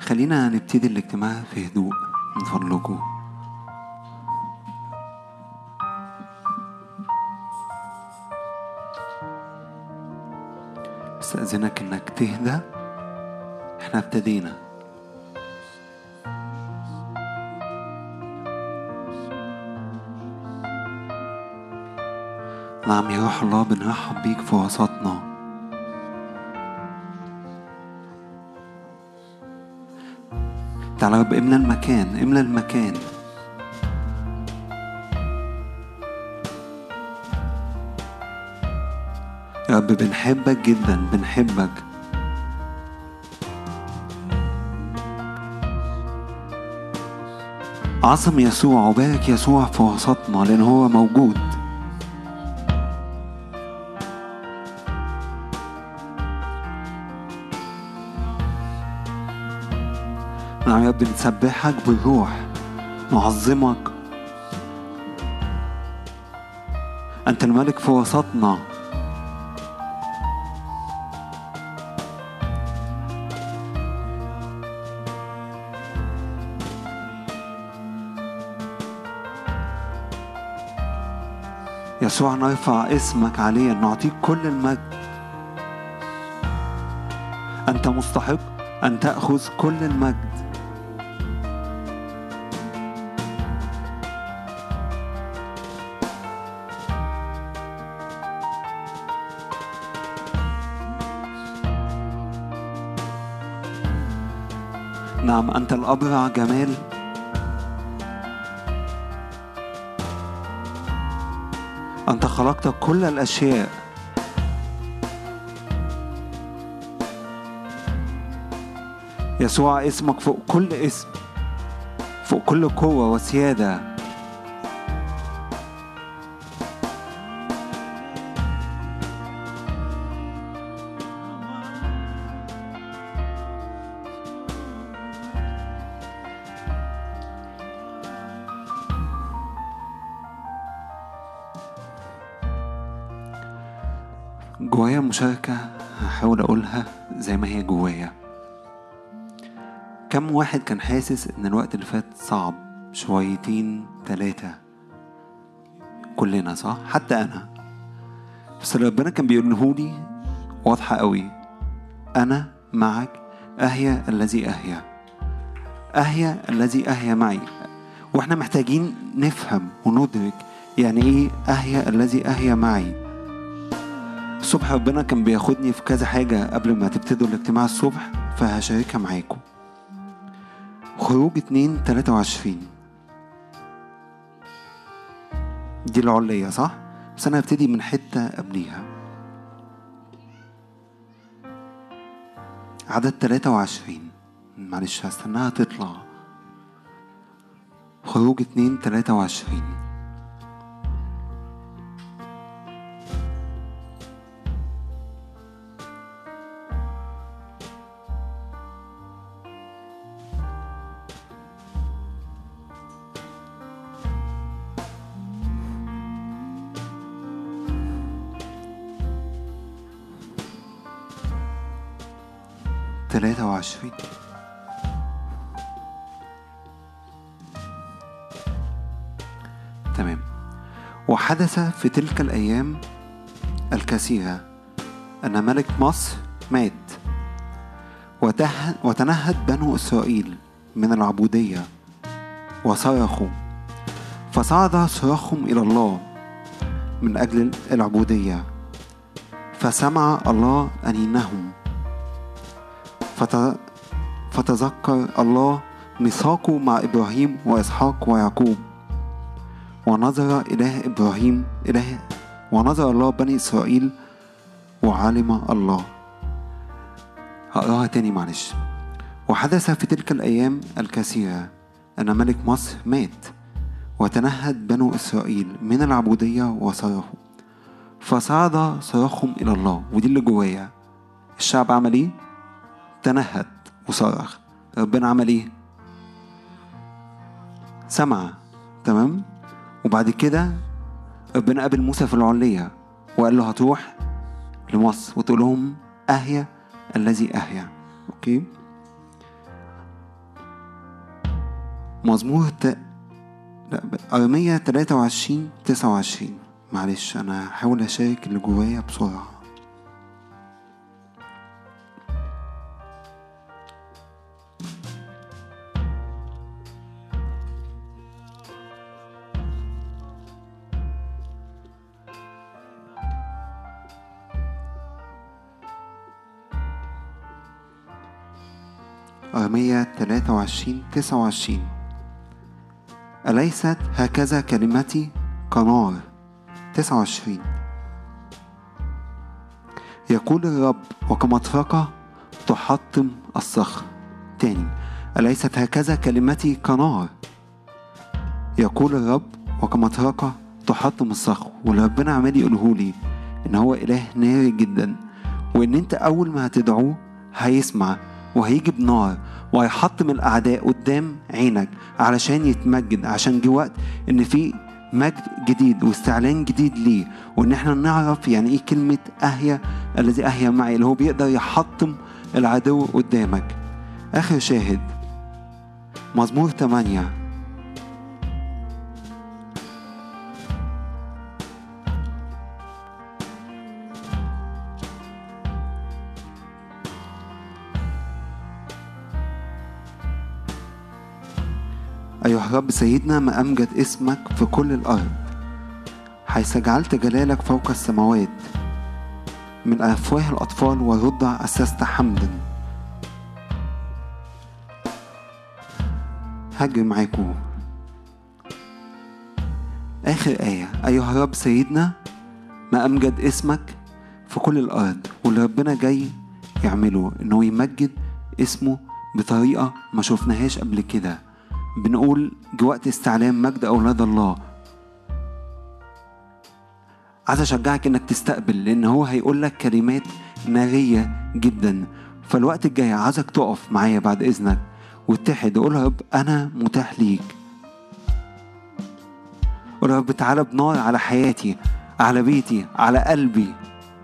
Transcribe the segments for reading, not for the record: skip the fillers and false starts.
خلينا نبتدي الاجتماع في هدوء من فضلكم. استأذنك انك تهدى. احنا ابتدينا. نعم يا روح الله، بنرحب بيك في وسطنا. تعالى يا رب، املى المكان، املى المكان. يا رب بنحبك جدا، بنحبك. عظم يسوع وبارك يسوع في وسطنا لأن هو موجود. نعم يا رب، نسبحك بالروح، نعظمك. أنت الملك في وسطنا. يسوع نرفع اسمك عليا، نعطيك كل المجد. أنت مستحق أن تأخذ كل المجد. نعم أنت الأبرع جمال. أنت خلقت كل الأشياء. يسوع اسمك فوق كل اسم، فوق كل قوة وسيادة. جوايا مشاركة هحاول أقولها زي ما هي جوايا. كم واحد كان حاسس إن الوقت اللي فات صعب شويتين 3؟ كلنا صح؟ حتى أنا. بس ربنا كان بيقولهولي واضحة قوي: أنا معك، أهيا الذي أهيا، أهيا الذي أهيا معي. وإحنا محتاجين نفهم وندرك يعني إيه أهيا الذي أهيا معي. الصبح ربنا كان بياخدني في كذا حاجة قبل ما تبتدوا الاجتماع الصبح، فهشاركها معاكم. خروج 2:23 دي العلية صح؟ بس أنا هبتدي من حتة قبليها. عدد 23، معلش هستناها تطلع. خروج 2:23. تمام. وحدث في تلك الأيام الكثيرة أن ملك مصر مات، وتنهد بنو إسرائيل من العبودية وصرخوا، فصعد صراخهم إلى الله من أجل العبودية، فسمع الله أنينهم، فتذكر الله ميثاقه مع إبراهيم وإسحاق ويعقوب، ونظر ونظر الله بني إسرائيل وعلم الله. هقراها تاني معلش. وحدث في تلك الأيام الكثيرة أن ملك مصر مات، وتنهد بنو إسرائيل من العبودية وصرخوا، فصعد صراخهم إلى الله. ودي اللي جوايا. الشعب عمل إيه؟ تنهد وصرخ. ربنا عمل إيه؟ سمع. تمام. وبعد كده ربنا قابل موسى في العلية وقال له هتروح لمصر وتقول لهم أهيا الذي أهيا. أوكي. مزمور أرمية 23-29. معلش أنا هحاول أشارك اللي جوايا بسرعة. أرمية 23-29. أليست هكذا كلمتي كنار. 29. يقول الرب وكمطرقة تحطم الصخر. تاني، أليست هكذا كلمتي كنار. يقول الرب وكمطرقة تحطم الصخر. وربنا عمال يقولهولي إن هو إله ناري جدا، وإن أنت أول ما هتدعوه هيسمع وهيجي بنار وهيحطم الأعداء قدام عينك علشان يتمجد، عشان جه وقت إن في مجد جديد واستعلان جديد ليه، وإن احنا نعرف يعني إيه كلمة أهيا الذي أهيا معي، اللي هو بيقدر يحطم العدو قدامك. آخر شاهد مزمور 8. أيها الرب سيدنا، ما أمجد اسمك في كل الأرض، حيث جعلت جلالك فوق السماوات. من أفواه الأطفال والرضع أسست حمدا. هجر معاكم آخر آية. أيها الرب سيدنا، ما أمجد اسمك في كل الأرض. واللي ربنا جاي يعمله إنه يمجد اسمه بطريقة ما شفناهاش قبل كده. بنقول وقت استعلام مجد أولاد الله. عايز أشجعك إنك تستقبل، لأن هو هيقول لك كلمات نارية جدا. فالوقت الجاي عايزك تقف معايا بعد إذنك واتحد وقول يا رب أنا متاح ليك. قول يا رب تعالى بنار على حياتي، على بيتي، على قلبي.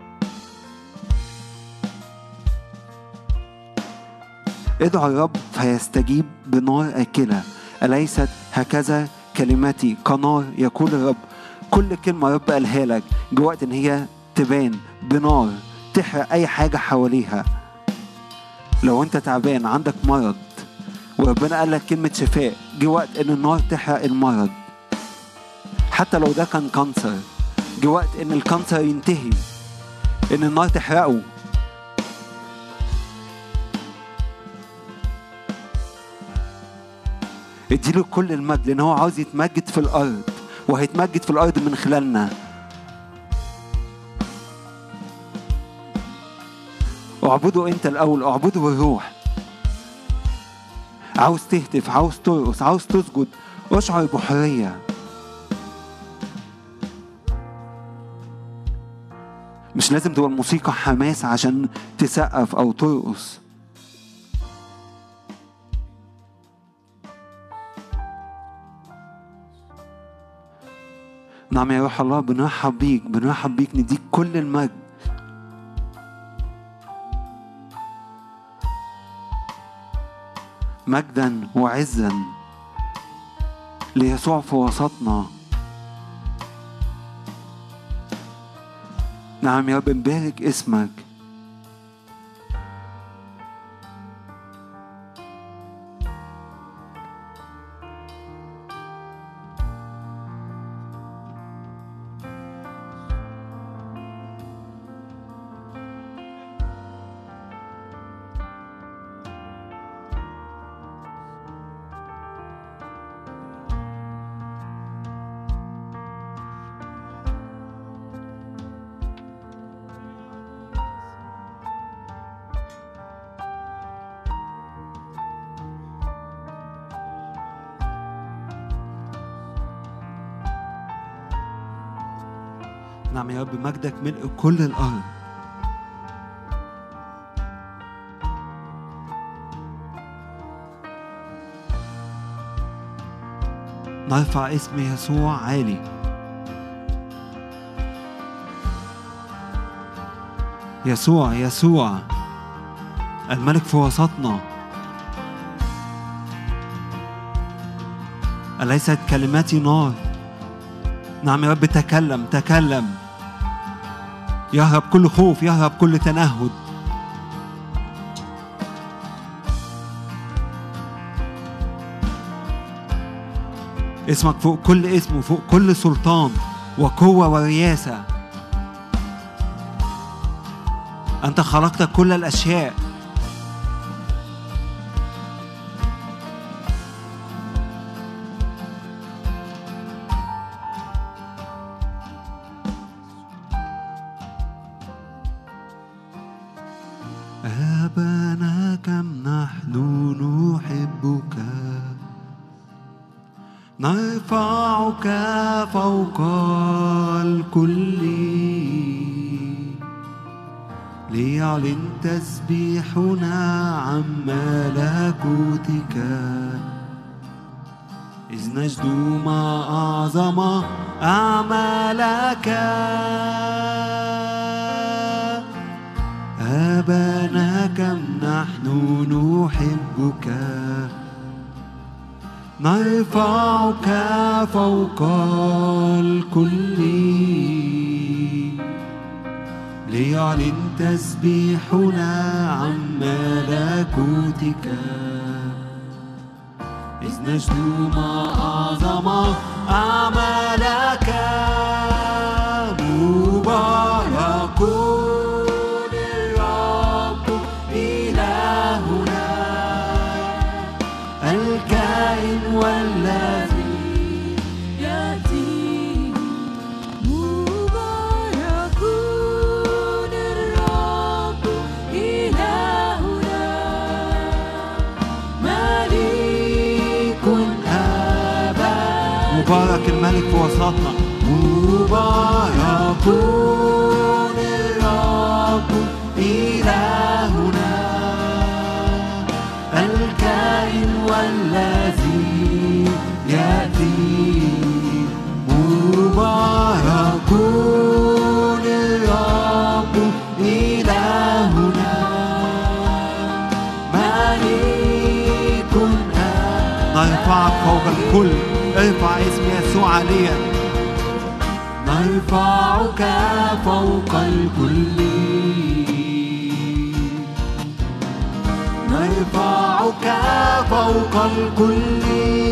ادعوا الرب فيستجيب بنار آكلة. أليست هكذا كلمتي كنار. يقول الرب كل كلمة رب قالها لك جه وقت إن هي تبان بنار تحرق أي حاجة حواليها. لو أنت تعبان عندك مرض وربنا قال لك كلمة شفاء، جه وقت إن النار تحرق المرض. حتى لو ده كان كانسر، جه وقت إن الكانسر ينتهي، إن النار تحرقه. اديله كل المجد، لأن هو عاوز يتمجد في الأرض، وهيتمجد في الأرض من خلالنا. اعبده أنت الأول، اعبده بالروح. عاوز تهتف، عاوز ترقص، عاوز تسجد، اشعر بحرية. مش لازم تبقى الموسيقى حماس عشان تسقف أو ترقص. نعم يا روح الله، بنرحب بيك، بنرحب بيك، نديك كل المجد. مجدا وعزا ليسوع في وسطنا. نعم يا رب، نبارك اسمك. نعم يا رب، مجدك ملء كل الأرض. نرفع اسم يسوع عالي. يسوع يسوع الملك في وسطنا. أليست كلماتي نار؟ نعم يا رب، تكلم تكلم. يهرب كل خوف، يهرب كل تنهد. اسمك فوق كل اسم وفوق كل سلطان وقوة ورياسة. أنت خلقت كل الأشياء. أبانا كم نحن نحبك، نرفعك فوق الكل، ليعلن تسبيحنا عن ملكوتك، إذ نجد ما أعظم أعمالك. أبانا كم نحن نحبك، نرفعك فوق الكل، ليعلن تسبيحنا عن ملكوتك، إذ نجد ما أعظم أعمالك. مبارك الرب إلهنا الكائن والذي يأتي. مبارك الرب إلهنا ملك أبد. مبارك الملك في وسطنا. مبارك الرب إلهنا الكائن والذي يأتي. مبارك الرب إلهنا ملك أبد. نرفعك فوق الكل. ارفع اسم يسوع عليا. نرفعك فوق الكل، نرفعك فوق الكل،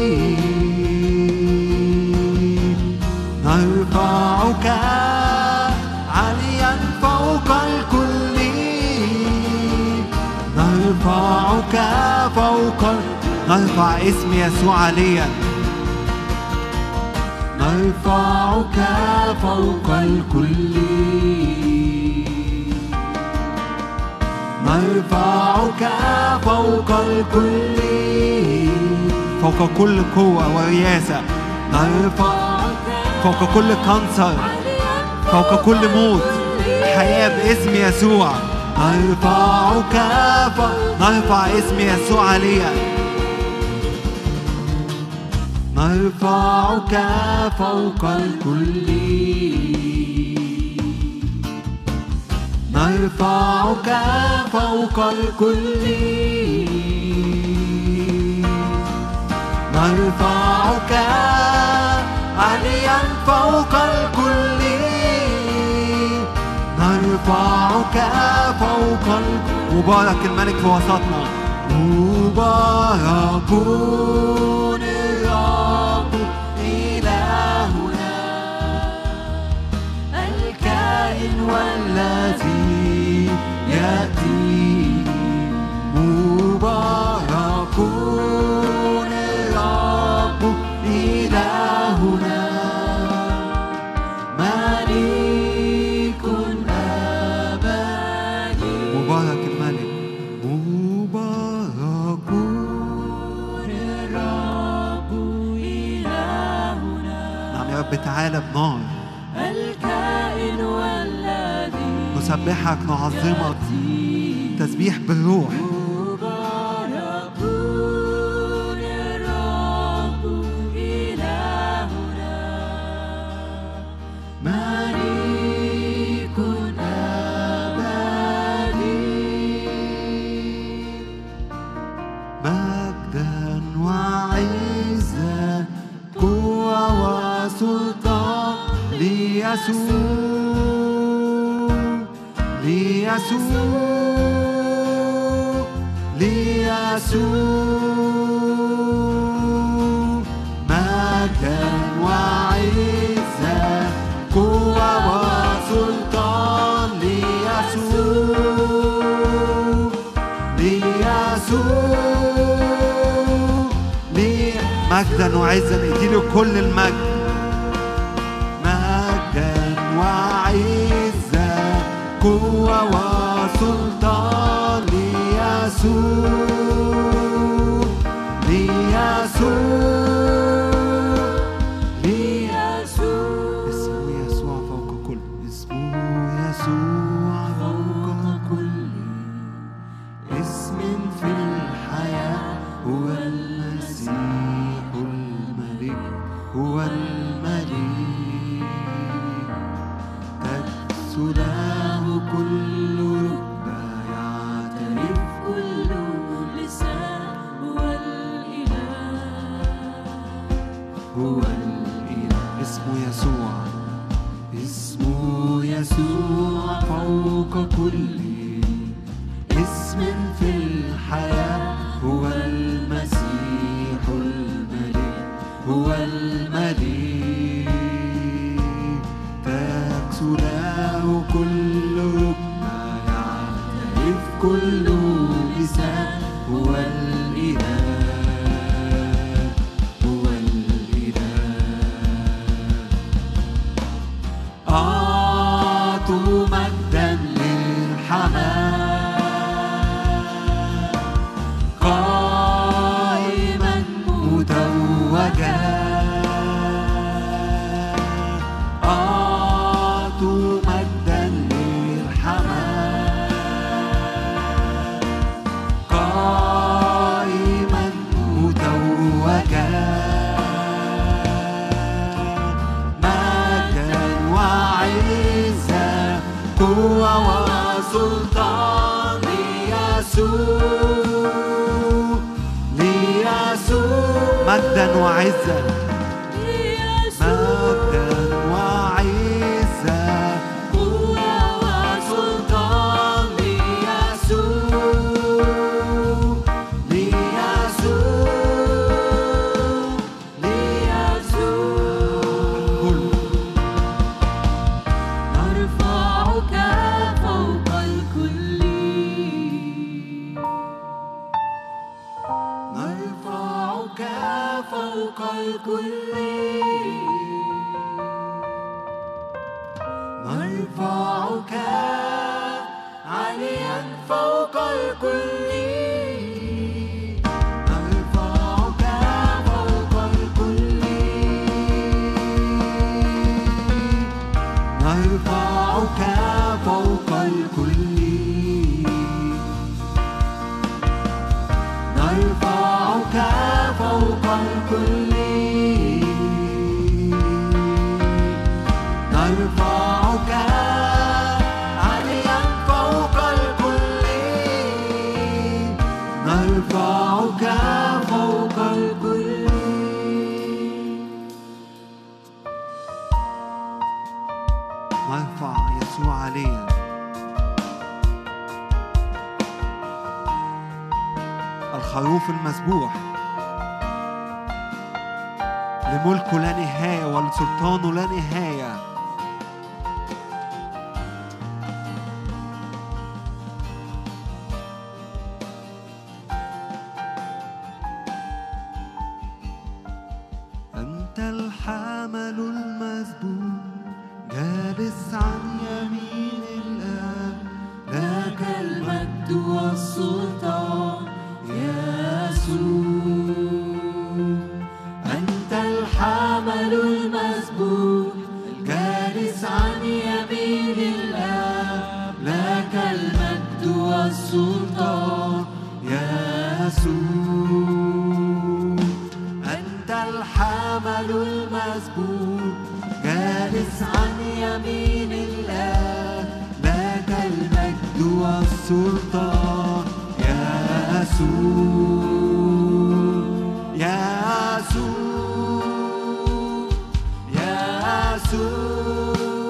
نرفعك عاليا فوق الكل، نرفعك فوق. نرفع اسم يسوع عليا. نرفعك فوق الكل، نرفعك فوق الكل، فوق كل قوة ورياسة. نرفعك فوق كل كانسر، فوق كل موت. حياة باسم يسوع. نرفعك نرفع اسم يسوع عليا. نرفعك فوق الكل، نرفعك فوق الكل، نرفعك عاليا فوق الكل، نرفعك فوق الكل. مبارك الملك في وسطنا. مبارك الرب إلهنا الكائن والذي يأتي. مبارك الرب إلهنا ملك أبدي. مبارك الملك. مبارك الرب إلهنا. نعم يا رب، تعالى بنار. الكائن والذي نسبحك، نعظمك تسبيح بالروح. مبارك الرب إلهنا ملك أبدي. مجدا وعزا مجدا وعزة قوة وسلطان مجدا وعزة. نديله كل المجد. مجدا وعزة قوة وسلطان اسمه يسوع فوق كل اسمه. يسوع فوق كل اسم في الحياة. هو المسيح الملك. هو الملك تكسو له كل ركبة. يعترف كل لسان. هو الإله. هو الإله. اسمه يسوع. اسمه يسوع فوق كل اسم في الحياة. هو المسيح الملك. هو الملك تكسو له كل ركبة. يعترف كل لسان. هو الإله. هو الإله. أعطوا مجدا للحمام قائما متوجا. أعطوا مجدا للحمام قائما متوجا. مجدا وعزة قوة وسلطان مجدا وعزة. مجدا وعزة قوة وسلطان نرفعك فوق الكل. نرفعك فوق الكل. نرفعك عاليا فوق الكل. نرفعك فوق الكل. نرفعك فوق الكل. نرفعك فوق الكل. نرفعك عاليا فوق الكل. نرفعك فوق الكل. نرفع يسوع عليا. الخروف المذبوح لملكه لا نهاية ولسلطانه لا نهاية. أنت الحمل المذبوح جالس عن يمين الآب. لك المجد والسلطان يسوع. أنت الحمل المذبوح الجالس عن يمين الآب. لك المجد والسلطان يسوع. أنت الحمل المذبوح جالس عن يمين الآب. لك المجد والسلطان يسوع. يسوع. يسوع.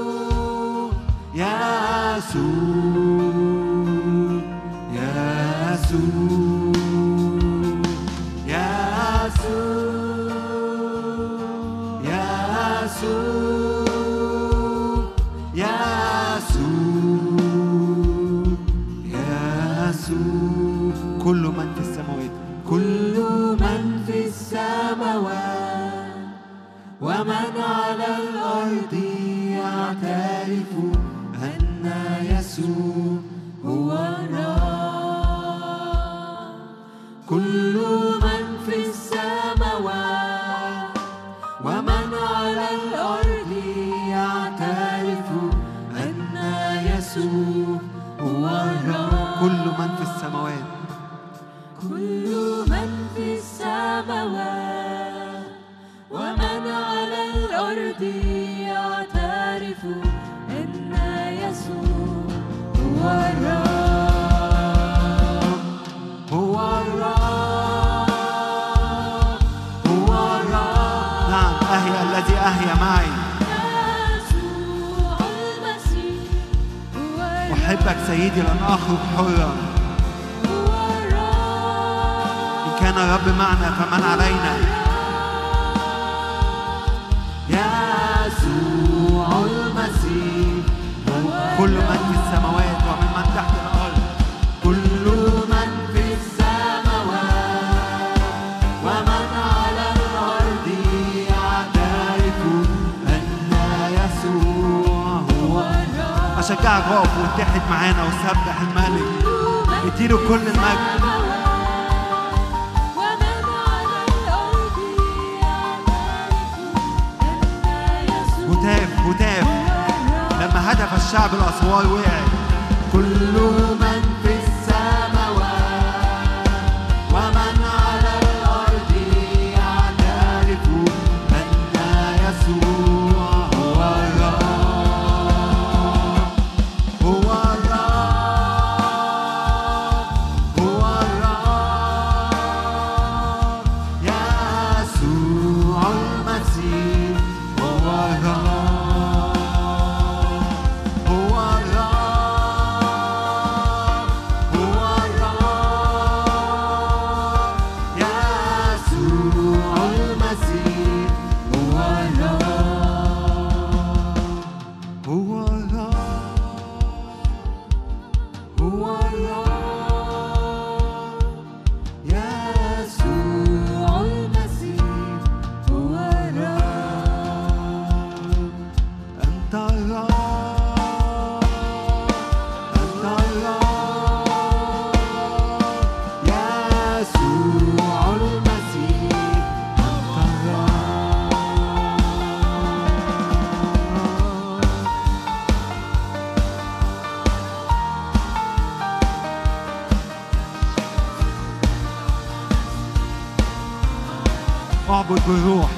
اعبد بالروح،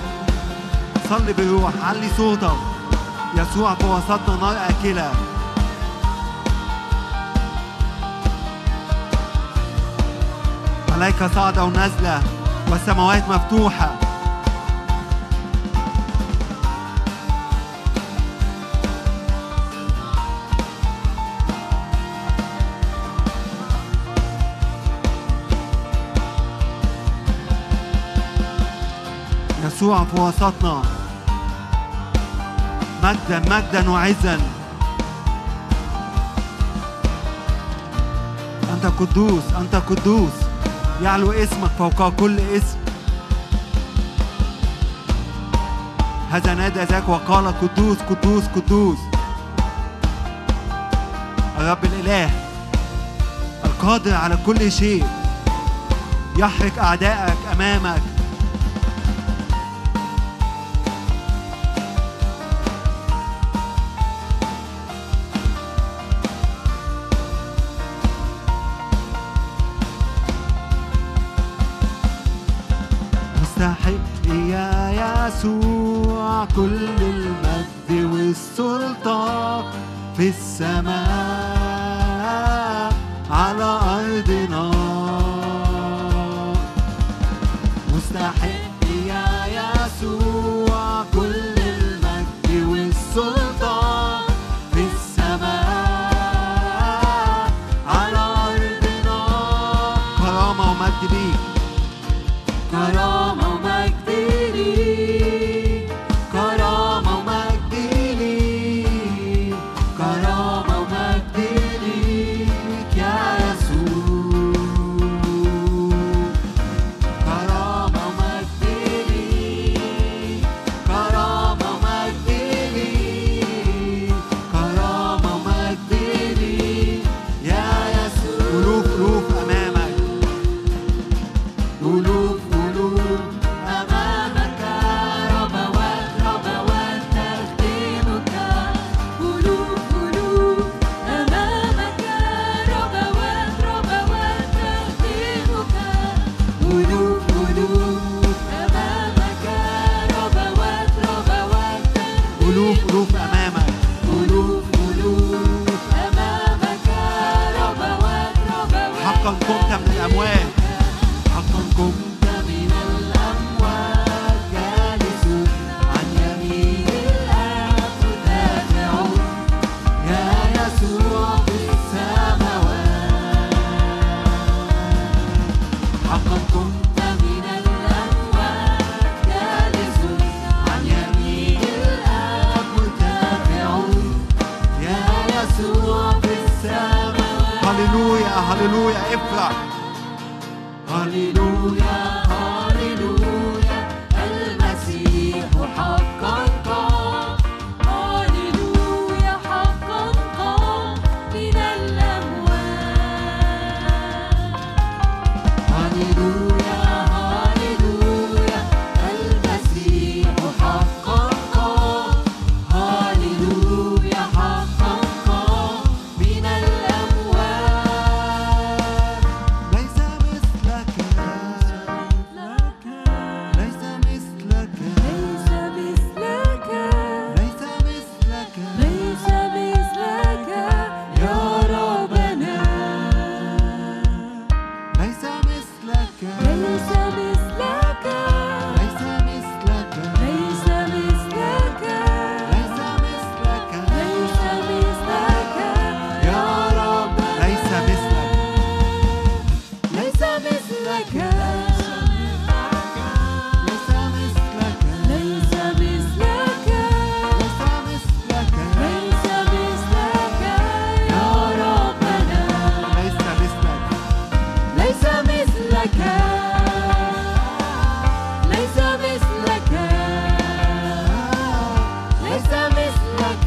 صلي بالروح، علي صوتك. يسوع في وسطنا نار آكلة. ملائكة صاعدة ونازلة والسماوات مفتوحة. يسوع في وسطنا، مجدا مجدا وعزا. أنت قدوس، أنت قدوس، يعلو اسمك فوق كل اسم. هذا نادى ذاك وقال قدوس قدوس قدوس الرب الإله القادر على كل شيء، يحرق أعدائك أمامك. مستحق يا يسوع كل المجد والسلطان في السماء على أرضنا. مستحق يا يسوع كل المجد والسلطان في السماء على أرضنا. ومجد ليك، كرامة ومجد ليك، كرامة ومجد ليك، كرامة ومجد ليك يا يسوع، كرامة ومجد ليك، كرامة ومجد ليك، كرامة ومجد ليك يا يسوع. ألوف ألوف أمامك، ألوف ألوف أمامك، ربوات ربوات تخدمك، ألوف ألوف أمامك، ربوات ربوات تخدمك، ألوف ألوف أمامك، ربوات ربوات تخدمك، ألوف ألوف أمامك، ألوف ألوف أمامك، ربوات ربوات حقا قمت من الأموات، حقا قمت من الأموات، جالس عن يمين الآب مدافع يا يسوع في السماوات، حقا قمت من الأموات، جالس عن يمين الآب مدافع يا يسوع في السماوات. هللويا هللويا. افرح، هللويا هللويا، المسيح حقا قام، هللويا حقا قام من الأموات، هللويا هللويا، المسيح حقا قام، هللويا حقا قام من الأموات. ليس مثلك، ليس مثلك، ليس مثلك، ليس مثلك، ليس مثلك يا ربنا، ليس مثلك، ليس مثلك، ليس مثلك، ليس مثلك، ليس مثلك، ليس مثلك يا ربنا، ليس مثلك، ليس مثلك، ليس مثلك، ليس مثلك، ليس مثلك، ليس مثلك يا ربنا، ليس مثلك، ليس مثلك، ليس مثلك، ليس مثلك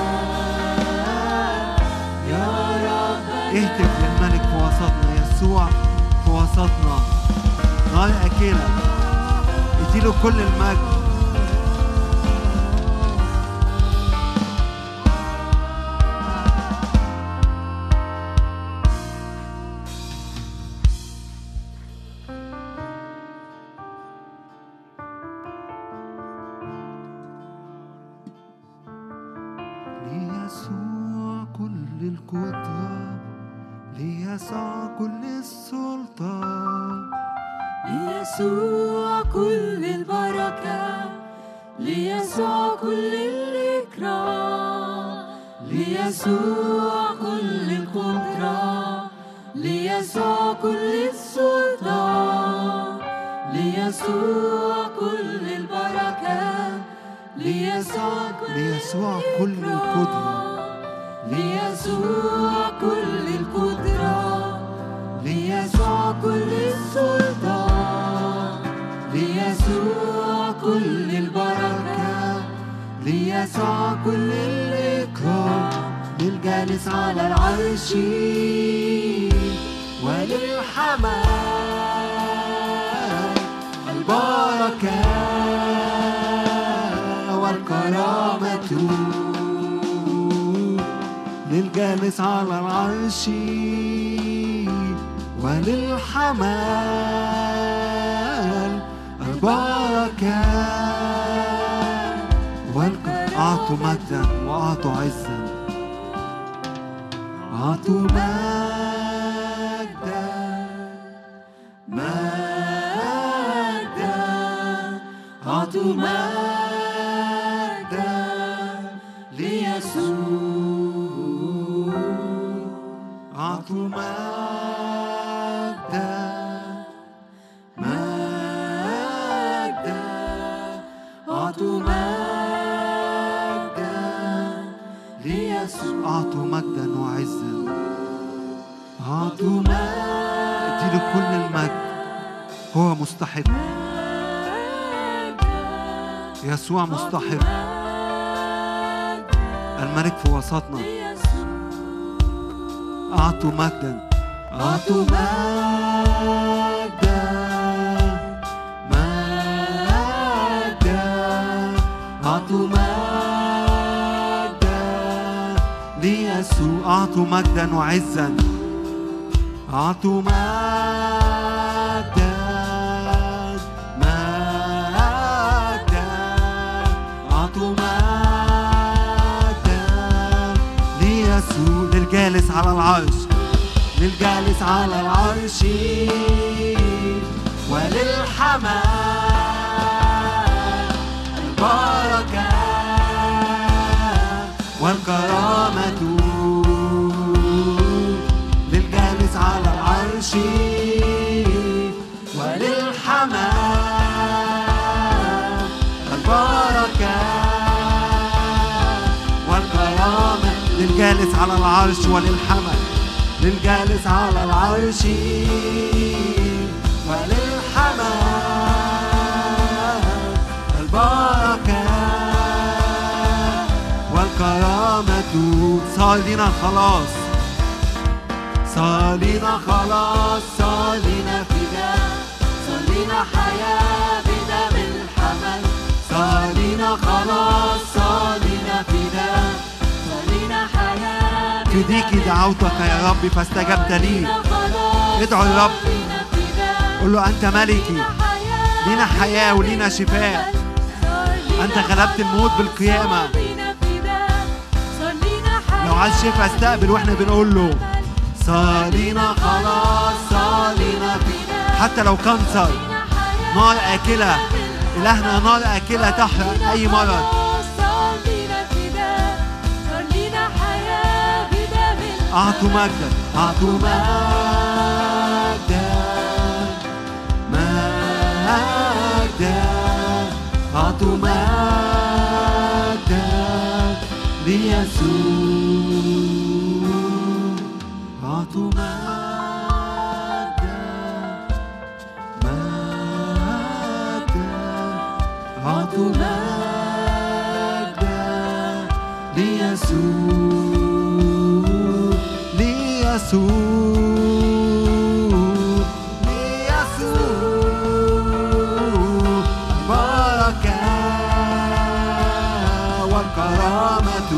يا ربنا. اهتف للملك في وسطنا، يسوع في وسطنا، نار أكلة، اديله كل المجد. ليسوع كل القدرة، ليسوع كل السلطان، ليسوع كل البركة، ليسوع كل الإكرام، ليسوع كل القدرة، ليسوع كل السلطان، ليسوع كل البركة، ليسوع ليسوع كل القدرة، ليسوع كل القدرة، ليسوع كل السلطان، ليسوع كل البركة، ليسوع كل الإكرام، للجالس على العرش وللحمام البركة والكرامة، للجالس على العرش وللحمال البركة أعطوا مجدا وأعطوا عزا، أعطوا مجدا مجدا، أعطوا مجدا ليسوع، أعطوا مجدا نعطيله كل المجد. هو مستحق، يسوع مستحق، الملك في وسطنا. أعطوا مجدا، أعطوا مجدا، مجدا، أعطوا مجدا ليسوع. أعطوا مجدا وعزا، أعطوا مجدا، مجدا، أعطوا مجدا ليسوع. للجالس على العرش، للجالس على العرش وللحمام البركة والكرامة. للجالس على العرش وللحمام البركة والكرامة. للجالس على العرش وللحمل، للجالس على العرش وللحمام البركة والكرامة. صار لنا خلاص، صار لنا خلاص، صار لنا فداء، صار لنا حياة بدم الحمل. صار لنا خلاص، صار لنا فداء، صار لنا حياة. فديك دعوتك يا رب فاستجبت لي. ادعو الرب، قل له أنت ملكي، لينا حياة ولينا شفاء. أنت غلبت الموت بالقيامة. لو عايز شفاء استقبل واحنا بنقول له صار لنا خلاص، صار لنا فداء. حتى لو كانسر، نار آكلة، إلهنا نار آكلة تحرق أي مرض. أعطوا مجدا، أعطوا مجدا، مجدا، أعطوا مجدا ليسوع. أعطوا مجدا، مجدا، أعطوا مجدا ليسوع. البركة والكرامة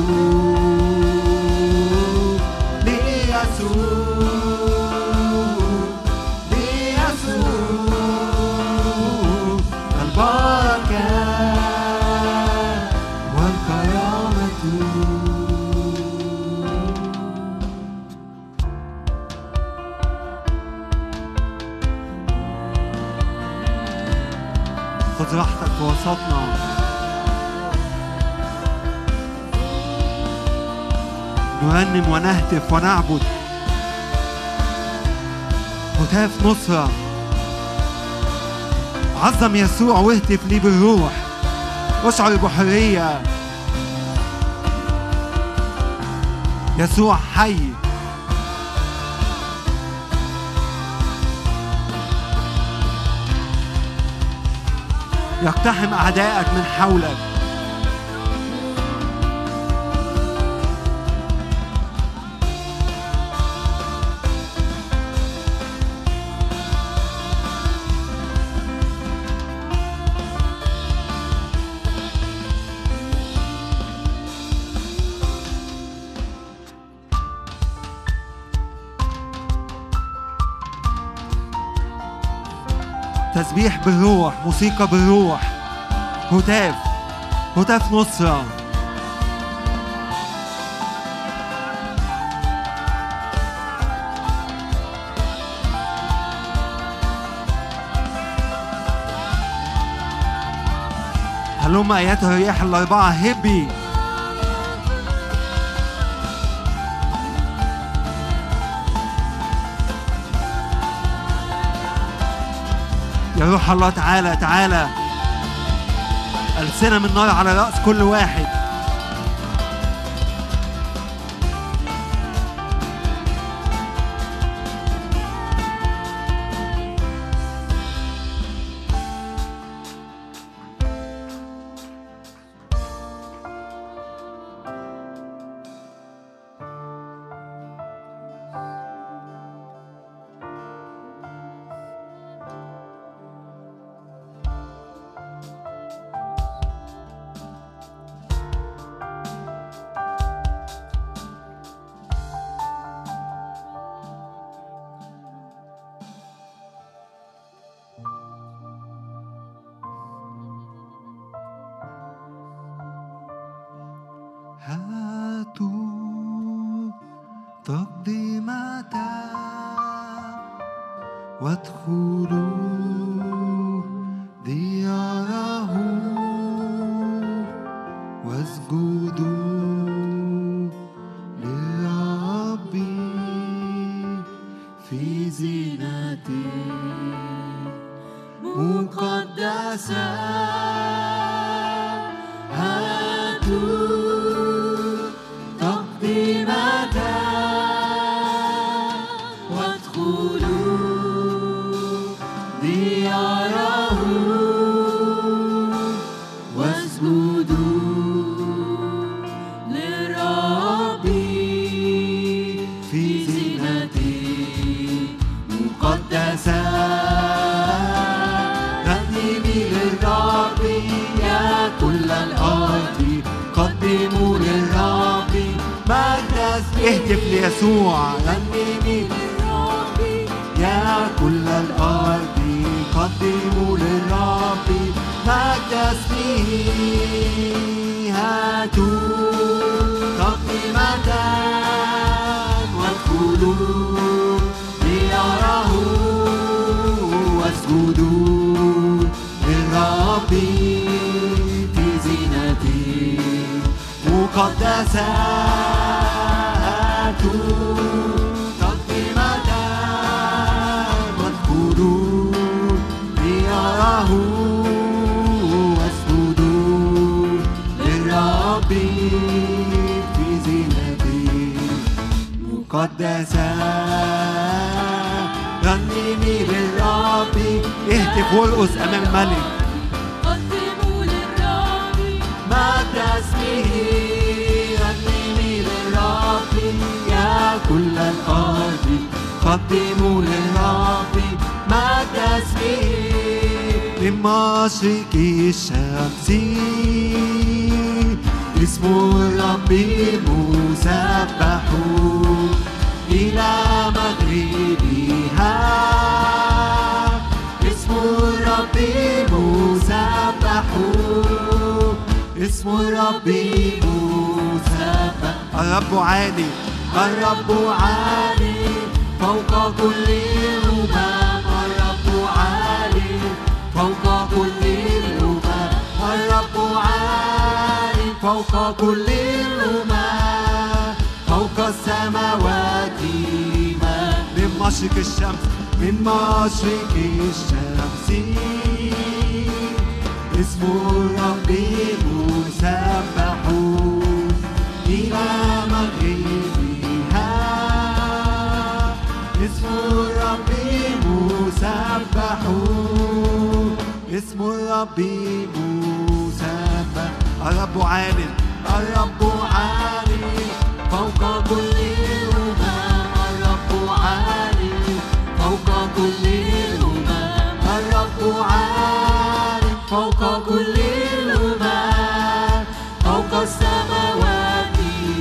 ليسوع. البركة والكرامة. خذ راحتك في وسطنا. نرنم ونهتف ونعبد. هتاف نصرة. عظم يسوع واهتف لي بالروح. اشعر بحرية. يسوع حي. يقتحم أعدائك من حولك. تسبيح بالروح، موسيقى بالروح، هتاف، هتاف نصرة. هلم أيتها الرياح الأربعة هبي. يا روح الله تعالى تعالى. ألسنة من نار على رأس كل واحد. هاتوا تقدمة وادخلوا دياره واسجدوا للرب في زينته مقدسة. هاتوا تقدمة وادخلوا دياره واسجدوا للرب في زينته مقدسة. كل الأرض قدموا للرب مجدا. اهتف ليسوع. رنمي للرب يا كل الأرض قدموا للرب مجدا اسمه. هاتوا تقدمة وادخلوا دياره واسجدوا للرب مقدسة. تقدمة وادخلوا دياره واسجدوا للرب في زينته مقدسة. رنمي للرب. اهتف وارقص أمام الملك. قدموا للرب مجد اسمه. كل الأرض قدموا للرب مجد اسمه. من مشرق الشمس اسم الرب مسبح إلى مغربها. اسم الرب مسبح. اسم الرب مسبح. الرب عالي. الرب عالي فوق كل الأمم. الرب عالي فوق كل الأمم. الرب عالي فوق كل الأمم. فوق السماوات من مشرق الشمس. من مشرق الشمس اسم الرب مسبح إلى مغربها. اسم الرب مسبح. اسم الرب مسبح. الرب عالٍ. الرب عالٍ فوق كل الأمم. الرب عالٍ فوق كل الأمم. الرب عالٍ فوق كل الأمم. فوق السماوات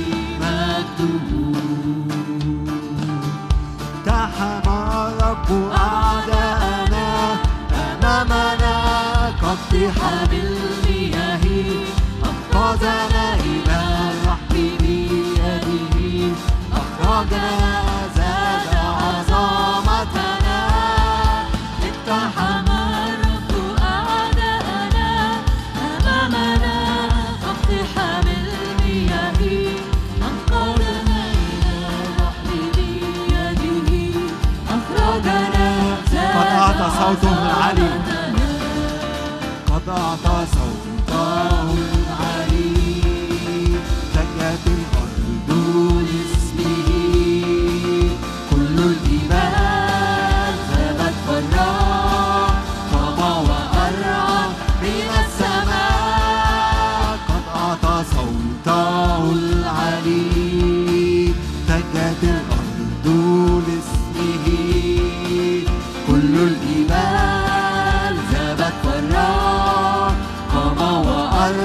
أعداءنا أمامنا كاقتحام المياه. أنقذنا إلى الرحب بيده. أخرجنا زاد عظمتنا. اقتحم الرب أعداءنا أمامنا كاقتحام المياه. أنقذنا إلى الرحب بيده. أخرجنا قد أعطى صوته العلي. قد أعطى صوته العلي. سجدت الأرض لاسمه. كل الجبال ذابت فرّاء. طمع وأرعى من السماء. قد أعطى صوته العلي. سجدت الأرض لاسمه. كل الجبال ذابت فرّاء. طمع وأرعى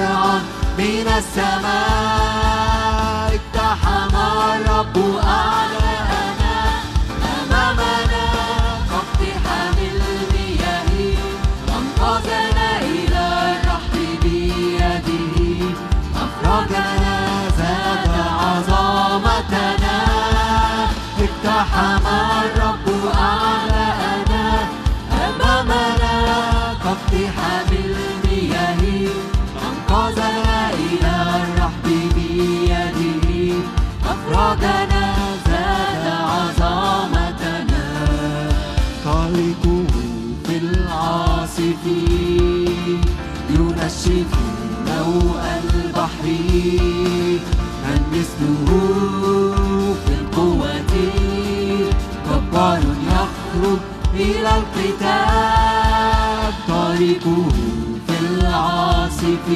اقتحم الرب أعداءنا أمامنا كاقتحام المياه أنقذنا إلى الرحب بيده أخرجنا زاد عظمتنا طريقه في العاصف ينشف نوء البحر من مثله في القوة جبار يخرج إلى القتال طريقه في العاصف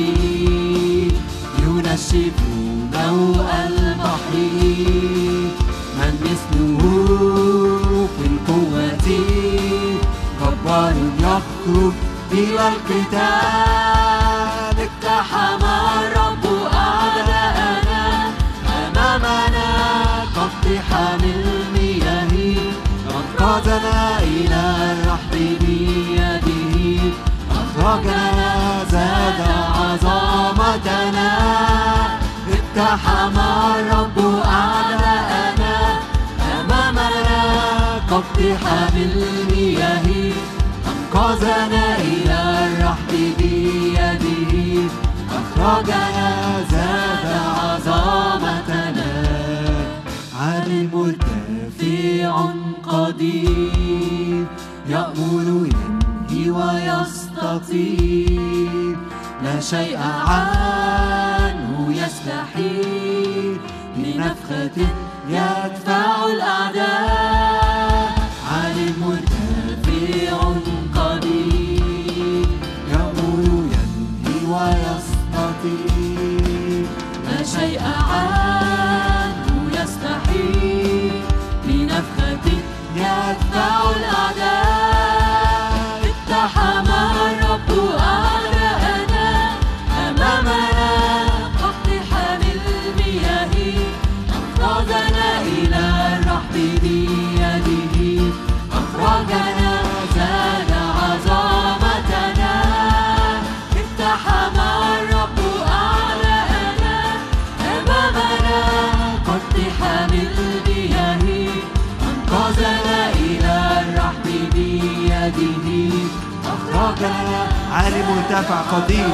ينشف نوء البحر من مثله في القوة جبار يخرج إلى القتال اقتحم الرب أعداءنا أمامنا كاقتحام المياه أنقذنا إلى الرحب بيده أخرجنا زاد عظمتنا اقتحم الرب أعداءنا أمامنا كاقتحام المياه أنقذنا إلى الرحب بيده أخرجنا زاد عظمتنا عالٍ مرتفع قدير يأمر ينهي ويستطيع لا شيء عنه يستحيل بنفخة يدفع الأعداء عالٍ مرتفع قدير يأمر ينهي ويستطيع لا شيء عنه يستحيل بنفخة يدفع الأعداء اقتحم الرب أعداءنا أمامنا كاقتحام المياه أنقذنا إلى الرحب بيده أخرجنا زاد عظمتنا اقتحم الرب أعداءنا أمامنا كاقتحام المياه أنقذنا إلى الرحب بيده أخرجنا عالي مرتفع قدير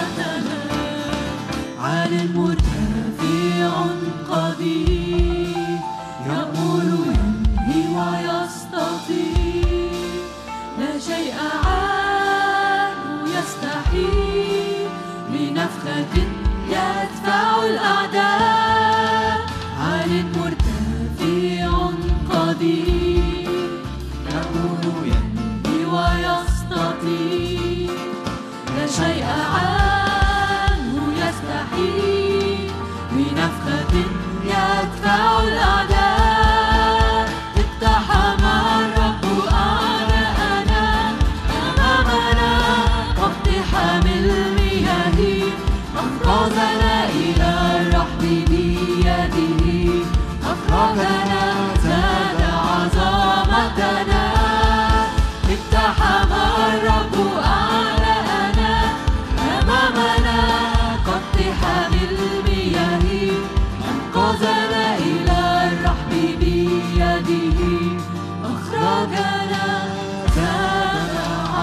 عالٍ مرتفع قدير يأمر ينهي ويستطيع لا شيء عنه يستحيل بنفخة يدفع الأعداء عالٍ مرتفع قدير يأمر ينهي ويستطيع لا شيء عنه يستحيل بنفخة يدفع الأعداء اقتحم الرب أعداءنا أمامنا كاقتحام المياه أنقذنا إلى الرحب بيده أخرجنا زاد عظمتنا اقتحم الرب أعداءنا أمامنا كاقتحام المياه أنقذنا إلى الرحب بيده أخرجنا زاد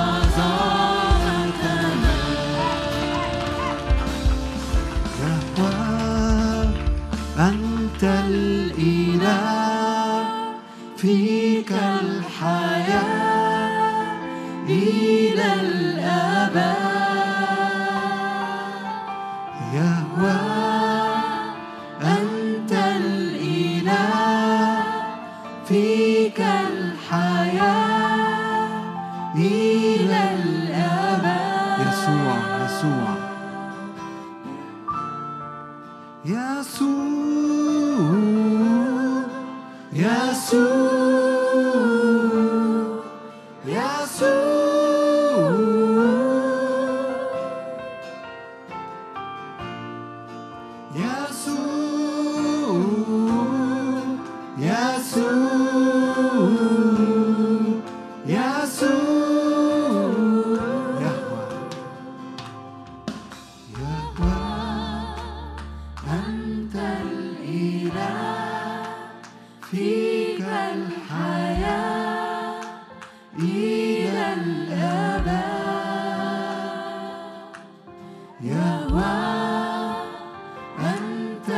عظمتنا يهوه أنت الإله فيك الحياة إلى الأبد يهوه أنت الإله فيك الحياة إلى الأبد يسوع يسوع أنت الإله فيك الحياة إلى الأبد يهوه أنت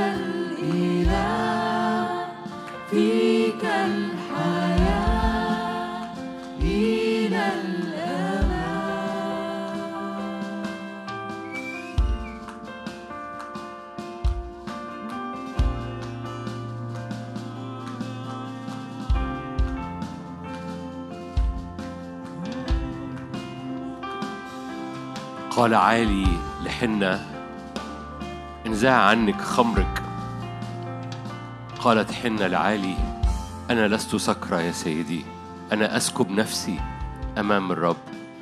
الإله فيك الحياة إلى الأبد. قال عالي لحنة انزع عنك خمرك. قالت حنة لعالي أنا لست سكرة يا سيدي، أنا أسكب نفسي أمام الرب.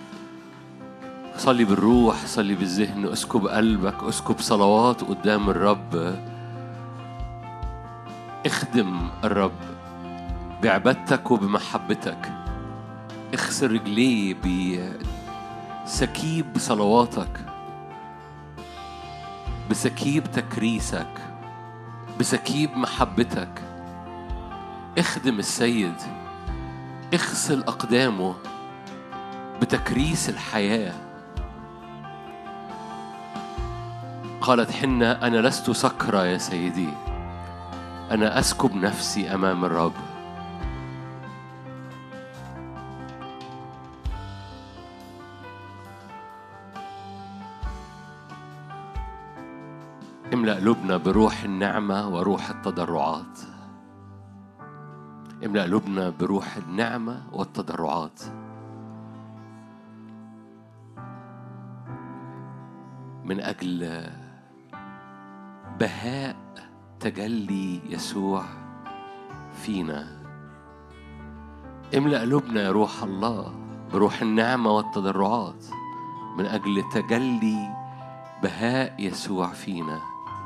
صلي بالروح، صلي بالذهن، اسكب قلبك، اسكب صلوات قدام الرب. اخدم الرب بعبادتك وبمحبتك. اغسل رجليه بسكيب صلواتك، بسكيب تكريسك، بسكيب محبتك. اخدم السيد، اغسل أقدامه بتكريس الحياة. قالت حنة أنا لست سكرة يا سيدي، أنا أسكب نفسي أمام الرب. املأ قلوبنا بروح النعمة وروح التضرعات. املأ قلوبنا بروح النعمة والتضرعات. من أجل بهاء تجلي يسوع فينا. املأ قلوبنا يا روح الله بروح النعمة والتضرعات من أجل تجلي بهاء يسوع فينا.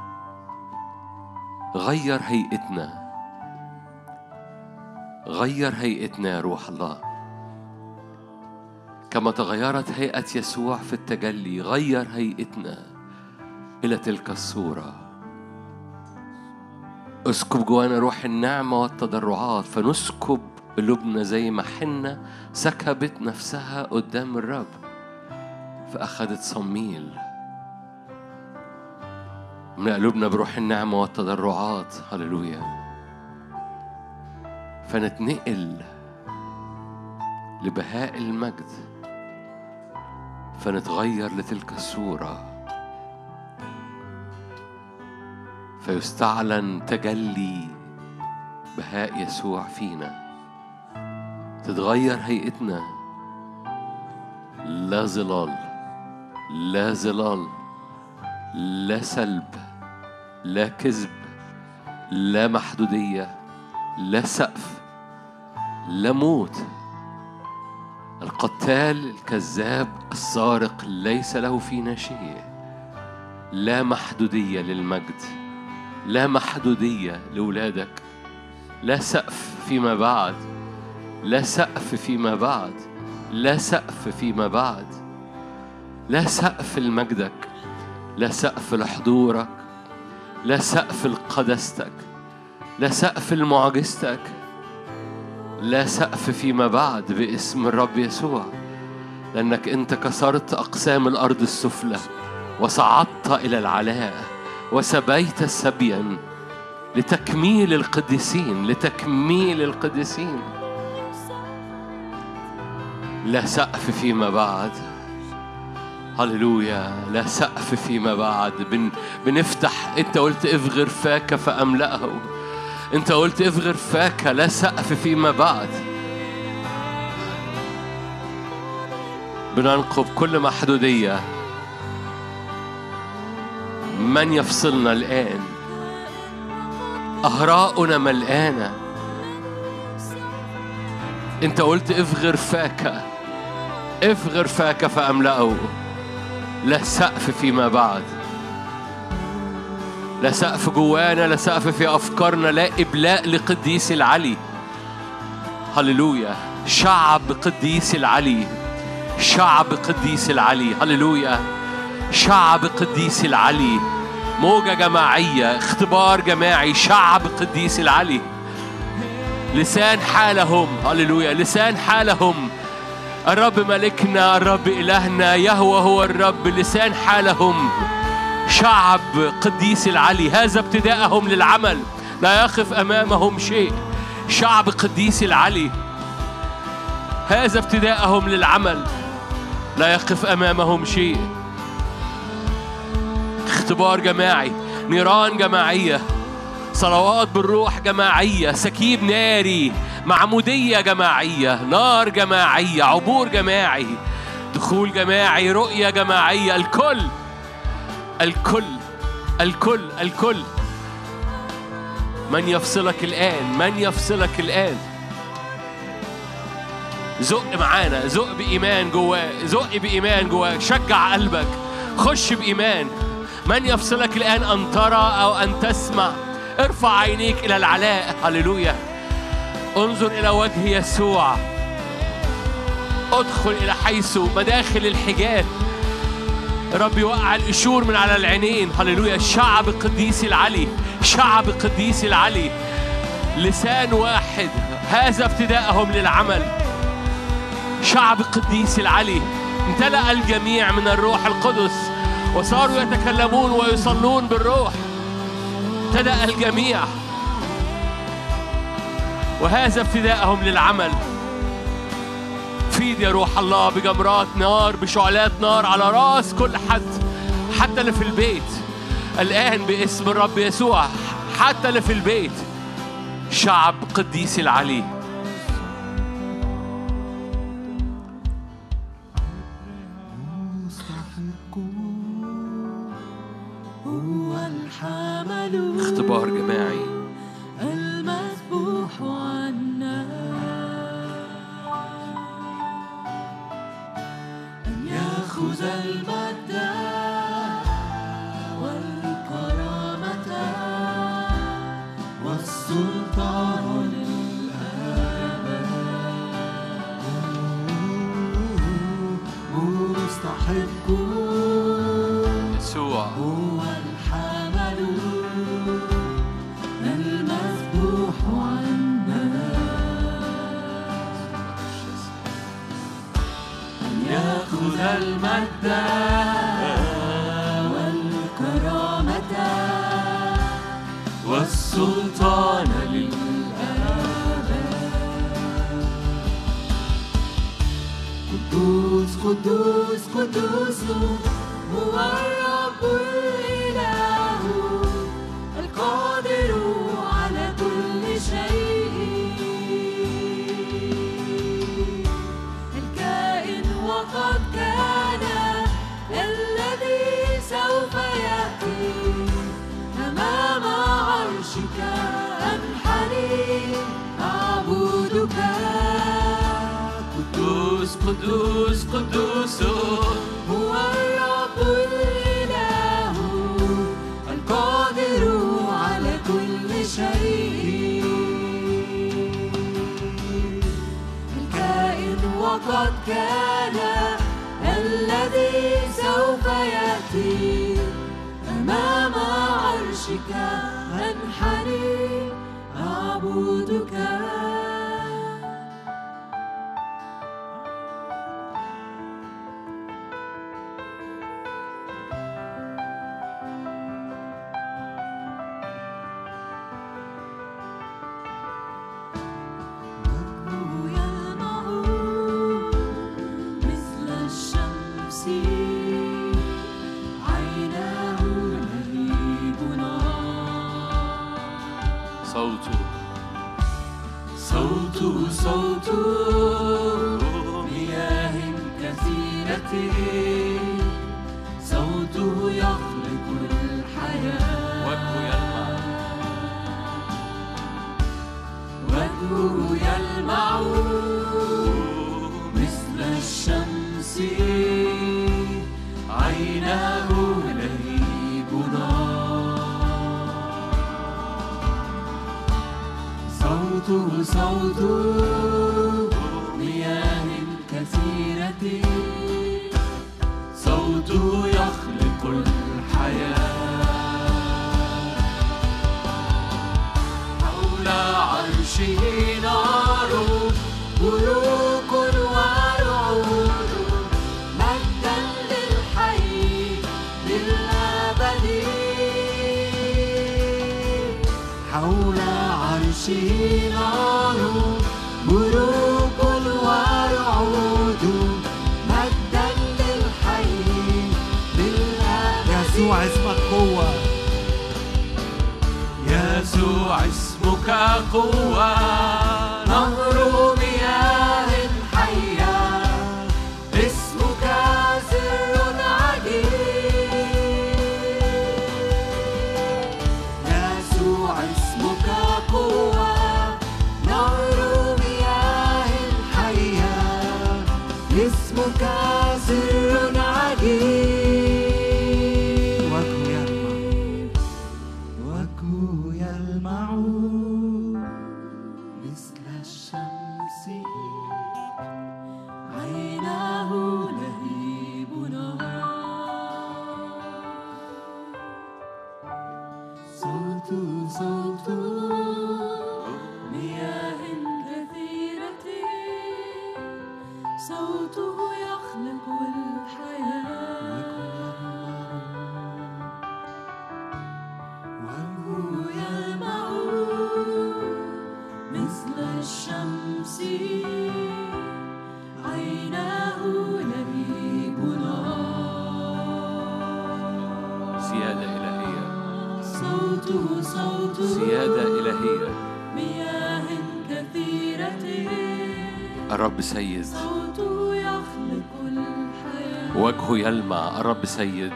غير هيئتنا، غير هيئتنا يا روح الله كما تغيرت هيئة يسوع في التجلي. غير هيئتنا إلى تلك الصورة. اسكب جوانا روح النعمة والتضرعات فنسكب قلوبنا زي ما حنة سكبت نفسها قدام الرب فأخذت صميل. من قلوبنا بروح النعمة والتضرعات. هللويا. فنتنقل لبهاء المجد، فنتغير لتلك الصورة، فيستعلن تجلي بهاء يسوع فينا. تتغير هيئتنا. لا ظلال، لا ظلال، لا سلب، لا كذب، لا محدودية، لا سقف، لا موت. القتال الكذاب السارق ليس له فينا شيء. لا محدودية للمجد، لا محدودية لأولادك، لا سقف فيما بعد، لا سقف فيما بعد، لا سقف فيما بعد، لا سقف لمجدك، لا سقف لحضورك، لا سقف لقداستك، لا سقف لمعجزتك، لا سقف فيما بعد باسم الرب يسوع. لأنك أنت كسرت أقسام الأرض السفلى وصعدت إلى العلاء وسبيت سبيا لتكميل القديسين، لتكميل القديسين. لا سقف فيما بعد. هللويا. لا سقف فيما بعد. بنفتح. انت قلت افغر فاك فأملأه. انت قلت افغر فاك. لا سقف فيما بعد. بننقب كل محدودية. من يفصلنا الآن؟ أهراؤنا ملآنة. انت قلت افغر فاك، افغر فاك فأملأه. لا سقف فيما بعد. لا سقف جوانا، لا سقف في أفكارنا، لا إبلاء لقديس العلي. هللويا. شعب قديس العلي، شعب قديس العلي. هللويا. شعب قديس العلي. موجة جماعية، اختبار جماعي. شعب قديس العلي. لسان حالهم. هللويا. لسان حالهم الرب ملكنا، الرب إلهنا، يهوه هو الرب. لسان حالهم شعب قديس العلي، هذا ابتداءهم للعمل، لا يقف أمامهم شيء. شعب قديس العلي، هذا ابتداءهم للعمل، لا يقف أمامهم شيء. اختبار جماعي، نيران جماعية، صلوات بالروح جماعية، سكيب ناري، معمودية جماعية، نار جماعية، عبور جماعي، دخول جماعي، رؤية جماعية. الكل الكل الكل الكل. من يفصلك الآن؟ من يفصلك الآن؟ زق معانا، زق بإيمان جواك، زق بإيمان جواك، شجع قلبك، خش بإيمان. من يفصلك الآن أن ترى أو أن تسمع؟ ارفع عينيك إلى العلاء. هللويا. انظر إلى وجه يسوع. ادخل إلى حيث مداخل الحجاب. رب يوقع القشور من على العينين. هللويا. شعب قديس العلي، شعب قديس العلي، لسان واحد، هذا ابتداءهم للعمل. شعب قديس العلي، امتلأ الجميع من الروح القدس وصاروا يتكلمون ويصلون بالروح. امتلأ الجميع، وهذا ابتداءهم للعمل. فيد يا روح الله بجمرات نار، بشعلات نار على راس كل حد، حتى اللي في البيت الآن باسم الرب يسوع، حتى اللي في البيت. شعب قديس العلي. اختبار جماعي. المذبوح عنا أن يأخذ المجد والكرامة والسلطان للأبد. مستحق يسوع هو الحمل المذبوح عنا أن يأخذ المجد والكرامة والسلطان للأبد. قدوس قدوس قدوس هو الرب الإله القادر على كل شيء، الكائن وقد كان، الذي سوف يأتي. أمام عرشك أنحني أعبدك. قدوس قدوس قدوس هو الرب الإله القادر على كل شيء، الكائن وقد كان، الذي سوف يأتي. أمام عرشك أنحني أعبدك. صوت مياه كثيرة، صوته يخلق الحياة. وجهه يلمع مثل الشمس، عيناه لهيب نار. صوت مياه كثيرة، صوته يخلق الحياة. حول عرشه نار، بروق ورعود، عرشه نار بروق ورعود مجدا للحي للأبد. يسوع اسمك قوة، يسوع اسمك قوة، نهر مياه حية، اسمك سر عجيب. يسوع اسمك قوة، نهر مياه حية، اسمك سر عجيب. وجهه يلمع مثل الشمس، عيناه لهيب نار. صوت مياه كثيرة، صوته يخلق الحياة. وجهه يلمع مثل الشمس، عيناه لهيب نار. سيادة إلهية، صوته سيادة إلهية. مياه كثيرة، الرب سيد، صوته يخلق الحياة. وجهه يلمع. الرب سيد،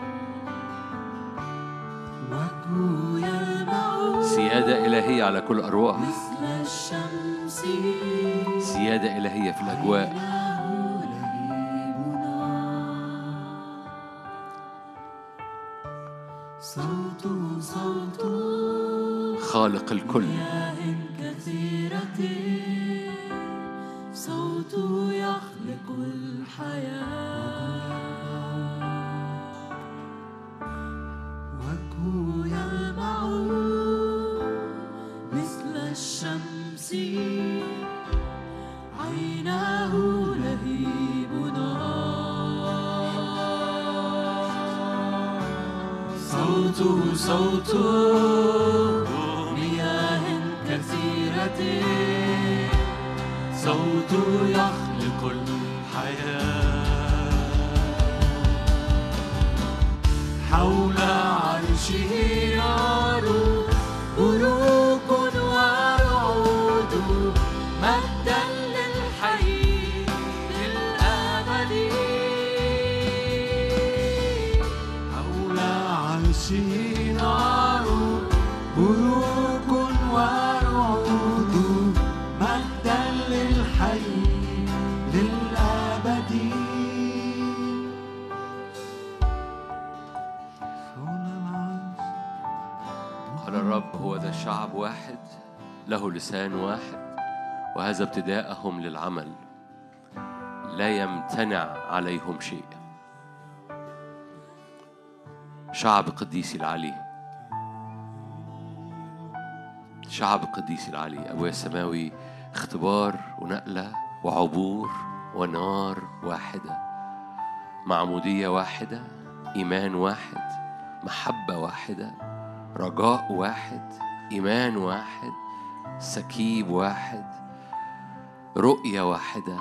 وجهه يلمع سيادة إلهية على كل أرواح، مثل الشمس، سيادة إلهية في الأجواء. عيناه لهيب نار. صوته خالق الكل، مياه كثيرة، صوته يخلق الحياة. وجهه يلمع مثل الشمس، عيناه لهيب نار. صوته مياه كثيرة، صوته يخلق الحياة. حول عرشه نار بروق ورعود مجدا للحي للأبد. حول عرشه نار بروق ورعود مجدا للحي للأبد. قال الرب: هو ذا شعب واحد له لسان واحد، وهذا ابتداءهم للعمل، لا يمتنع عليهم شيء. شعب قديسي العلي، شعب قديسي العلي. أبويا السماوي، اختبار ونقلة وعبور ونار واحدة، معمودية واحدة، إيمان واحد، محبة واحدة، رجاء واحد، إيمان واحد، سكيب واحد، رؤية واحدة،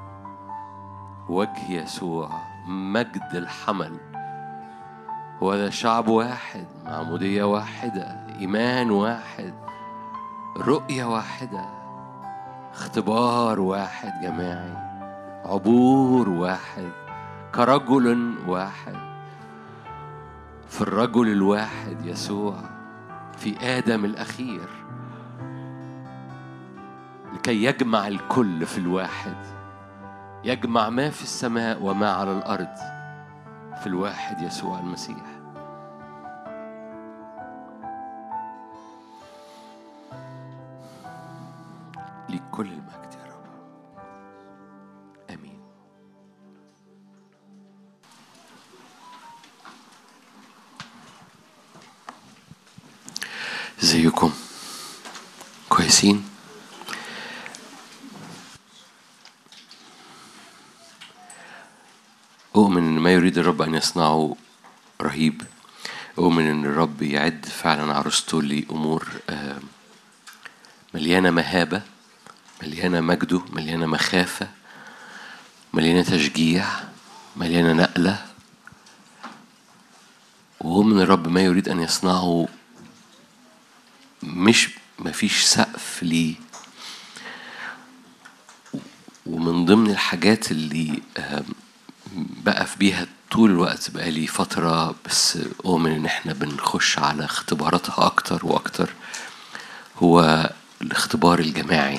وجه يسوع، مجد الحمل. هو ذا شعب واحد، معمودية واحدة، إيمان واحد، رؤية واحدة، اختبار واحد جماعي، عبور واحد، كرجل واحد، في الرجل الواحد يسوع، في آدم الأخير، لكي يجمع الكل في الواحد، يجمع ما في السماء وما على الأرض في الواحد يسوع المسيح. لكل المجد يا رب، آمين. ازيكم؟ كويسين؟ أؤمن أن ما يريد الرب أن يصنعه رهيب. أؤمن أن الرب يعد فعلا عروسته لأمور مليانة مهابة، مليانة مجده، مليانة مخافة، مليانة تشجيع، مليانة نقلة. وهو من الرب ما يريد أن يصنعه، مش مفيش سقف ليه. ومن ضمن الحاجات اللي بقف بيها طول الوقت بقى لي فترة، بس أؤمن إن إحنا بنخش على اختباراتها أكتر وأكتر، هو الاختبار الجماعي.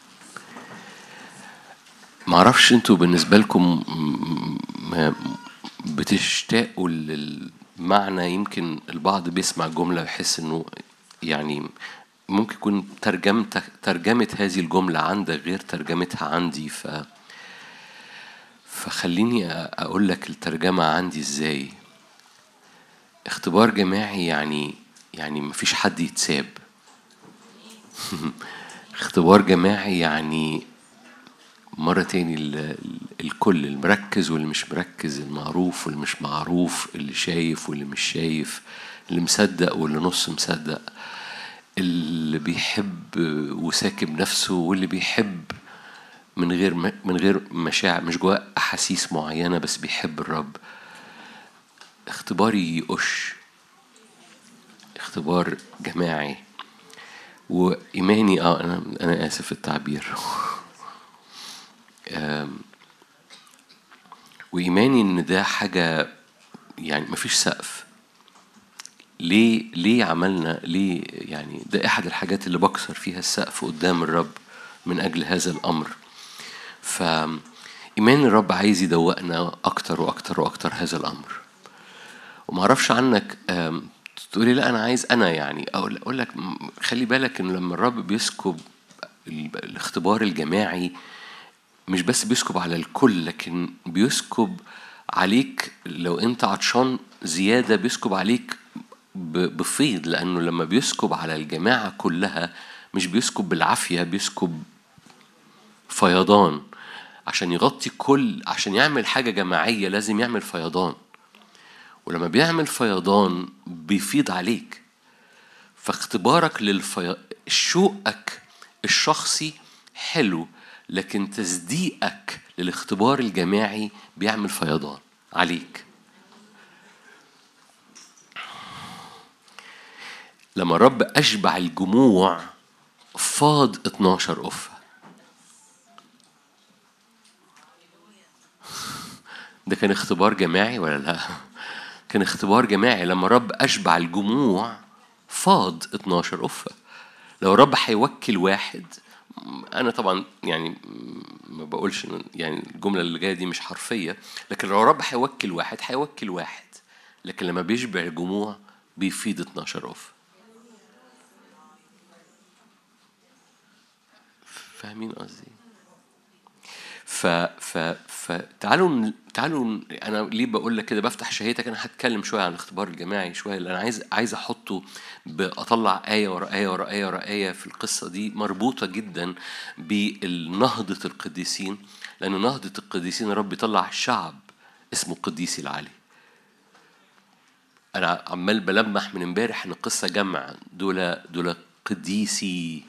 معرفش انتوا بالنسبة لكم بتشتاقوا للمعنى. يمكن البعض بيسمع جملة ويحس إنه يعني ممكن يكون ترجمة هذه الجملة عندك غير ترجمتها عندي. فخليني أقول لك الترجمة عندي إزاي. اختبار جماعي يعني مفيش حد يتساب. اختبار جماعي يعني مرة تاني الكل، المركز واللي مش مركز، المعروف واللي مش معروف، اللي شايف واللي مش شايف، اللي مصدق واللي نص مصدق، اللي بيحب وساكب نفسه واللي بيحب من غير مشاعر، مش جواه أحاسيس معينة بس بيحب الرب. اختباري يقش، اختبار جماعي. وإيماني أنا آسف التعبير وإيماني إن ده حاجة يعني مفيش سقف. ليه عملنا ليه؟ يعني ده أحد الحاجات اللي بكسر فيها السقف قدام الرب من أجل هذا الأمر. فإيمان الرب عايز يدوقنا أكتر وأكتر وأكتر هذا الأمر. ومعرفش عنك تقولي لا أنا عايز يعني أقول لك خلي بالك إنه لما الرب بيسكب الاختبار الجماعي مش بس بيسكب على الكل، لكن بيسكب عليك. لو أنت عطشان زيادة بيسكب عليك بفيض، لأنه لما بيسكب على الجماعة كلها مش بيسكب بالعافية، بيسكب فيضان. عشان يغطي عشان يعمل حاجة جماعية لازم يعمل فيضان، ولما بيعمل فيضان بيفيض عليك. فاختبارك شوقك الشخصي حلو، لكن تصديقك للاختبار الجماعي بيعمل فيضان عليك. لما الرب أشبع الجموع فاض 12 قفة. ده كان اختبار جماعي ولا لا؟ كان اختبار جماعي. لما الرب أشبع الجموع فاض 12 قفة. لو الرب هيوكل واحد، أنا طبعا يعني ما بقولش يعني الجملة اللي جاية دي مش حرفية، لكن لو الرب هيوكل واحد هيوكل واحد، لكن لما بيشبع الجموع بيفيض 12 قفة. فاهمين قصدي؟ فتعالوا انا ليه بقول لك كده، بفتح شهيتك. انا هتكلم شويه عن الاختبار الجماعي شويه، لان انا عايز احطه اطلع ايه ورا ايه ورا ايه ورا ايه في القصه دي مربوطه جدا بالنهضه القديسين. لان نهضه القديسين الرب بيطلع شعب اسمه قديسي العلي. انا عمال بلمح من امبارح ان القصه جمع دول قديسي.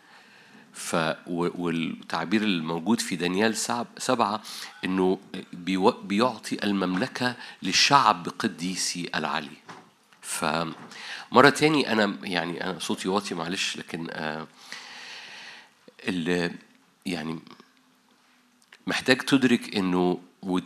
والتعبير الموجود في دانيال 7 إنه بيعطي المملكة للشعب قديسي العلي. فمرة تاني أنا صوتي واطي معلش، لكن اللي يعني محتاج تدرك إنه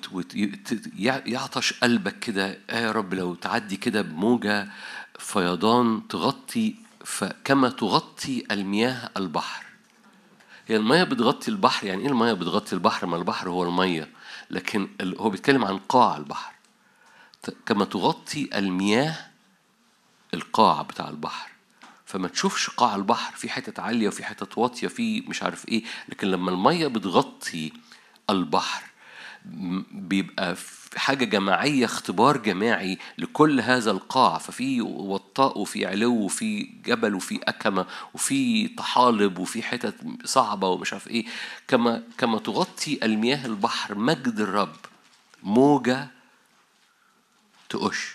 يعطش قلبك كده يا رب لو تعدي كده بموجة فيضان تغطي، فكما تغطي المياه البحر. هي المية بتغطي البحر. يعني ايه المية بتغطي البحر؟ ما البحر هو المية، لكن هو بيتكلم عن قاع البحر. كما تغطي المياه القاع بتاع البحر، فما تشوفش قاع البحر في حتة عالية وفي حتة واطية في مش عارف ايه. لكن لما المية بتغطي البحر بيبقى حاجة جماعية، اختبار جماعي لكل هذا القاع. ففي وطاء وفي علو وفي جبل وفي أكمة وفي طحالب وفي حتت صعبة ومش عارف ايه. كما تغطي المياه البحر مجد الرب، موجة تقش.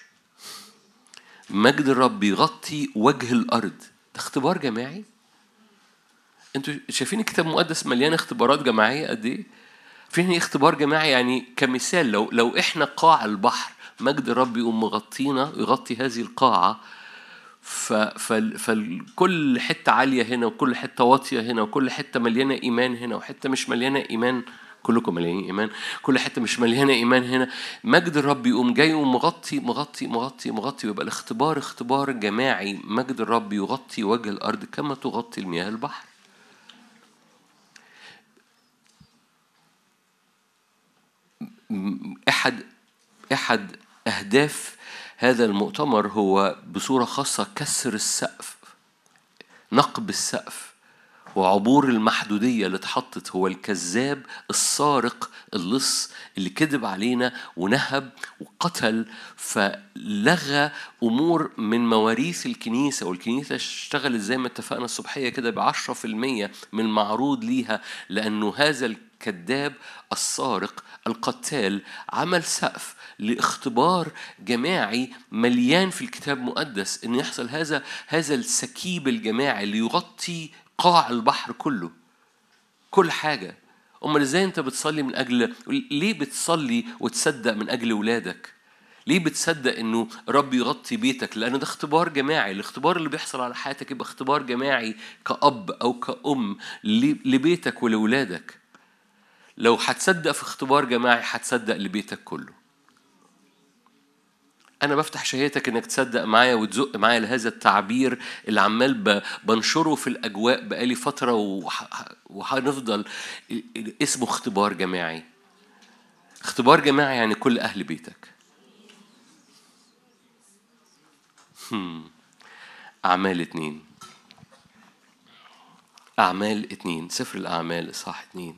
مجد الرب بيغطي وجه الأرض. ده اختبار جماعي. انتوا شايفين الكتاب المقدس مليان اختبارات جماعية قد ايه؟ فين اختبار جماعي؟ يعني كمثال لو احنا قاع البحر، مجد الرب يقوم مغطينا، يغطي هذه القاعة، فكل حتة عالية هنا وكل حتة واطية هنا وكل حتة مليانة إيمان هنا وحتة مش مليانة إيمان، كلكم مليانين إيمان، كل حتة مش مليانة إيمان هنا، مجد الرب يقوم جاي ومغطي مغطي مغطي مغطي، ويبقى الاختبار اختبار جماعي. مجد الرب يغطي وجه الأرض كما تغطي المياه البحر. أحد أهداف هذا المؤتمر هو بصورة خاصة كسر السقف، نقب السقف وعبور المحدودية اللي اتحطت. هو الكذاب السارق اللص اللي كذب علينا ونهب وقتل، فلغى أمور من مواريث الكنيسة. والكنيسة اشتغلت زي ما اتفقنا الصبحية كده ب10% من المعروض ليها، لأنه هذا الكذاب السارق القتال عمل سقف لاختبار جماعي مليان في الكتاب المقدس، إن يحصل هذا السكيب الجماعي اللي يغطي قاع البحر كله، كل حاجة. أمال إزاي أنت بتصلي من أجل، ليه بتصلي وتصدق من أجل ولادك؟ ليه بتصدق إنه رب يغطي بيتك؟ لأن ده اختبار جماعي. الاختبار اللي بيحصل على حياتك يبقى اختبار جماعي كأب أو كأم لبيتك ولولادك. لو هتصدق في اختبار جماعي هتصدق لبيتك كله. أنا بفتح شهيتك إنك تصدق معايا وتزق معايا لهذا التعبير اللي عمال بنشره في الأجواء بقالي فترة، وهنفضل اسمه اختبار جماعي. اختبار جماعي يعني كل أهل بيتك. أعمال 2، أعمال 2، سفر الأعمال إصحاح 2.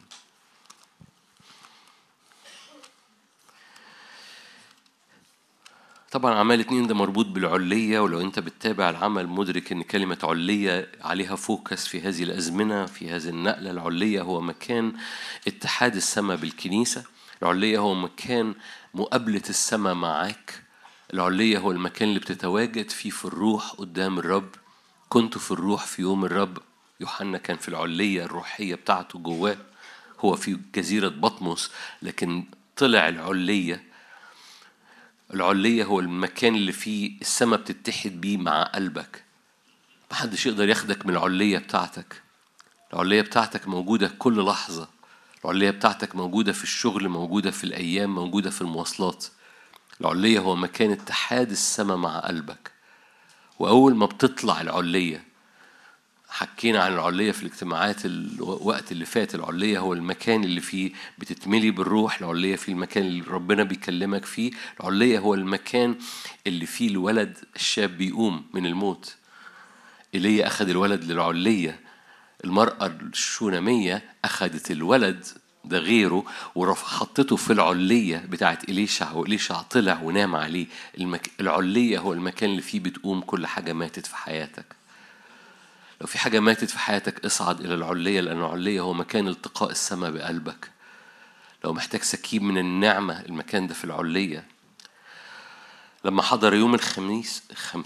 طبعا أعمال 2 ده مربوط بالعلية، ولو أنت بتتابع العمل مدرك أن كلمة علية عليها فوكس في هذه الأزمنة، في هذه النقلة. العلية هو مكان اتحاد السماء بالكنيسة. العلية هو مكان مقابلة السماء معاك. العلية هو المكان اللي بتتواجد فيه في الروح قدام الرب. كنت في الروح في يوم الرب. يوحنا كان في العلية الروحية بتاعته جواه، هو في جزيرة بطمس لكن طلع العلية. العلية هو المكان اللي فيه السماء بتتحد بيه مع قلبك. محدش يقدر ياخدك من العلية بتاعتك. العلية بتاعتك موجودة كل لحظة. العلية بتاعتك موجودة في الشغل، موجودة في الأيام، موجودة في المواصلات. العلية هو مكان اتحاد السماء مع قلبك. وأول ما بتطلع العلية، حكينا عن العلية في الاجتماعات الوقت اللي فات، العلية هو المكان اللي فيه بتتملي بالروح. العلية في المكان اللي ربنا بيكلمك فيه. العلية هو المكان اللي فيه الولد الشاب بيقوم من الموت. إيليا أخذ الولد للعلية. المرأة الشونامية أخذت الولد ده غيره حطته في العلية بتاعت إليشع، وإليشع طلع ونام عليه. العلية هو المكان اللي فيه بتقوم كل حاجة ماتت في حياتك. لو في حاجة ماتت في حياتك اصعد إلى العلية، لأن العلية هو مكان التقاء السماء بقلبك. لو محتاج سكيب من النعمة، المكان ده في العلية. لما حضر يوم الخميس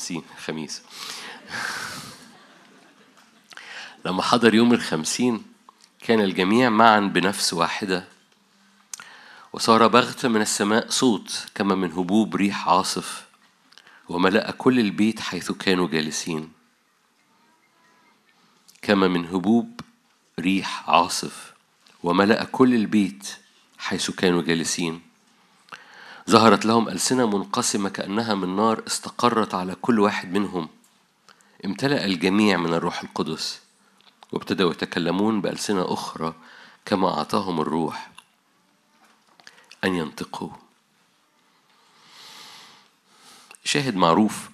لما حضر يوم الخمسين كان الجميع معا بنفس واحدة، وصار بغتة من السماء صوت كما من هبوب ريح عاصف، وملأ كل البيت حيث كانوا جالسين. كما من هبوب ريح عاصف وملأ كل البيت حيث كانوا جالسين. ظهرت لهم ألسنة منقسمة كأنها من نار استقرت على كل واحد منهم. امتلأ الجميع من الروح القدس، وابتدأوا يتكلمون بألسنة أخرى كما أعطاهم الروح أن ينطقوا. شاهد معروف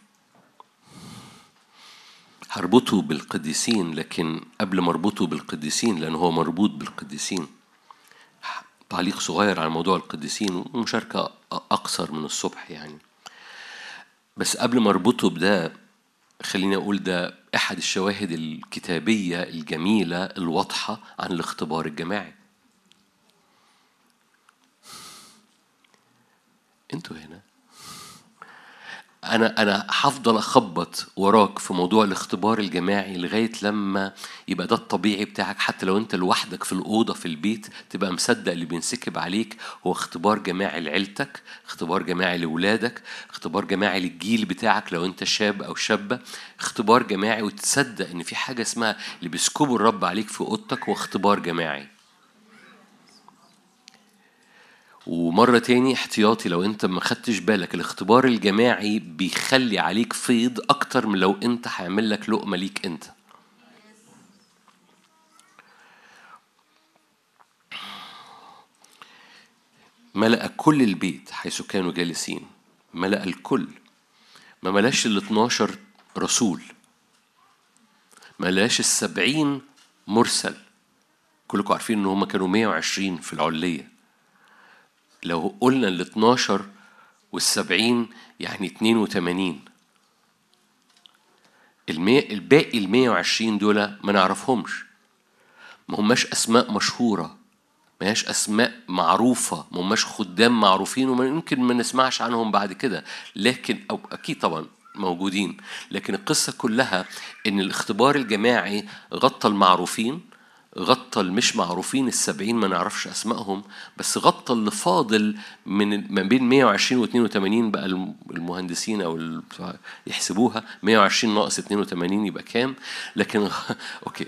هربطه بالقديسين، لكن قبل ما اربطه بالقديسين، لأنه هو مربوط بالقديسين، تعليق صغير على موضوع القديسين ومشاركة أقصر من الصبح يعني. بس قبل ما اربطه بده، خليني أقول ده أحد الشواهد الكتابية الجميلة الواضحة عن الاختبار الجماعي. انتوا هنا أنا هفضل أخبط وراك في موضوع الاختبار الجماعي لغاية لما يبقى ده الطبيعي بتاعك. حتى لو أنت لوحدك في الأوضة في البيت تبقى مصدق اللي بينسكب عليك هو اختبار جماعي لعيلتك، اختبار جماعي لولادك، اختبار جماعي للجيل بتاعك لو أنت شاب أو شابة، اختبار جماعي. وتصدق إن في حاجة اسمها اللي بيسكبه الرب عليك في أوضتك هو اختبار جماعي. ومرة تاني احتياطي لو انت ما خدتش بالك، الاختبار الجماعي بيخلي عليك فيض اكتر من لو انت هيعمل لك لقمة ليك انت. ملأ كل البيت حيث كانوا جالسين، ملأ الكل. ما ملاش 12 رسول، ملاش 70 مرسل. كلكم عارفين ان هم كانوا 120 في العلية. لو قلنا 12 والسبعين يعني 82. الباقي 120 دول ما نعرفهمش، ما هماش أسماء مشهورة، ما هياش أسماء معروفة، ما هماش خدام معروفين، وممكن ما نسمعش عنهم بعد كده، لكن أو أكيد طبعا موجودين. لكن القصة كلها إن الاختبار الجماعي غطى المعروفين، غطى المش معروفين 70 ما نعرفش أسمائهم، بس غطى اللي فاضل من ما بين 120 و 82. بقى المهندسين أو يحسبوها 120 ناقص 82 يبقى كام؟ لكن أوكي.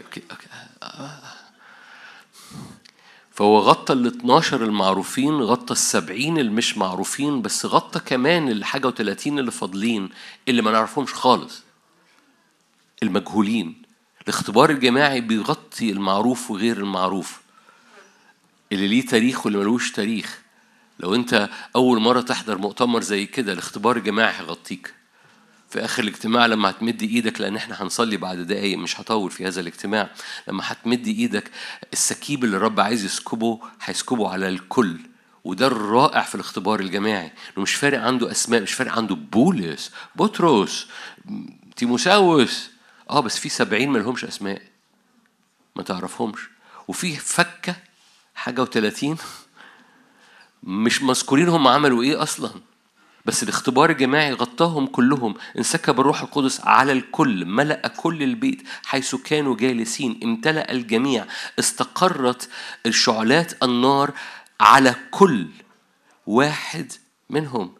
فهو غطى 12 المعروفين، غطى 70 المش معروفين، بس غطى كمان الحاجة و30 اللي فاضلين اللي ما نعرفهمش خالص، المجهولين. الاختبار الجماعي بيغطي المعروف وغير المعروف، اللي ليه تاريخ واللي ملوش تاريخ. لو انت اول مرة تحضر مؤتمر زي كده، الاختبار الجماعي هيغطيك في اخر الاجتماع لما هتمد ايدك، لان احنا هنصلي بعد دقايق، مش هطول في هذا الاجتماع. لما هتمد ايدك، السكيب اللي الرب عايز يسكبه هيسكبه على الكل. وده الرائع في الاختبار الجماعي، انه مش فارق عنده اسماء، مش فارق عنده بولس، بطرس، تيموساوس، بس في 70 ما لهمش اسماء ما تعرفهمش، وفي فكة حاجة و30 مش مذكورين هم عملوا ايه اصلا. بس الاختبار الجماعي غطاهم كلهم، انسكب الروح القدس على الكل، ملأ كل البيت حيث كانوا جالسين، امتلأ الجميع، استقرت الشعلات النار على كل واحد منهم.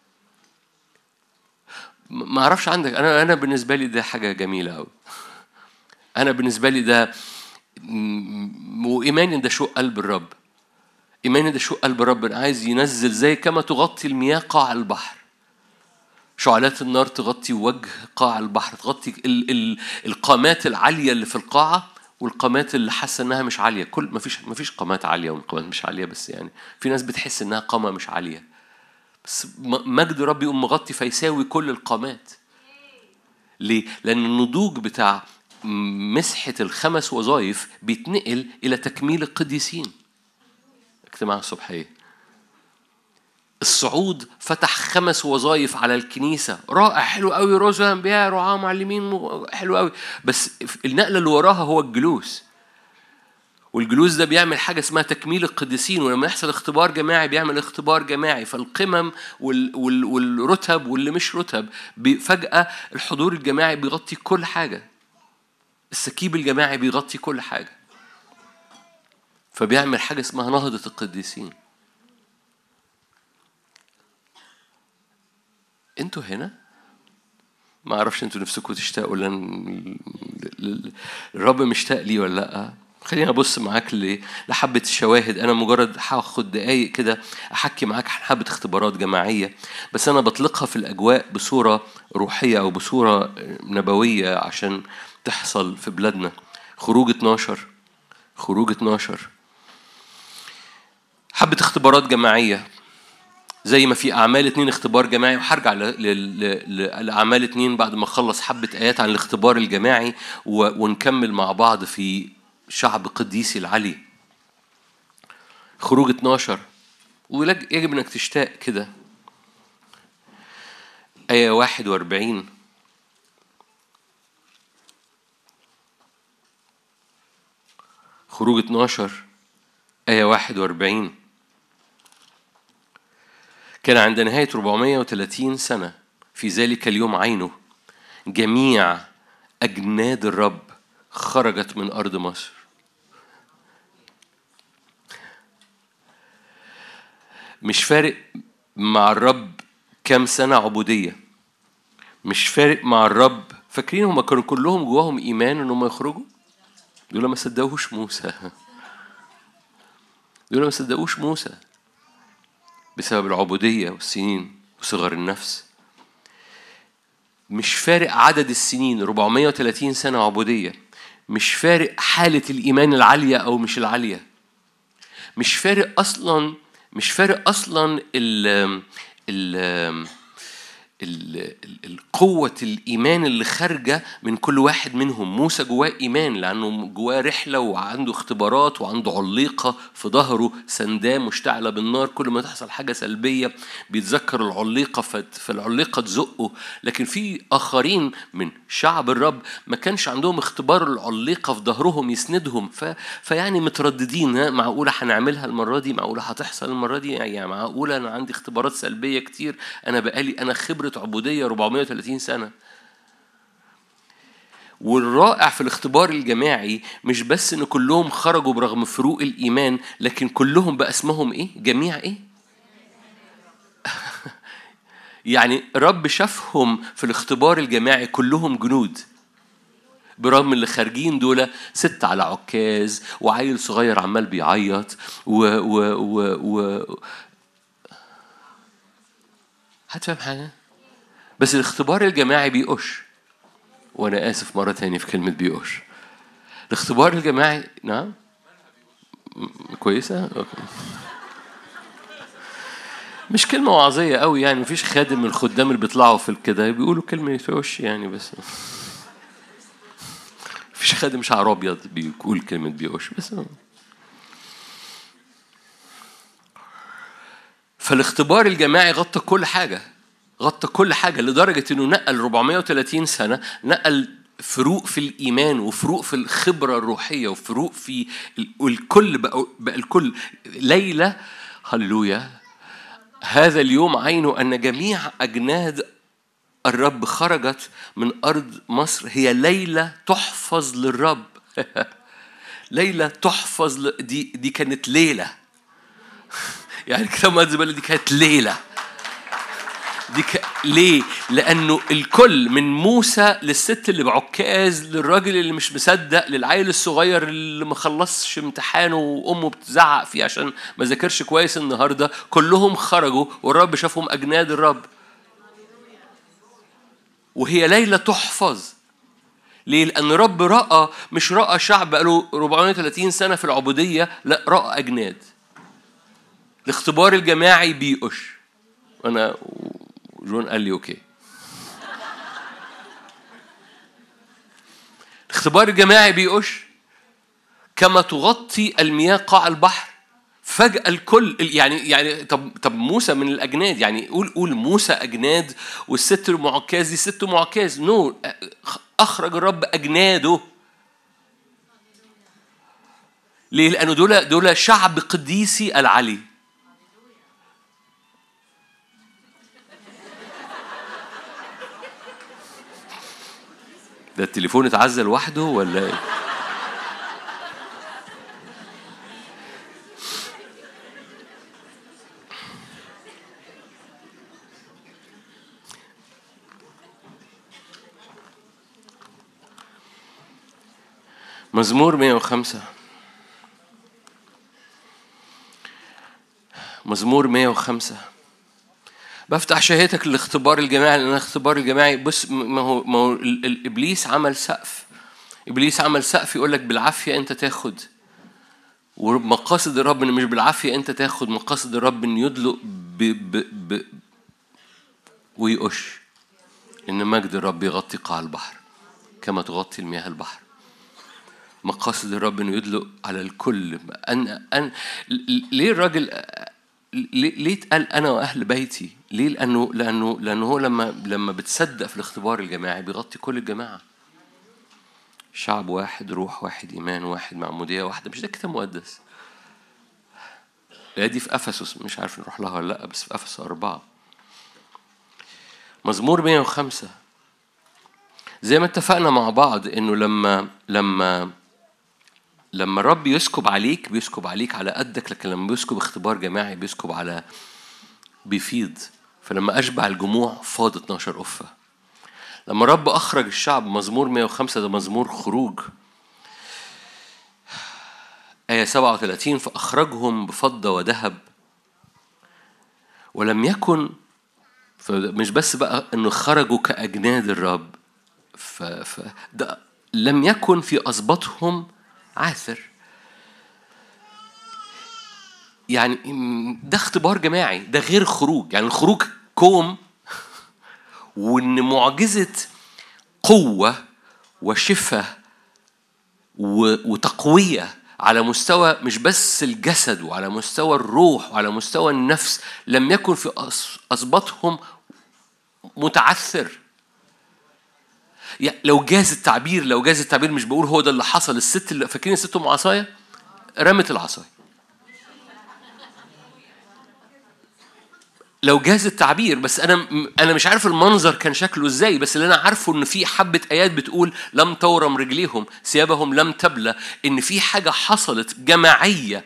ما اعرفش عندك، انا بالنسبه لي ده حاجه جميله قوي. انا بالنسبه لي ده وايماني ده شوق قلب الرب. إيماني ده شو قلب ربنا عايز ينزل، زي كما تغطي المياه قاع البحر، شعلات النار تغطي وجه قاع البحر، تغطي القامات العالية اللي في القاعة والقامات اللي حاسة إنها مش عالية. كل ما فيش قامات عالية والقامات مش عالية، بس يعني في ناس بتحس إنها قامة مش عالية، بس مجد ربي يقوم مغطي فيساوي كل القامات. ليه؟ لأن النضوج بتاع مسحة الخمس وظائف بيتنقل إلى تكميل القديسين. اجتماع الصبحية، الصعود فتح 5 وظائف على الكنيسة، رائع، حلو قوي، رسل أنبياء رعاة معلمين، حلو قوي. بس النقلة اللي وراها هو الجلوس، والجلوس ده بيعمل حاجة اسمها تكميل القديسين. ولما يحصل اختبار جماعي بيعمل اختبار جماعي، فالقمم والرتب واللي مش رتب، فجأة الحضور الجماعي بيغطي كل حاجة، السكيب الجماعي بيغطي كل حاجة، فبيعمل حاجة اسمها نهضة القديسين. انتوا هنا ما اعرفش انتوا نفسكم تشتاقوا الرب مشتاق لي ولا لا. خلينا ابص معاك لحبة الشواهد. انا مجرد هاخد دقايق كده احكي معاك عن حبة اختبارات جماعية، بس انا بطلقها في الاجواء بصورة روحية او بصورة نبوية عشان تحصل في بلادنا. خروج 12 حبة اختبارات جماعية، زي ما في أعمال 2 اختبار جماعي. وحرجع لأعمال 2 بعد ما خلص حبة آيات عن الاختبار الجماعي، ونكمل مع بعض في شعب قديسي العلي. خروج 12 ويجب أنك تشتاق كده. آية 41، خروج 12 آية 41. كان عند نهاية 430 سنة في ذلك اليوم عينه جميع أجناد الرب خرجت من أرض مصر. مش فارق مع الرب كم سنة عبودية، مش فارق مع الرب. فاكرين هم كانوا كلهم جواهم إيمان إنهم يخرجوا؟ دول ما صدقوش موسى، دول ما صدقوش موسى بسبب العبودية والسنين وصغر النفس. مش فارق عدد السنين، 430 سنة عبودية. مش فارق حالة الإيمان العالية أو مش العالية. مش فارق أصلاً القوة الإيمان اللي خارجة من كل واحد منهم. موسى جواه إيمان لأنه جواه رحلة وعنده اختبارات وعنده عليقة في ظهره سنداه مشتعلة بالنار. كل ما تحصل حاجة سلبية بيتذكر العليقة فالعليقة تزقه. لكن في آخرين من شعب الرب ما كانش عندهم اختبار العليقة في ظهرهم يسندهم، فيعني مترددين. معقولة هنعملها المرة دي؟ معقولة هتحصل المرة دي؟ يعني معقولة أنا عندي اختبارات سلبية كتير، أنا خبرة عبودية 430 سنة. والرائع في الاختبار الجماعي مش بس ان كلهم خرجوا برغم فروق الايمان، لكن كلهم بقى اسمهم ايه؟ جميع ايه؟ يعني رب شافهم في الاختبار الجماعي كلهم جنود، برغم اللي خارجين دول 6 على عكاز وعيل صغير عمال بيعيط هتفهم حاجة؟ بس الاختبار الجماعي بيقش. وأنا آسف مرة تانية في كلمة بيقش. الاختبار الجماعي نعم كويسة؟ أوكي. مش كلمة وعظية قوي يعني، مفيش خادم من الخدام اللي بيطلعوا في الكده بيقولوا كلمة بيقش يعني، بس مفيش خادم شعر أبيض بيقول كلمة بيقش بس. فالاختبار الجماعي غطى كل حاجة لدرجة إنه نقل 430 سنة، نقل فروق في الإيمان وفروق في الخبرة الروحية وفروق في الكل. بقى الكل ليلة. هللويا. هذا اليوم عينه أن جميع أجناد الرب خرجت من أرض مصر. هي ليلة تحفظ للرب. ليلة تحفظ دي كانت ليلة يعني كتاب مقدس دي كانت ليلة. ليه؟ لأنه الكل من موسى للست اللي بعكاز للراجل اللي مش مصدق للعيل الصغير اللي ما خلصش امتحانه وأمه بتزعق فيه عشان ما ذاكرش كويس النهاردة، كلهم خرجوا والرب شافهم أجناد الرب. وهي ليلة تحفظ. ليه؟ لأن رب رأى، مش رأى شعب بقاله 430 سنة في العبودية، لا رأى أجناد. الاختبار الجماعي بيقش. أنا جون قال لي أوكي. الاختبار الجماعي بيقش كما تغطي المياه قاع البحر. فجأة الكل يعني طب موسى من الأجناد، يعني قول موسى أجناد والست المعكاز دي 6 معكاز. أخرج الرب أجناده. ليه؟ لأنه دول شعب قديسي العلي. ده التليفون اتعزل لوحده ولا ايه؟ مزمور 105. مزمور 105. بفتح شهيتك للاختبار الجماعي، لأن الاختبار الجماعي بص ما هو الإبليس عمل سقف يقول لك بالعافية أنت تاخد. ومقاصد الرب إن مش بالعافية أنت تاخد، مقاصد الرب إن يدلق ويقش. إن مجد الرب يغطي قاع البحر كما تغطي المياه البحر. مقاصد الرب إنه يدلق على الكل. ليه الراجل ليه اتقال أنا وأهل بيتي؟ ليه؟ لأنه هو لما بتصدق في الاختبار الجماعي بيغطي كل الجماعة. شعب واحد، روح واحد، إيمان واحد، معمودية واحدة. مش ده كتاب مقدس؟ دي في أفسس، مش عارف نروح لها ولا لأ، بس في أفسس 4. مزمور 105 زي ما اتفقنا مع بعض إنه لما الرب يسكب عليك بيسكب عليك على قدك، لكن لما بيسكب اختبار جماعي بيسكب على بيفيض. فلما أشبع الجموع فاض 12 قفة. لما الرب أخرج الشعب، مزمور 105 ده مزمور خروج، آية 37: فأخرجهم بفضة وذهب ولم يكن، مش بس بقى إنه خرجوا كأجناد الرب، ده لم يكن في أصبطهم عاثر. يعني ده اختبار جماعي، ده غير خروج. يعني الخروج كوم، وإن معجزة قوة وشفاء وتقوية على مستوى مش بس الجسد، وعلى مستوى الروح، وعلى مستوى النفس، لم يكن في أصبطهم متعثر. يعني لو جاز التعبير مش بقول هو ده اللي حصل. الست اللي فاكرين الست ام عصايه رمت العصايه، لو جاز التعبير. بس انا مش عارف المنظر كان شكله ازاي، بس اللي انا عارفه ان في حبه ايات بتقول لم تورم رجليهم ثيابهم لم تبلى، ان في حاجه حصلت جماعيه،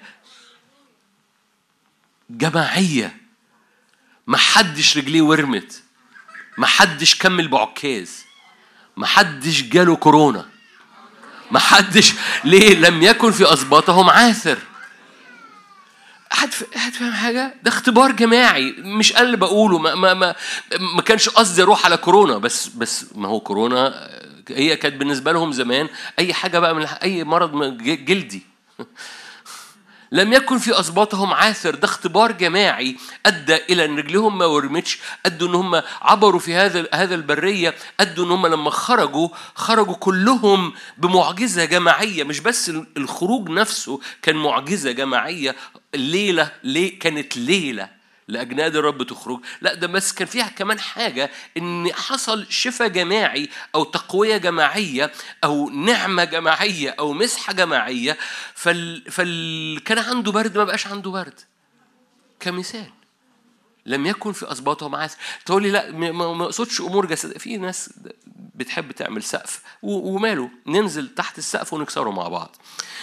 ما حدش رجليه ورمت، ما حدش كمل بعكاز، ما حدش جاله كورونا، ما حدش. ليه؟ لم يكن في أصباطهم عاثر. حد فاهم حاجة؟ ده اختبار جماعي، مش أنا اللي بقوله. ما كانش قصدي أروح على كورونا، بس ما هو كورونا هي كانت بالنسبة لهم زمان أي حاجة بقى من أي مرض جلدي. لم يكن في أصباطهم عاثر. ده اختبار جماعي أدى إلى أن رجلهم ما ورمتش، أدوا أن هم عبروا في هذا البرية، أدوا أن هم لما خرجوا كلهم بمعجزة جماعية. مش بس الخروج نفسه كان معجزة جماعية، الليلة كانت ليلة لأجناد الرب تخرج، لا ده بس كان فيها كمان حاجة، إن حصل شفاء جماعي أو تقوية جماعية أو نعمة جماعية أو مسحة جماعية. كان عنده برد ما بقاش عنده برد، كمثال. لم يكن في أصباطهم عاثر. تقولي لا ما أقصدش أمور جسدية. في ناس بتحب تعمل سقف وماله، ننزل تحت السقف ونكسره مع بعض.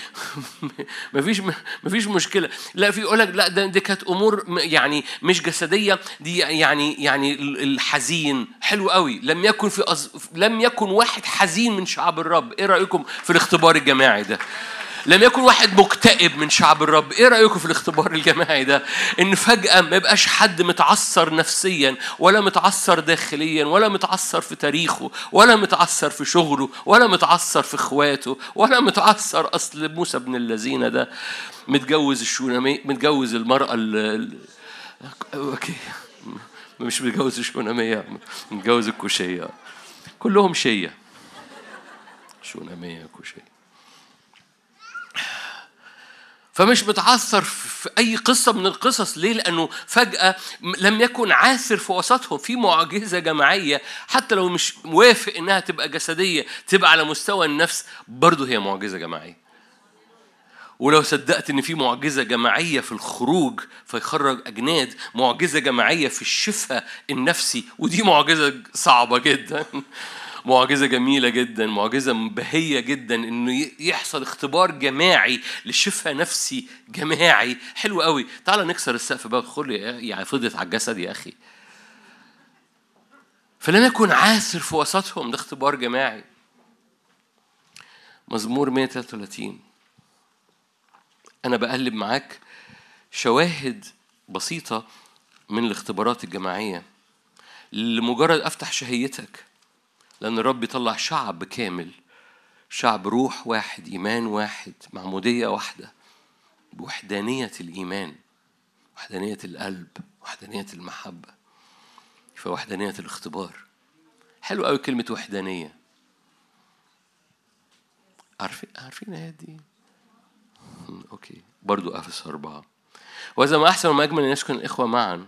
مفيش مشكلة. لا في يقولك لا دي كانت أمور يعني مش جسدية، دي يعني الحزين حلو قوي. لم يكن واحد حزين من شعب الرب. إيه رأيكم في الاختبار الجماعي ده؟ لم يكن واحد مكتئب من شعب الرب. ايه رأيكم في الاختبار الجماعي ده؟ ان فجأة ما يبقاش حد متعثر نفسيا ولا متعثر داخليا ولا متعثر في تاريخه ولا متعثر في شغله ولا متعثر في اخواته ولا متعثر. اصل موسى بن الذين ده متجوز الشونامية، متجوز المرأة اوكي مش متجوز الشونامية، متجوز الكوشية، كلهم شية، شونامية كوشية. فمش متعثر في أي قصة من القصص. ليه؟ لأنه فجأة لم يكن عاثر في وسطهم، في معجزة جماعية. حتى لو مش موافق إنها تبقى جسدية، تبقى على مستوى النفس، برضو هي معجزة جماعية. ولو صدقت إن في معجزة جماعية في الخروج فيخرج أجناد، معجزة جماعية في الشفاء النفسي، ودي معجزة صعبة جدا، معجزة جميلة جدا، معجزة بهية جدا، إنه يحصل اختبار جماعي لشفاء نفسي جماعي. حلو قوي. تعال نكسر السقف بقى، خل يعني فضت على الجسد يا أخي. فلن يكن عاثر في وسطهم. ده اختبار جماعي. مزمور 133. أنا بقلب معاك شواهد بسيطة من الاختبارات الجماعية لمجرد أفتح شهيتك، لأن الرب يطلع شعب كامل، شعب روح واحد، إيمان واحد، معمودية واحدة، بوحدانية الإيمان، وحدانية القلب، وحدانية المحبة، فوحدانية الاختبار. حلو قوي كلمة وحدانية. عارفين الآيات دي؟ أوكي. برضو أفسس 4. وإذا ما أحسن وما أجمل أن يسكن الإخوة معا.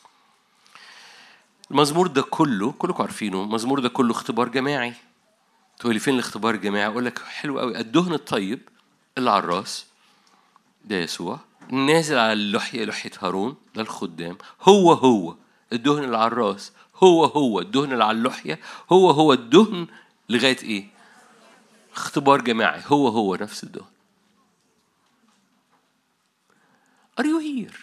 المزمور ده كلكم عارفينه. المزمور ده كله اختبار جماعي. تقولي فين الاختبار الجماعي؟ أقول لك حلو قوي. الدهن الطيب اللي على الراس ده يسوع، نازل على اللحية، لحية هارون ده الخدام، هو الدهن اللي على الراس هو الدهن اللي على اللحية هو الدهن لغاية إيه؟ اختبار جماعي. هو نفس الدهن. Are you here؟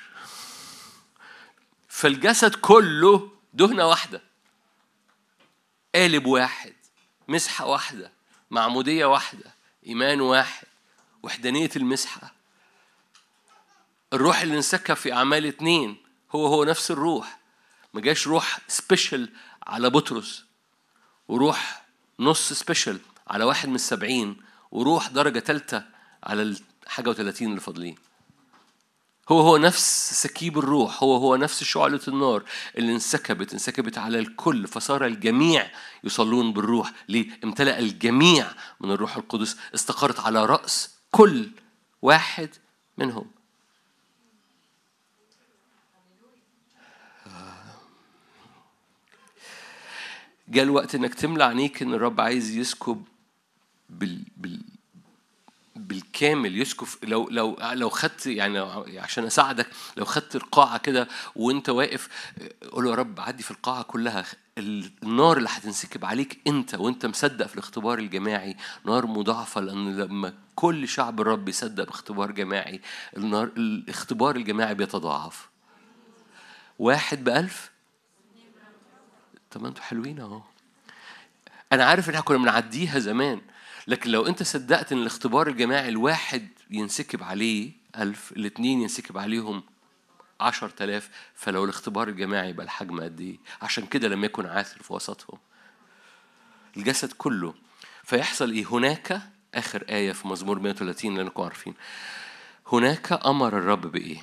فالجسد كله دهنة واحدة، قالب واحد، مسحة واحدة، معمودية واحدة، إيمان واحد، وحدانية المسحة. الروح اللي انسكب في أعمال 2 هو نفس الروح. ما جاش روح سبيشل على بطرس، وروح نص سبيشل على واحد من 70، وروح درجة ثالثة على حاجة و30 اللي فاضلين. هو نفس سكيب الروح، هو نفس شعلة النار اللي انسكبت على الكل، فصار الجميع يصلون بالروح. ليه؟ امتلأ الجميع من الروح القدس، استقرت على رأس كل واحد منهم. جاء الوقت انك تملى عينيك ان الرب عايز يسكب بالكامل. يسكب. لو خدت يعني عشان اساعدك، لو خدت القاعه كده وانت واقف، قول يا رب عدي في القاعه كلها. النار اللي هتنسكب عليك انت وانت مصدق في الاختبار الجماعي نار مضاعفه، لان لما كل شعب الرب يصدق باختبار جماعي، الاختبار الجماعي بيتضاعف. 1 ب1000. طب ما انتوا حلوين اهو. أنا عارف إن إحنا كنا بنعديها زمان، لكن لو أنت صدقت إن الاختبار الجماعي الواحد ينسكب عليه 1000، 2 ينسكب عليهم 10,000، فلو الاختبار الجماعي يبقى الحجم قد إيه؟ عشان كده لم يكن عاثر في وسطهم الجسد كله. فيحصل إيه؟ هناك آخر آية في مزمور 130 اللي أنكم عارفين، هناك أمر الرب بإيه؟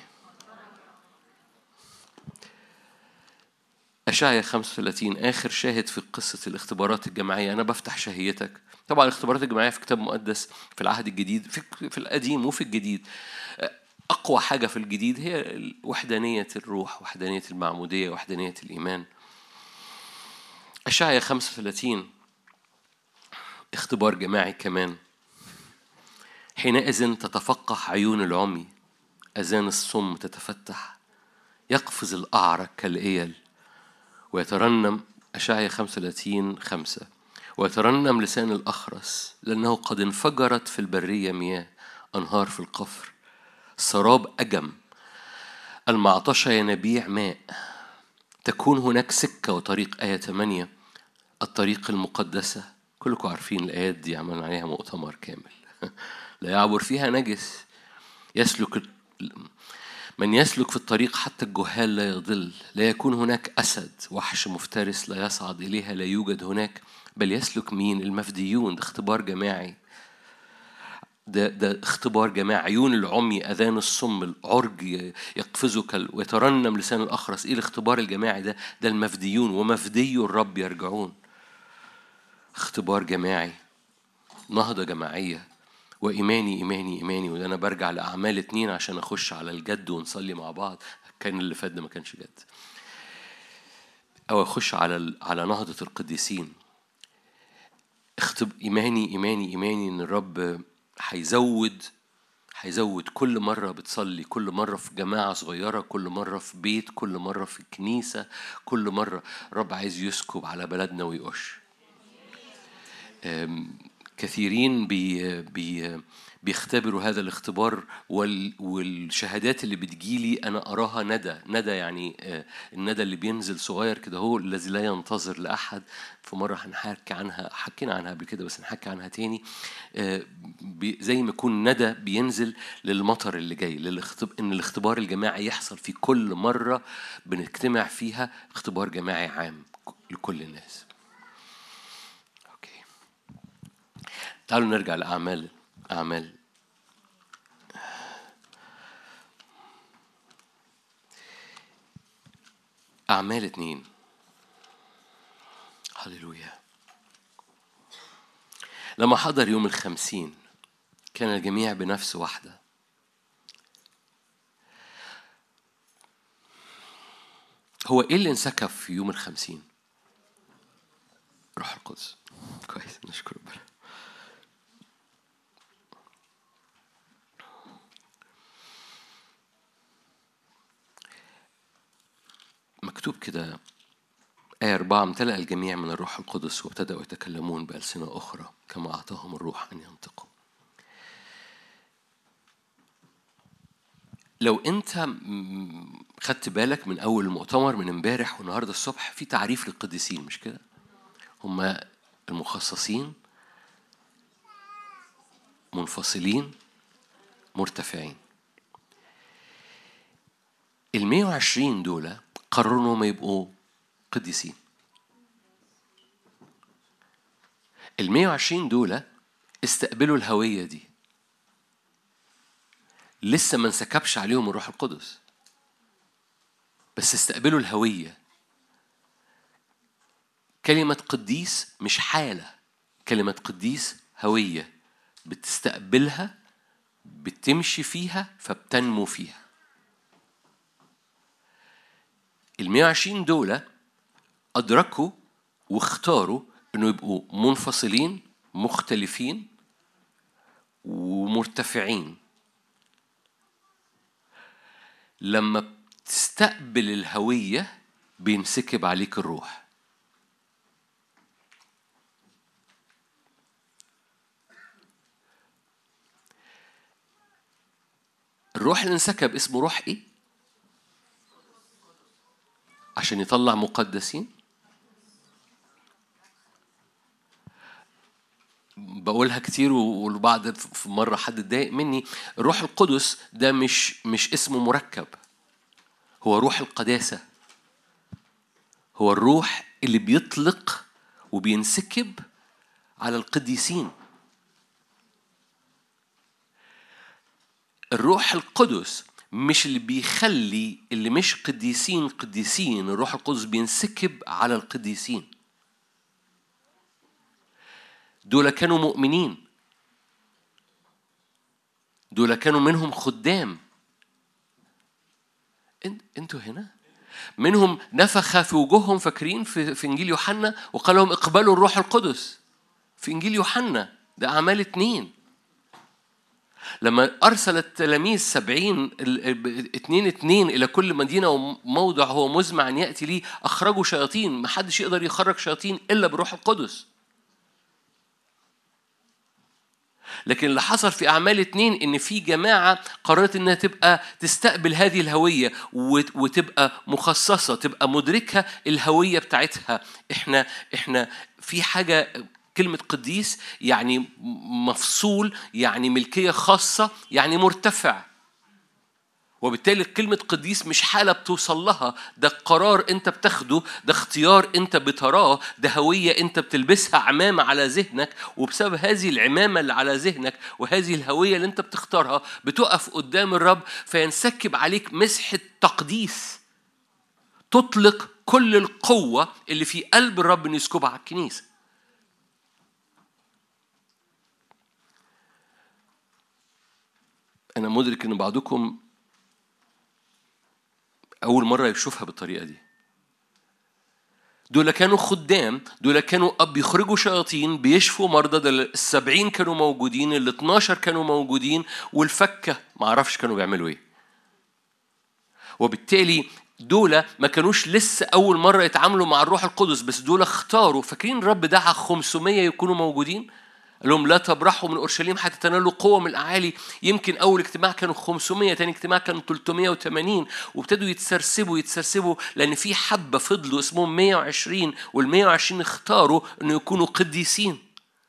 أشعياء 35 آخر شاهد في قصة الاختبارات الجماعية. أنا بفتح شهيتك. طبعا الاختبارات الجماعية في كتاب مقدس في العهد الجديد، في القديم وفي الجديد. أقوى حاجة في الجديد هي وحدانية الروح، وحدانية المعمودية، وحدانية الإيمان. أشعياء 35 اختبار جماعي كمان. حينئذ تتفقح عيون العمي، أذان الصم تتفتح، يقفز الأعرج كالإيل ويترنم. أشعياء 35:5 ويترنم لسان الأخرس، لأنه قد انفجرت في البرية مياه، أنهار في القفر، سراب أجم، المعطشة ينابيع ماء، تكون هناك سكة وطريق. آية 8 الطريق المقدسة. كلكم عارفين الآيات دي، عملنا عليها مؤتمر كامل. لا يعبر فيها نجس، يسلك من يسلك في الطريق حتى الجهال لا يضل. لا يكون هناك أسد وحش مفترس لا يصعد إليها، لا يوجد هناك، بل يسلك مين؟ المفديون. ده اختبار جماعي. ده اختبار جماعي. عيون العمي، أذان الصم، العرج يقفزك ويترنم لسان الأخرس. إيه الاختبار الجماعي ده؟ ده المفديون، ومفدي الرب يرجعون. اختبار جماعي، نهضة جماعية. وإيماني وده أنا برجع لأعمال 2 عشان أخش على الجد ونصلي مع بعض. كان اللي فات ده ما كانش جد. أو أخش على نهضة القديسين. إيماني إن الرب هيزود كل مرة بتصلي، كل مرة في جماعة صغيرة، كل مرة في بيت، كل مرة في الكنيسة، كل مرة الرب عايز يسكب على بلدنا ويقش. كثيرين بيختبروا هذا الاختبار، والشهادات اللي بتجيلي أنا أراها ندى يعني الندى اللي بينزل صغير كده، هو الذي لا ينتظر لأحد. في مرة حكينا عنها قبل كده، بس نحكي عنها تاني. زي ما يكون ندى بينزل للمطر اللي جاي، إن الاختبار الجماعي يحصل في كل مرة بنجتمع فيها. اختبار جماعي عام لكل الناس. تعالوا نرجع لأعمال. أعمال 2. هللويا. لما حضر يوم 50 كان الجميع بنفس واحدة. هو إيه اللي انسكب في يوم 50؟ روح القدس. كويس، نشكر ربنا. مكتوب كده آية 4 امتلأ الجميع من الروح القدس وابتدأوا يتكلمون بألسنة أخرى كما أعطاهم الروح أن ينطقوا. لو أنت خدت بالك من أول المؤتمر من امبارح والنهاردة الصبح في تعريف للقديسين، مش كده؟ هم المخصصين، منفصلين، مرتفعين. 120 دول قرروا انهم يبقوا قديسين. 120 دول استقبلوا الهوية دي، لسه ما انسكبش عليهم الروح القدس، بس استقبلوا الهوية. كلمة قديس مش حالة، كلمة قديس هوية بتستقبلها، بتمشي فيها، فبتنمو فيها. 120 دول أدركوا واختاروا إنه يبقوا منفصلين، مختلفين، ومرتفعين. لما تستقبل الهوية بينسكب عليك الروح. الروح اللي انسكب اسمه روح إيه؟ عشان يطلع مقدسين. بقولها كتير والبعض في مرة حد اتضايق مني. الروح القدس ده مش اسمه مركب، هو روح القداسة. هو الروح اللي بيطلق وبينسكب على القديسين. الروح القدس مش اللي بيخلي اللي مش قديسين قديسين، الروح القدس بينسكب على القديسين. دول كانوا مؤمنين، دول كانوا منهم خدام. انتوا هنا منهم نفخ في وجوههم، فاكرين في انجيل يوحنا، وقال لهم اقبلوا الروح القدس في انجيل يوحنا، ده اعمال 2. لما أرسل التلاميذ 70 2 إلى كل مدينة وموضع هو مزمع أن يأتي ليه، أخرجوا شياطين. ما حدش يقدر يخرج شياطين إلا بروح القدس. لكن اللي حصل في أعمال 2 إن في جماعة قررت إنها تبقى تستقبل هذه الهوية وتبقى مخصصة، تبقى مدركة الهوية بتاعتها. إحنا في حاجة، كلمة قديس يعني مفصول، يعني ملكية خاصة، يعني مرتفع. وبالتالي كلمة قديس مش حالة بتوصل لها، ده قرار انت بتاخده، ده اختيار انت بتراه، ده هوية انت بتلبسها، عمامة على ذهنك، وبسبب هذه العمامة اللي على ذهنك وهذه الهوية اللي انت بتختارها بتقف قدام الرب فينسكب عليك مسحة تقديس تطلق كل القوة اللي في قلب الرب انه يسكبها على الكنيسة. أنا مدرك إن بعضكم أول مرة يشوفها بالطريقة دي. دول كانوا خدام، دول كانوا بيخرجوا شياطين، بيشفوا مرضى. 70 كانوا موجودين، 12 كانوا موجودين، والفكة ما عرفش كانوا بيعملوا إيه. وبالتالي دول ما كانوش لسه أول مرة يتعاملوا مع الروح القدس، بس دول اختاروا. فاكرين الرب دعا 500 يكونوا موجودين، قال لهم لا تبرحوا من أورشليم حتى تنالوا قوة من الأعالي. يمكن أول اجتماع كانوا 500، تاني اجتماع كانوا 380، وابتدوا يتسرسبوا لأن في حبة فضلوا اسمهم 120، وال120 اختاروا أنه يكونوا قديسين.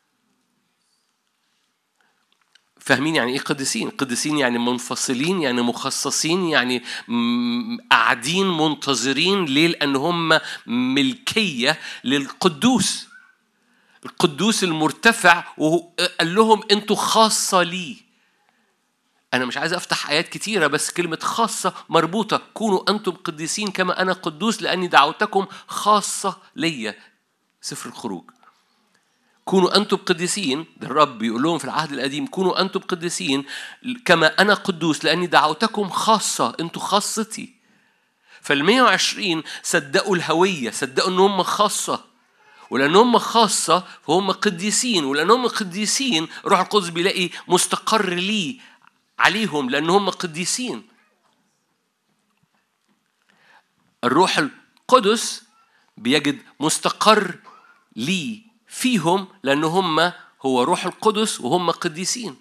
فاهمين يعني إيه قديسين؟ قديسين يعني منفصلين، يعني مخصصين، يعني قاعدين منتظرين. ليه؟ لأن هم ملكية للقدوس، القدوس المرتفع، وقال لهم انتوا خاصة لي. أنا مش عايز أفتح آيات كتيرة، بس كلمة خاصة مربوطة. كونوا أنتم قديسين كما أنا قدوس لأني دعوتكم خاصة لي. سفر الخروج. كونوا أنتم قديسين، ده الرب بيقول لهم في العهد القديم، كونوا أنتم قديسين كما أنا قدوس لأني دعوتكم خاصة، أنتوا خاصتي. فال120 صدقوا الهوية، صدقوا أنهم خاصة، ولأنهم خاصة فهم قديسين، ولأنهم قديسين روح القدس بيلاقي مستقر لي عليهم لأنهم قديسين. الروح القدس بيجد مستقر لي فيهم، لأن هم هو روح القدس وهم قديسين.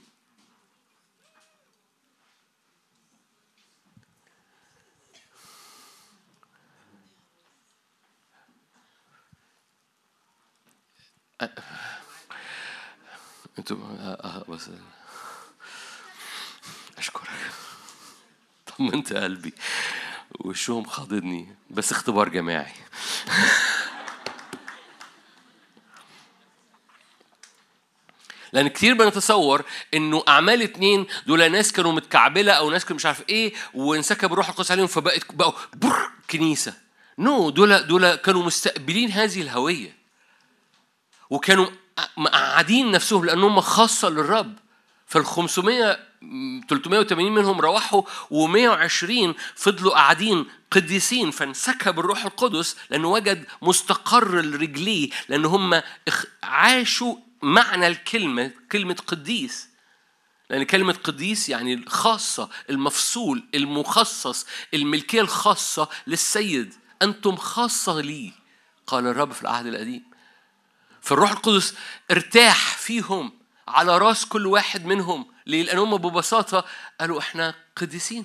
بس أشكرك، طمنت قلبي، وشهم خاضدني، بس اختبار جماعي. لأن كتير بنتصور إنه أعمال 2 دول ناس كانوا متكعبلة أو ناس كانوا مش عارف إيه وانسكب الروح القدس عليهم بقوا كنيسة. دول كانوا مستقبلين هذه الهوية وكانوا مقعدين نفسهم لأنهم خاصة للرب. فال500 380 منهم روحوا و120 فضلوا قاعدين قديسين، فانسكب الروح القدس لأنه وجد مستقر الرجليه، لأن هم عاشوا معنى الكلمة، كلمة قديس. لأن كلمة قديس يعني الخاصة، المفصول، المخصص، الملكية الخاصة للسيد. أنتم خاصة لي، قال الرب في العهد القديم. فالروح القدس ارتاح فيهم على راس كل واحد منهم. ليه؟ لأنهم ببساطة قالوا إحنا قديسين.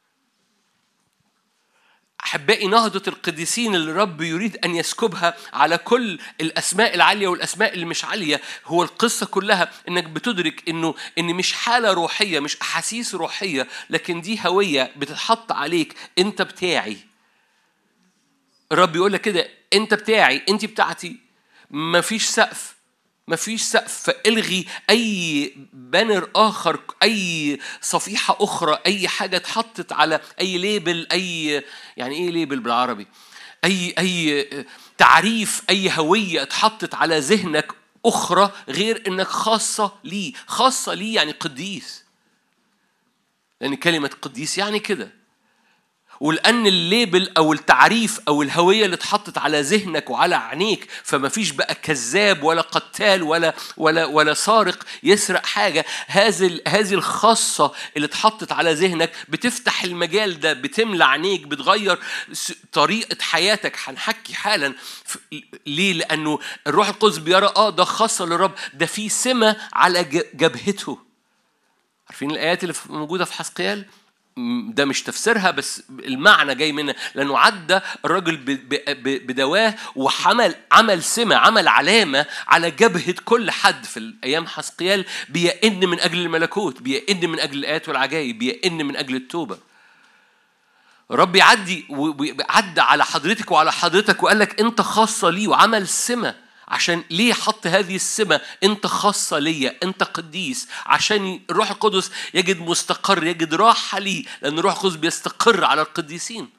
أحبائي، نهضة القديسين اللي الرب يريد أن يسكبها على كل الأسماء العالية والأسماء اللي مش عالية، هو القصة كلها إنك بتدرك إن مش حالة روحية، مش أحاسيس روحية، لكن دي هوية بتتحط عليك. أنت بتاعي. الرب يقول لك كده، أنت بتاعي، أنت بتاعتي. مفيش سقف، مفيش سقف. فالغي أي بانر آخر، أي صفيحة أخرى، أي حاجة اتحطت على أي ليبل، أي يعني إيه ليبل بالعربي؟ أي تعريف، أي هوية اتحطت على ذهنك أخرى غير إنك خاصة لي. خاصة لي يعني قديس، لأن كلمة قديس يعني كده. ولأن الليبل أو التعريف أو الهوية اللي اتحطت على ذهنك وعلى عينيك، فما فيش بقى كذاب ولا قتال ولا سارق يسرق حاجة. هذه الخاصة اللي اتحطت على ذهنك بتفتح المجال ده، بتملى عينيك، بتغير طريقة حياتك. هنحكي حالا ليه؟ لأنه الروح القدس بيرى ده خاصة للرب، ده فيه سمة على جبهته. عارفين الآيات اللي موجودة في حسقيال؟ ده مش تفسيرها بس المعنى جاي منها، لأنه عدى الرجل بدواه عمل سمة، عمل علامة على جبهة كل حد في الأيام حسقيال، بيئن من أجل الملكوت، بيئن من أجل الآيات والعجائب، بيئن من أجل التوبة. رب يعدي على حضرتك وعلى حضرتك وقال لك أنت خاصة لي، وعمل سمة. عشان ليه حط هذه السمة؟ أنت خاصة ليا، أنت قديس، عشان الروح القدس يجد مستقر، يجد راحة لي، لأن الروح القدس بيستقر على القديسين.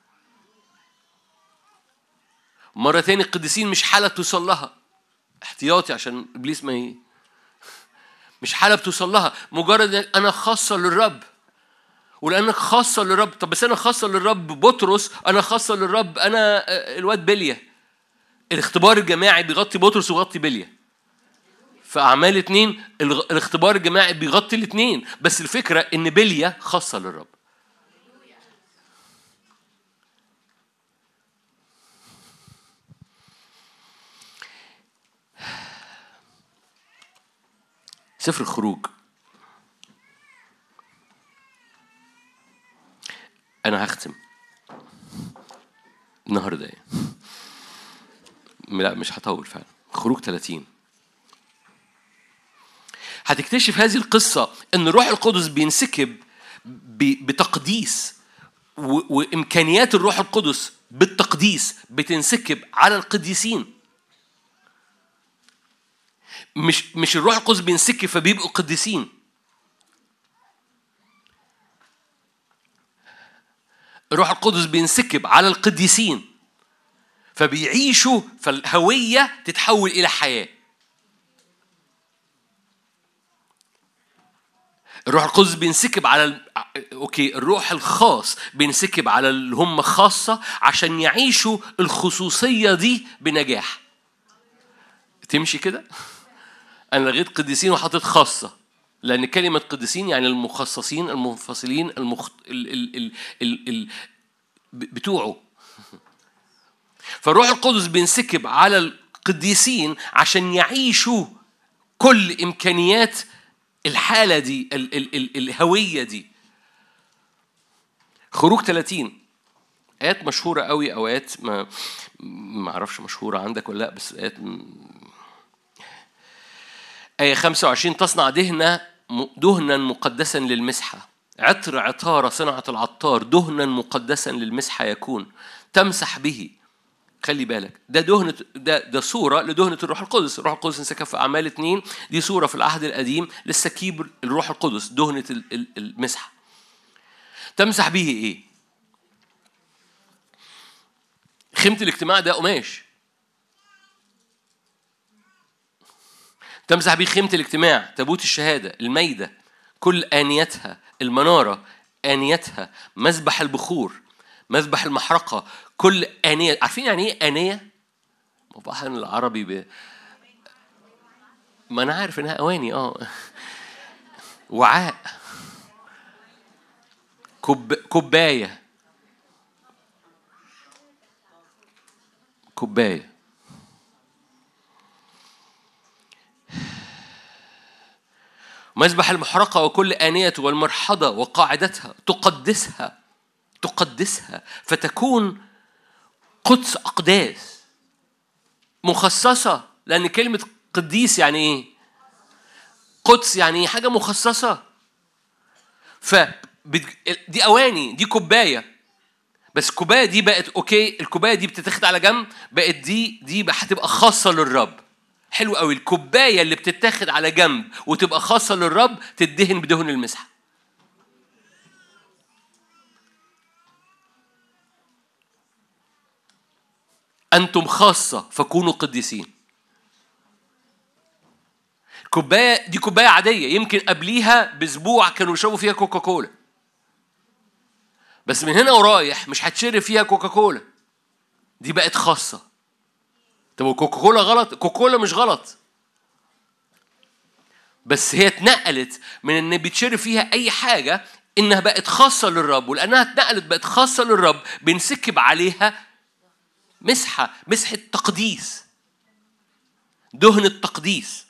مرة تاني، القديسين مش حالة توصل لها احتياطي عشان إبليس مش حالة بتوصل لها، مجرد أنا خاصة للرب. ولأنك خاصة للرب، طب بس أنا خاصة للرب بطرس، أنا خاصة للرب أنا الواد بلية. الاختبار الجماعي بيغطي بطرس ويغطي بلية. في أعمال 2 الاختبار الجماعي بيغطي الاثنين، بس الفكرة إن بلية خاصة للرب. سفر الخروج. أنا هختم النهاردة، لا مش هطول فعلا. خروج 30 هتكتشف هذه القصة إن الروح القدس بينسكب بتقديس، وإمكانيات الروح القدس بالتقديس بتنسكب على القديسين. مش الروح القدس بينسكب فبيبقوا قديسين. الروح القدس بينسكب على القديسين فبيعيشوا، فالهوية تتحول إلى حياة. الروح القدس بينسكب على الروح الخاص بينسكب على اللي هم خاصة عشان يعيشوا الخصوصية دي بنجاح. تمشي كده؟ أنا لغيت قديسين وحطيت خاصة، لأن كلمة قديسين يعني المخصصين، المنفصلين، بتوعه. فالروح القدس بينسكب على القديسين عشان يعيشوا كل إمكانيات الحالة دي، الهوية دي. خروج 30 آيات مشهورة قوي، أو آيات ما أعرفش مشهورة عندك ولا لا، بس آيات. آية 25: تصنع دهنا مقدسا للمسحة، عطر عطارة صنعة العطار، دهنا مقدسا للمسحة يكون، تمسح به. خلي بالك، ده دهنة، ده صورة لدهنة الروح القدس. الروح القدس انسكب في أعمال 2، دي صورة في العهد القديم للسكيب الروح القدس، دهنة المسحة. تمسح به إيه؟ خيمة الاجتماع ده قماش، تمسح به خيمة الاجتماع، تابوت الشهادة، الميدة، كل آنيتها، المنارة آنيتها، مذبح البخور، مذبح المحرقة، كل آنية. عارفين يعني إيه آنية؟ مباحث العربي ما أنا عارف إنها أواني. وعاء، كوباية، مذبح المحرقة وكل آنيته والمرحضة وقاعدتها، تقدسها فتكون قدس أقداس مخصصة. لأن كلمة قديس يعني إيه؟ قدس يعني حاجة مخصصة. دي أواني، دي كوباية، بس الكوباية دي بقت أوكي، الكوباية دي بتتاخد على جنب، بقت دي هتبقى خاصة للرب. حلو قوي. الكوباية اللي بتتاخد على جنب وتبقى خاصة للرب تدهن بدهن المسحة. أنتم خاصة فكونوا قديسين. الكوباية دي كوباية عادية، يمكن قبليها بأسبوع كانوا يشربوا فيها كوكاكولا، بس من هنا ورايح مش هتشرب فيها كوكاكولا، دي بقت خاصة. طب كوكاكولا غلط؟ كوكاكولا مش غلط، بس هي اتنقلت من ان بيتشرب فيها اي حاجة انها بقت خاصة للرب، ولانها اتنقلت بقت خاصة للرب بنسكب عليها مسحة تقديس، دهن التقديس.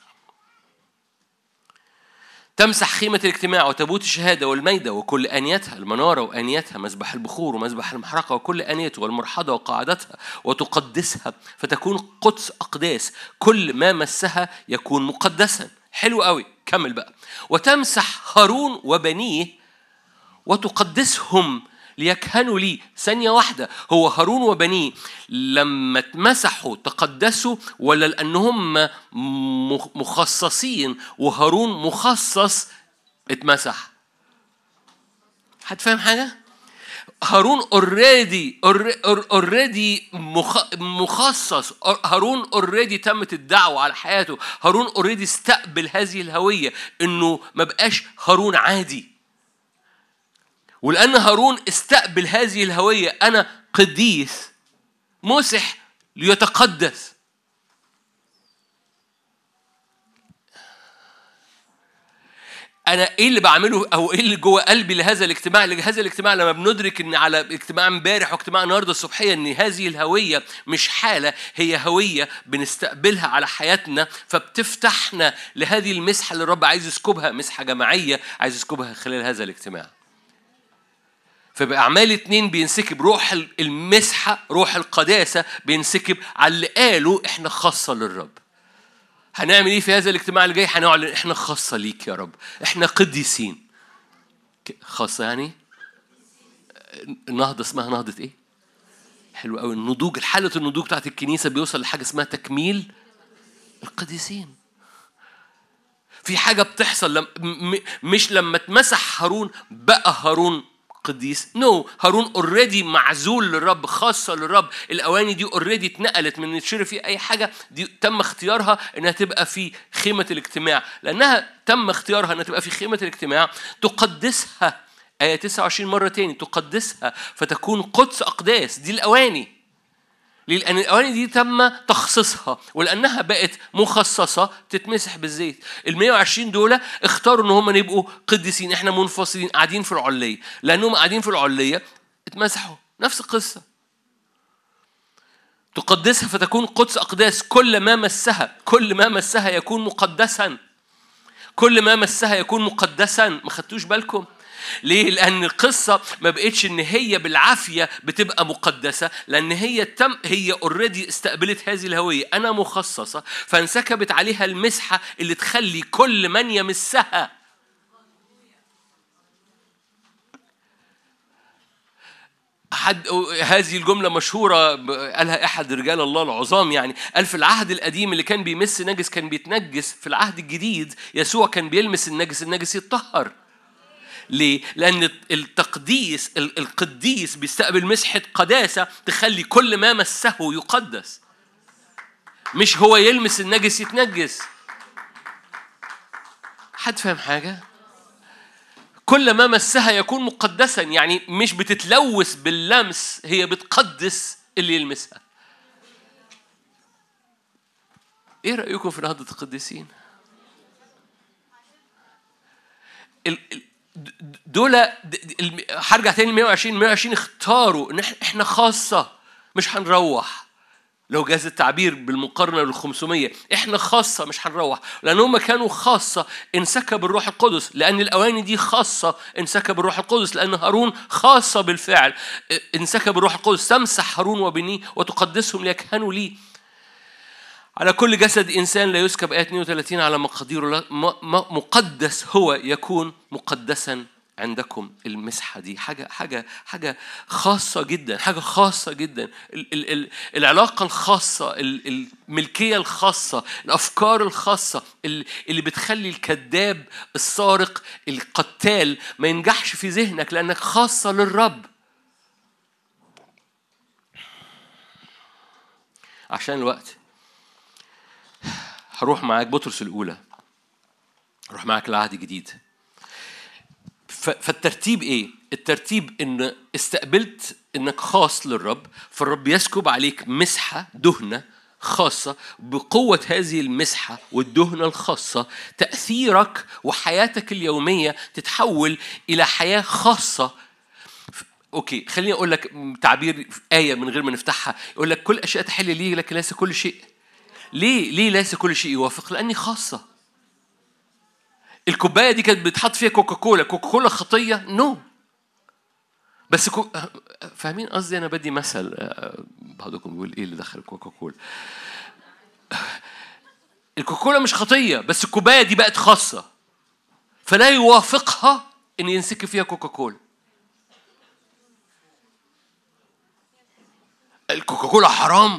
تمسح خيمة الاجتماع وتابوت الشهادة والميدة وكل آنيتها، المنارة وآنيتها، مذبح البخور ومذبح المحرقة وكل آنيته والمرحضة وقاعدتها، وتقدسها فتكون قدس أقداس، كل ما مسها يكون مقدسا. حلو قوي. كمل بقى. وتمسح هارون وبنيه وتقدسهم ليكهنوا لي. ثانية واحدة، هو هارون وبنيه لما تمسحوا تقدسوا، ولا لأنهم مخصصين وهارون مخصص اتمسح؟ هتفهم حاجة؟ هارون already مخصص. هارون already تمت الدعوة على حياته. هارون already استقبل هذه الهوية إنه ما بقاش هارون عادي. ولأن هارون استقبل هذه الهوية، أنا قديس، مسح ليتقدس. أنا إيه اللي بعمله أو إيه اللي جوه قلبي لهذا الاجتماع؟ لهذا الاجتماع لما بندرك إن على اجتماع امبارح واجتماع النهارده الصبحية إن هذه الهوية مش حالة، هي هوية بنستقبلها على حياتنا، فبتفتحنا لهذه المسحة اللي الرب عايز يسكبها، مسحة جماعية عايز يسكبها خلال هذا الاجتماع. فبأعمال 2 بينسكب روح المسحة، روح القداسة بينسكب على اللي قالوا إحنا خاصة للرب. هنعمل إيه في هذا الاجتماع اللي جاي؟ هنعلن إحنا خاصة ليك يا رب، إحنا قديسين. خاصة يعني النهضة اسمها نهضة إيه؟ حلو قوي. النضوج، حالة النضوج بتاعت الكنيسة بيوصل لحاجة اسمها تكميل القديسين. في حاجة بتحصل مش لما تمسح هارون بقى هارون قديس. هارون already معزول للرب، خاصة للرب. الأواني دي already اتنقلت من تشرب فيه أي حاجة، دي تم اختيارها إنها تبقى في خيمة الاجتماع. لأنها تم اختيارها إنها تبقى في خيمة الاجتماع تقدسها. آية 29 مرة تاني، تقدسها فتكون قدس أقداس. دي الأواني، لأن الأواني دي تم تخصيصها، ولأنها بقت مخصصة تتمسح بالزيت. 120 دول اختاروا إن هم يبقوا قديسين. إحنا منفصلين قاعدين في العلية، لأنهم قاعدين في العلية اتمسحوا. نفس القصة. تقدسها فتكون قدس أقداس. كل ما مسها يكون مقدسا. كل ما مسها يكون مقدسا. ما خدتوش بالكم؟ ليه؟ لأن القصة ما بقتش إن هي بالعافية بتبقى مقدسة، لأن هي already استقبلت هذه الهوية. أنا مخصصة، فانسكبت عليها المسحة اللي تخلي كل من يمسها. هذه الجملة مشهورة قالها أحد رجال الله العظام، يعني قال في العهد القديم اللي كان بيمس نجس كان بيتنجس، في العهد الجديد يسوع كان بيلمس النجس يتطهر. ليه؟ لأن القديس بيستقبل مسحة قداسة تخلي كل ما مسه يقدس، مش هو يلمس النجس يتنجس. حد فاهم حاجة؟ كل ما مسها يكون مقدسا، يعني مش بتتلوث باللمس، هي بتقدس اللي يلمسها. ايه رأيكم في نهضة القديسين؟ دول هرجع تاني 120 اختاروا ان احنا خاصة، مش هنروح. لو جاز التعبير بالمقارنة لل500، احنا خاصة مش هنروح، لأن هم كانوا خاصة انسكب الروح القدس، لأن الأواني دي خاصة انسكب الروح القدس، لأن هارون خاصة بالفعل انسكب الروح القدس. تمسح هارون وبنيه وتقدسهم ليكهنوا لي. على كل جسد إنسان لا يسكب، آية 32، على مقاديره مقدس هو يكون مقدسا عندكم. المسحة دي حاجة خاصة جدا، حاجة خاصة جدا. العلاقة الخاصة، الملكية الخاصة، الأفكار الخاصة اللي بتخلي الكذاب السارق القتال ما ينجحش في ذهنك، لأنك خاصة للرب. عشان الوقت هروح معاك بطرس الأولى، هروح معاك العهد الجديد. فالترتيب إيه؟ الترتيب إن استقبلت إنك خاص للرب، فالرب يسكب عليك مسحة دهنة خاصة. بقوة هذه المسحة والدهنة الخاصة تأثيرك وحياتك اليومية تتحول إلى حياة خاصة. أوكي، خليني أقول لك تعبير آية من غير ما نفتحها. يقول لك كل أشياء تحل لي لكن ليس كل شيء. ليه ليس كل شيء يوافق؟ لأني خاصة. الكوباية دي كانت بتحط فيها كوكاكولا خطية؟ نو. بس فاهمين قصدي؟ أنا بدي مثل، بعضكم بيقول إيه اللي دخل كوكاكولا. الكوكاكولا مش خطية، بس الكوباية دي بقت خاصة، فلا يوافقها إن ينسكب فيها كوكاكولا. الكوكاكولا حرام؟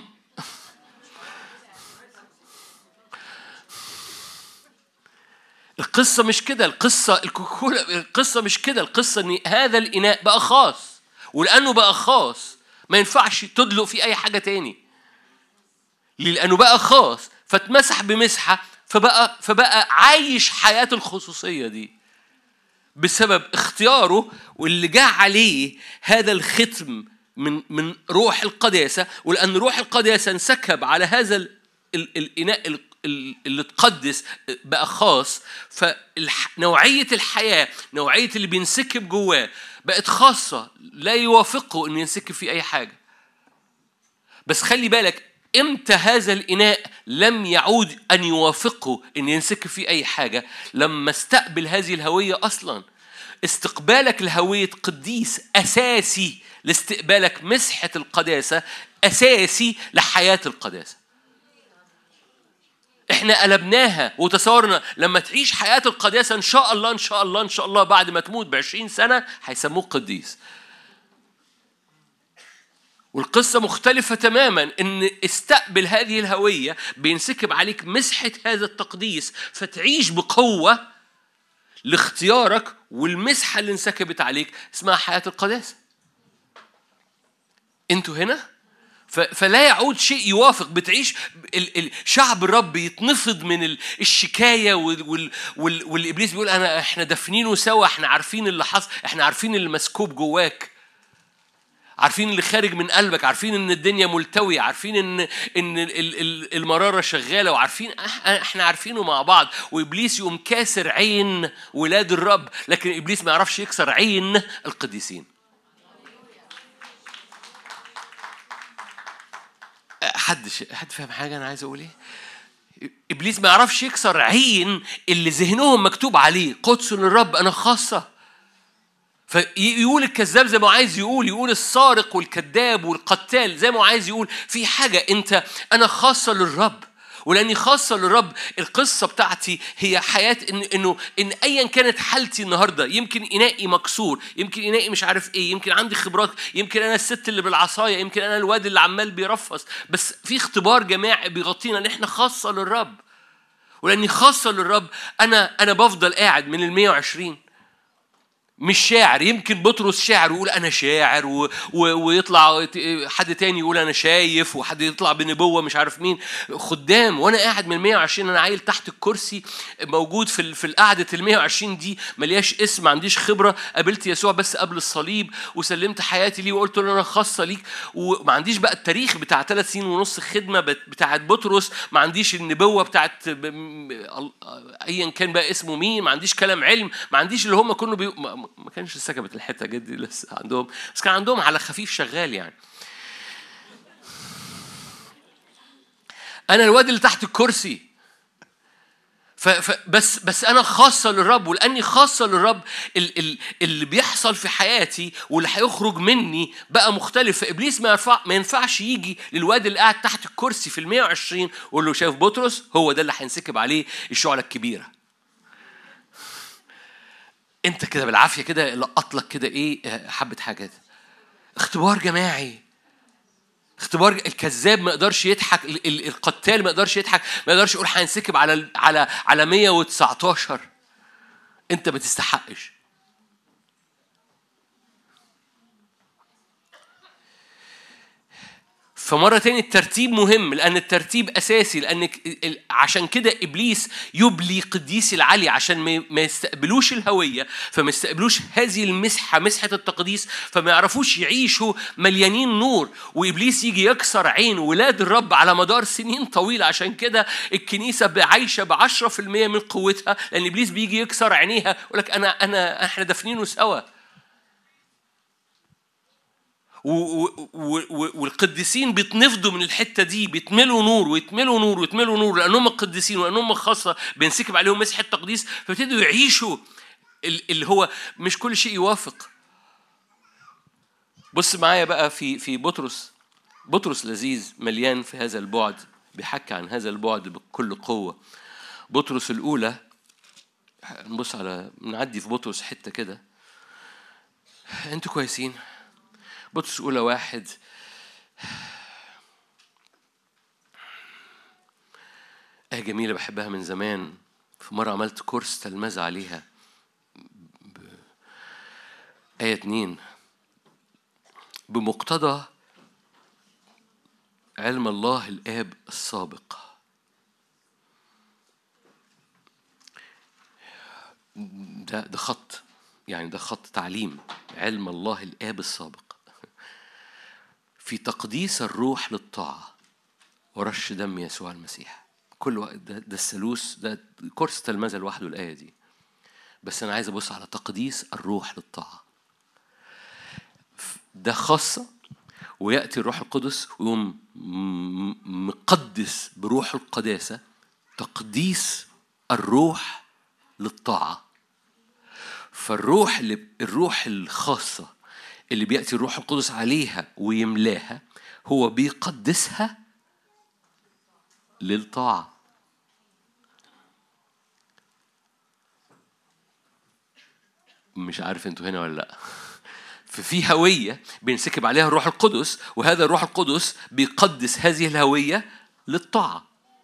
القصة مش كده. القصة مش كده. القصة إن هذا الإناء بقى خاص، ولأنه بقى خاص ما ينفعش تدلق في أي حاجة تاني، لأنه بقى خاص فتمسح بمسحة، فبقى عايش حياة الخصوصية دي بسبب اختياره، واللي جاء عليه هذا الختم من روح القداسة. ولأن روح القداسة انسكب على هذا الإناء اللي تقدس بقى خاص، فنوعية الحياة، نوعية اللي بينسكب جواه بقت خاصة، لا يوافقه أن ينسكب في أي حاجة. بس خلي بالك، إمتى هذا الإناء لم يعود أن يوافقه أن ينسكب في أي حاجة؟ لما استقبل هذه الهوية أصلا. استقبالك لهوية قديس أساسي لاستقبالك مسحة القداسة، أساسي لحياة القداسة. احنا قلبناها وتصورنا لما تعيش حياة القداسة إن شاء الله بعد ما تموت ب20 سنة هيسموه قديس. والقصة مختلفة تماما، إن استقبل هذه الهوية بينسكب عليك مسحة هذا التقديس، فتعيش بقوة لاختيارك، والمسحة اللي انسكبت عليك اسمها حياة القداسة. انتوا هنا؟ فلا يعود شيء يوافق. بتعيش شعب الرب يتنفض من الشكاية والإبليس بيقول احنا دفنينه سوا، احنا عارفين اللي حصل، احنا عارفين اللي مسكوب جواك، عارفين اللي خارج من قلبك، عارفين ان الدنيا ملتوية، عارفين ان المرارة شغالة، وعارفين احنا عارفينه مع بعض. وإبليس يقوم كاسر عين ولاد الرب، لكن إبليس ما يعرفش يكسر عين القديسين. حد فاهم حاجة أنا عايز أقول إيه؟ إبليس ما يعرفش يكسر عين اللي ذهنهم مكتوب عليه قدس للرب أنا خاصة. فيقول الكذاب زي ما عايز يقول السارق والكذاب والقتال زي ما عايز يقول في حاجة أنا خاصة للرب. ولأني خاصة للرب القصة بتاعتي هي حياة إن أيا كانت حالتي النهاردة، يمكن إنائي مكسور، يمكن إنائي مش عارف إيه، يمكن عندي خبرات، يمكن أنا الست اللي بالعصاية، يمكن أنا الواد اللي عمال بيرفص، بس في اختبار جماعي بيغطينا إن إحنا خاصة للرب. ولأني خاصة للرب أنا بفضل قاعد من 120 مش شاعر. يمكن بطرس شاعر ويقول أنا شاعر ويطلع حد تاني يقول أنا شايف، وحد يطلع بنبوة مش عارف مين خدام، وأنا قاعد من 120 أنا عايل تحت الكرسي موجود في القعدة 120 دي ملياش اسم، ما عنديش خبرة. قابلت يسوع بس قبل الصليب وسلمت حياتي ليه وقلت له أنا خاصة ليك، وما عنديش بقى التاريخ بتاع 3 سنين ونص خدمة بتاعت بطرس، ما عنديش النبوة بتاعت أيا كان بقى اسمه مين، ما عنديش كلام علم، ما عنديش اللي هم كانوا ما كانش سكبت الحته جدي لسه عندهم، بس كان عندهم على خفيف شغال يعني. انا الواد اللي تحت الكرسي بس انا خاصه للرب. ولاني خاصه للرب اللي بيحصل في حياتي واللي هيخرج مني بقى مختلف. فابليس ما ينفعش يجي للواد اللي قاعد تحت الكرسي في 120 ويقول له شايف بطرس هو ده اللي هينسكب عليه الشعله الكبيره. انت كده بالعافيه كده لقط لك كده ايه حبه حاجات. اختبار جماعي، اختبار. الكذاب ما يقدرش يضحك، القتال ما يقدرش يضحك، ما يقدرش يقول هنسكب على 119. انت ما تستحقش. فمرة تاني الترتيب مهم، لأن الترتيب أساسي، لأن عشان كده إبليس يبلي قديس العلي عشان ما يستقبلوش الهوية، فما يستقبلوش هذه المسحة، مسحة التقديس، فما يعرفوش يعيشوا مليانين نور. وإبليس يجي يكسر عين ولاد الرب على مدار سنين طويلة. عشان كده الكنيسة عايشة ب10% من قوتها، لأن إبليس بيجي يكسر عينيها يقولك إحنا دفنينه سوا. والقديسين بيتنفضوا من الحتة دي، بيتملوا نور ويتملوا نور ويتملوا نور، لأنهم القديسين وأنهم خاصة بينسكب عليهم مسحة تقديس، فبتبتدوا يعيشوا اللي هو مش كل شيء يوافق. بص معايا بقى في بطرس لذيذ مليان في هذا البعد، بيحكي عن هذا البعد بكل قوة. بطرس الأولى، نبص نعدي في بطرس حتة كده. أنتوا كويسين؟ بطرس الأولى 1. آية جميلة بحبها من زمان، في مرة عملت كورس تلمذة عليها. آية 2: بمقتضى علم الله الآب السابق. ده خط، يعني ده خط تعليم علم الله الآب السابق في تقديس الروح للطاعة ورش دم يسوع المسيح. كل وقت ده الثالوث، ده كورس تلمذة لوحده الآية دي، بس أنا عايز أبص على تقديس الروح للطاعة. ده خاصة، ويأتي الروح القدس ويقوم مقدس بروح القداسة، تقديس الروح للطاعة. فالروح الروح الخاصة اللي بيأتي الروح القدس عليها ويملاها هو بيقدسها للطاعة. مش عارف انتوا هنا ولا لا. ففي هوية بينسكب عليها الروح القدس، وهذا الروح القدس بيقدس هذه الهوية للطاعة.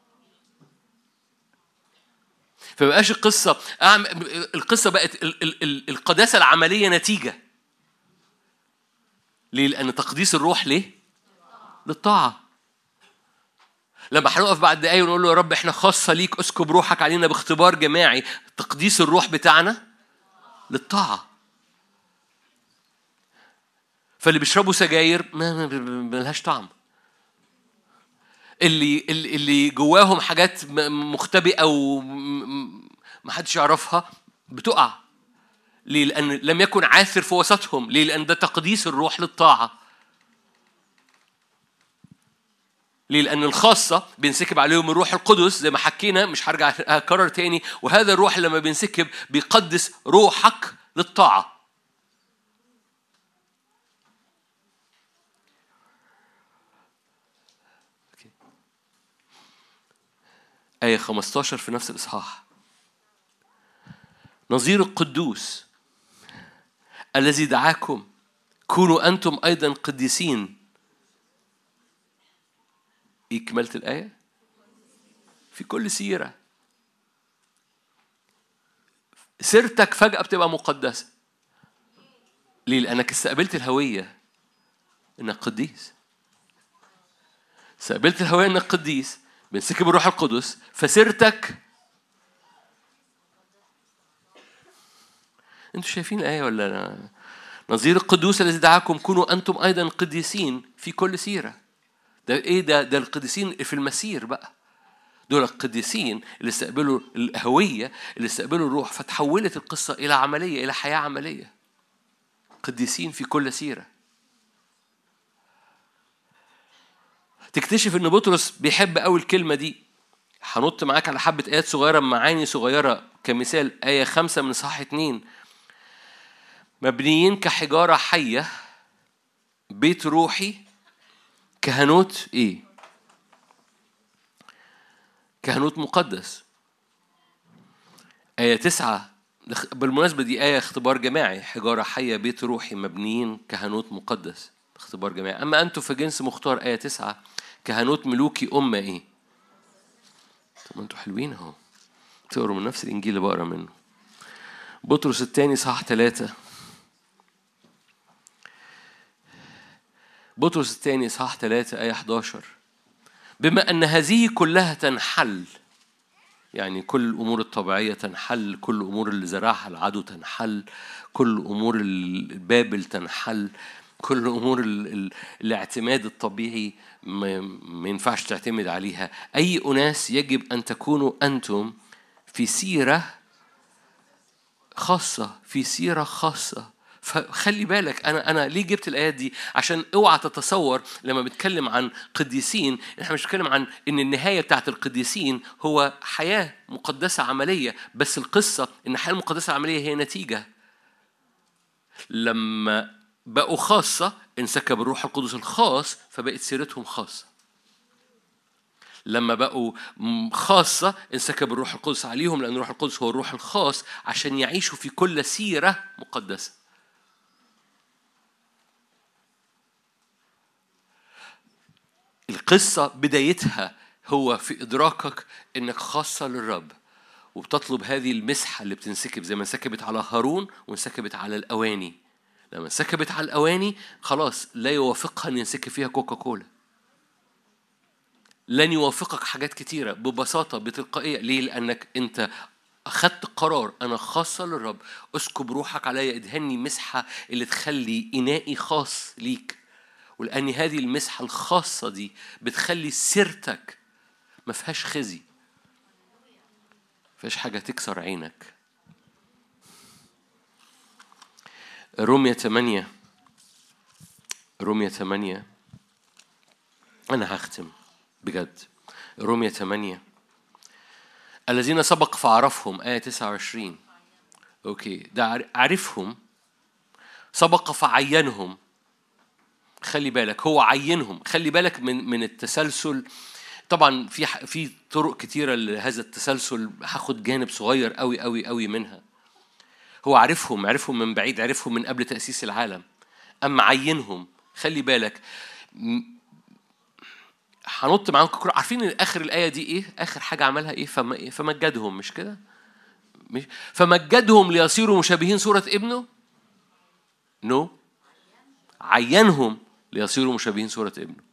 فبقاش القصة بقت القداسة العملية نتيجة. ليه؟ لأن تقديس الروح ليه؟ للطاعة. لما هنقف بعد دقايق ونقول له يا رب احنا خاصة ليك، اسكب روحك علينا باختبار جماعي، تقديس الروح بتاعنا للطاعة. فاللي بيشربوا سجاير ما لهاش طعم. اللي جواهم حاجات مختبئة وما حدش يعرفها بتقع. ليه؟ لأن لم يكن عاثر في وسطهم. ليه؟ لأن ده تقديس الروح للطاعة. ليه؟ لأن الخاصة بينسكب عليهم الروح القدس زي ما حكينا، مش هرجع أكرر تاني. وهذا الروح لما بينسكب بيقدس روحك للطاعة. آية 15 في نفس الإصحاح: نظير القدوس الذي دعاكم كونوا أنتم أيضا قديسين. إيه كملت الآية؟ في كل سيرة. سيرتك فجأة بتبقى مقدسة. ليه؟ لأنك استقبلت الهوية إنك قديس. استقبلت الهوية إنك قديس، بنسكب الروح القدس، فسيرتك. أنتوا شايفين الآية ولا أنا؟ نظير القدوس الذي دعاكم كونوا أنتم أيضا قديسين في كل سيرة. ده إيه ده القديسين في المسير بقى. دول القديسين اللي استقبلوا الهوية، اللي استقبلوا الروح، فتحولت القصة إلى عملية، إلى حياة عملية. قديسين في كل سيرة. تكتشف إن بطرس بيحب أول الكلمة دي. هنط معاك على حبة آيات صغيرة، معاني صغيرة. كمثال آية 5 من إصحاح 2: مبنيين كحجارة حية، بيت روحي، كهنوت إيه؟ كهنوت مقدس. آية 9 بالمناسبة دي آية اختبار جماعي. حجارة حية، بيت روحي، مبنيين كهنوت مقدس، اختبار جماعي. أما أنتم في جنس مختار. آية 9 كهنوت ملوكي، أمة إيه؟ طب أنتوا حلوين أهو، تقروا من نفس الإنجيل اللي بقرا منه. بطرس الثاني صح 3. بطرس الثاني صح 3 آية 11: بما أن هذه كلها تنحل، يعني كل الأمور الطبيعية تنحل، كل الأمور اللي زرعها العدو تنحل، كل أمور البابل تنحل، كل أمور الاعتماد الطبيعي ما ينفعش تعتمد عليها. أي أناس يجب أن تكونوا أنتم في سيرة خاصة، في سيرة خاصة. فخلي بالك، أنا ليه جبت الآيات دي؟ عشان اوعى تتصور لما بتكلم عن قديسين، احنا مش بنتكلم عن إن النهاية بتاعت القديسين هو حياة مقدسة عملية، بس القصة إن الحياة المقدسة العملية هي نتيجة. لما بقوا خاصة انسكب الروح القدس الخاص، فبقت سيرتهم خاصة. لما بقوا خاصة انسكب الروح القدس عليهم، لأن الروح القدس هو الروح الخاص عشان يعيشوا في كل سيرة مقدسة. القصة بدايتها هو في إدراكك إنك خاصة للرب، وبتطلب هذه المسحة اللي بتنسكب زي ما انسكبت على هارون وانسكبت على الأواني. لما انسكبت على الأواني خلاص لا يوافقها أن ينسكب فيها كوكا كولا. لن يوافقك حاجات كتيرة ببساطة بتلقائية. ليه؟ لأنك أنت أخذت قرار أنا خاصة للرب. أسكب روحك عليا، ادهني مسحة اللي تخلي إنائي خاص ليك. ولأن هذه المسحة الخاصة دي بتخلي سيرتك ما فيهاش خزي، فيهاش حاجة تكسر عينك. رومية 8 أنا هختم بجد. رومية 8: الذين سبق فعرفهم. آية 29. أوكي، ده عرفهم. سبق فعينهم. خلي بالك، هو عينهم. خلي بالك من التسلسل. طبعا في طرق كتيرة لهذا التسلسل، هاخد جانب صغير قوي قوي قوي منها. هو عرفهم من بعيد، عرفهم من قبل تأسيس العالم. أما عينهم، خلي بالك. هنط معاكم. عارفين آخر الآية دي إيه؟ آخر حاجة عملها إيه؟ فمجدهم، مش كده؟ فمجدهم ليصيروا مشابهين صورة ابنه. عينهم ليصيروا مشابهين صورة ابنه.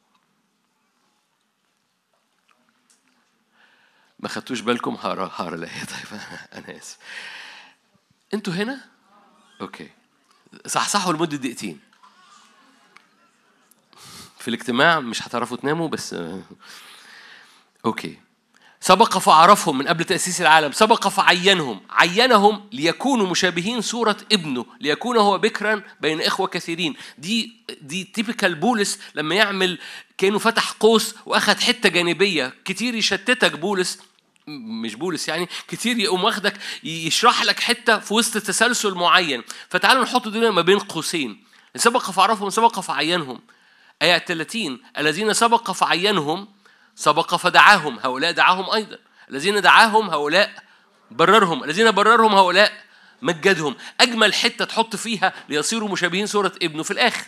ما خدتوش بالكم؟ هقرا الآية. طيب أنا آسف. أنتوا هنا؟ أوكي، صحصحوا لمدة دقيقتين. في الاجتماع مش هتعرفوا تناموا بس. أوكي، سبق فعرفهم من قبل تأسيس العالم، سبق عينهم ليكونوا مشابهين صورة ابنه، ليكون هو بكرا بين إخوة كثيرين. دي تيبيكال بولس لما يعمل كأنه فتح قوس وأخذ حتة جانبية. كتير يشتتك بولس، مش بولس يعني، كتير يقوم واخدك يشرح لك حتة في وسط تسلسل معين. فتعالوا نحط دول ما بين قوسين. سبق فعرفهم سبق فعينهم. آية 30 الذين سبق فعينهم سبق فدعاهم هؤلاء دعاهم أيضا، الذين دعاهم هؤلاء بررهم، الذين بررهم هؤلاء مجدهم. أجمل حتة تحط فيها ليصيروا مشابهين صورة ابنه في الآخر،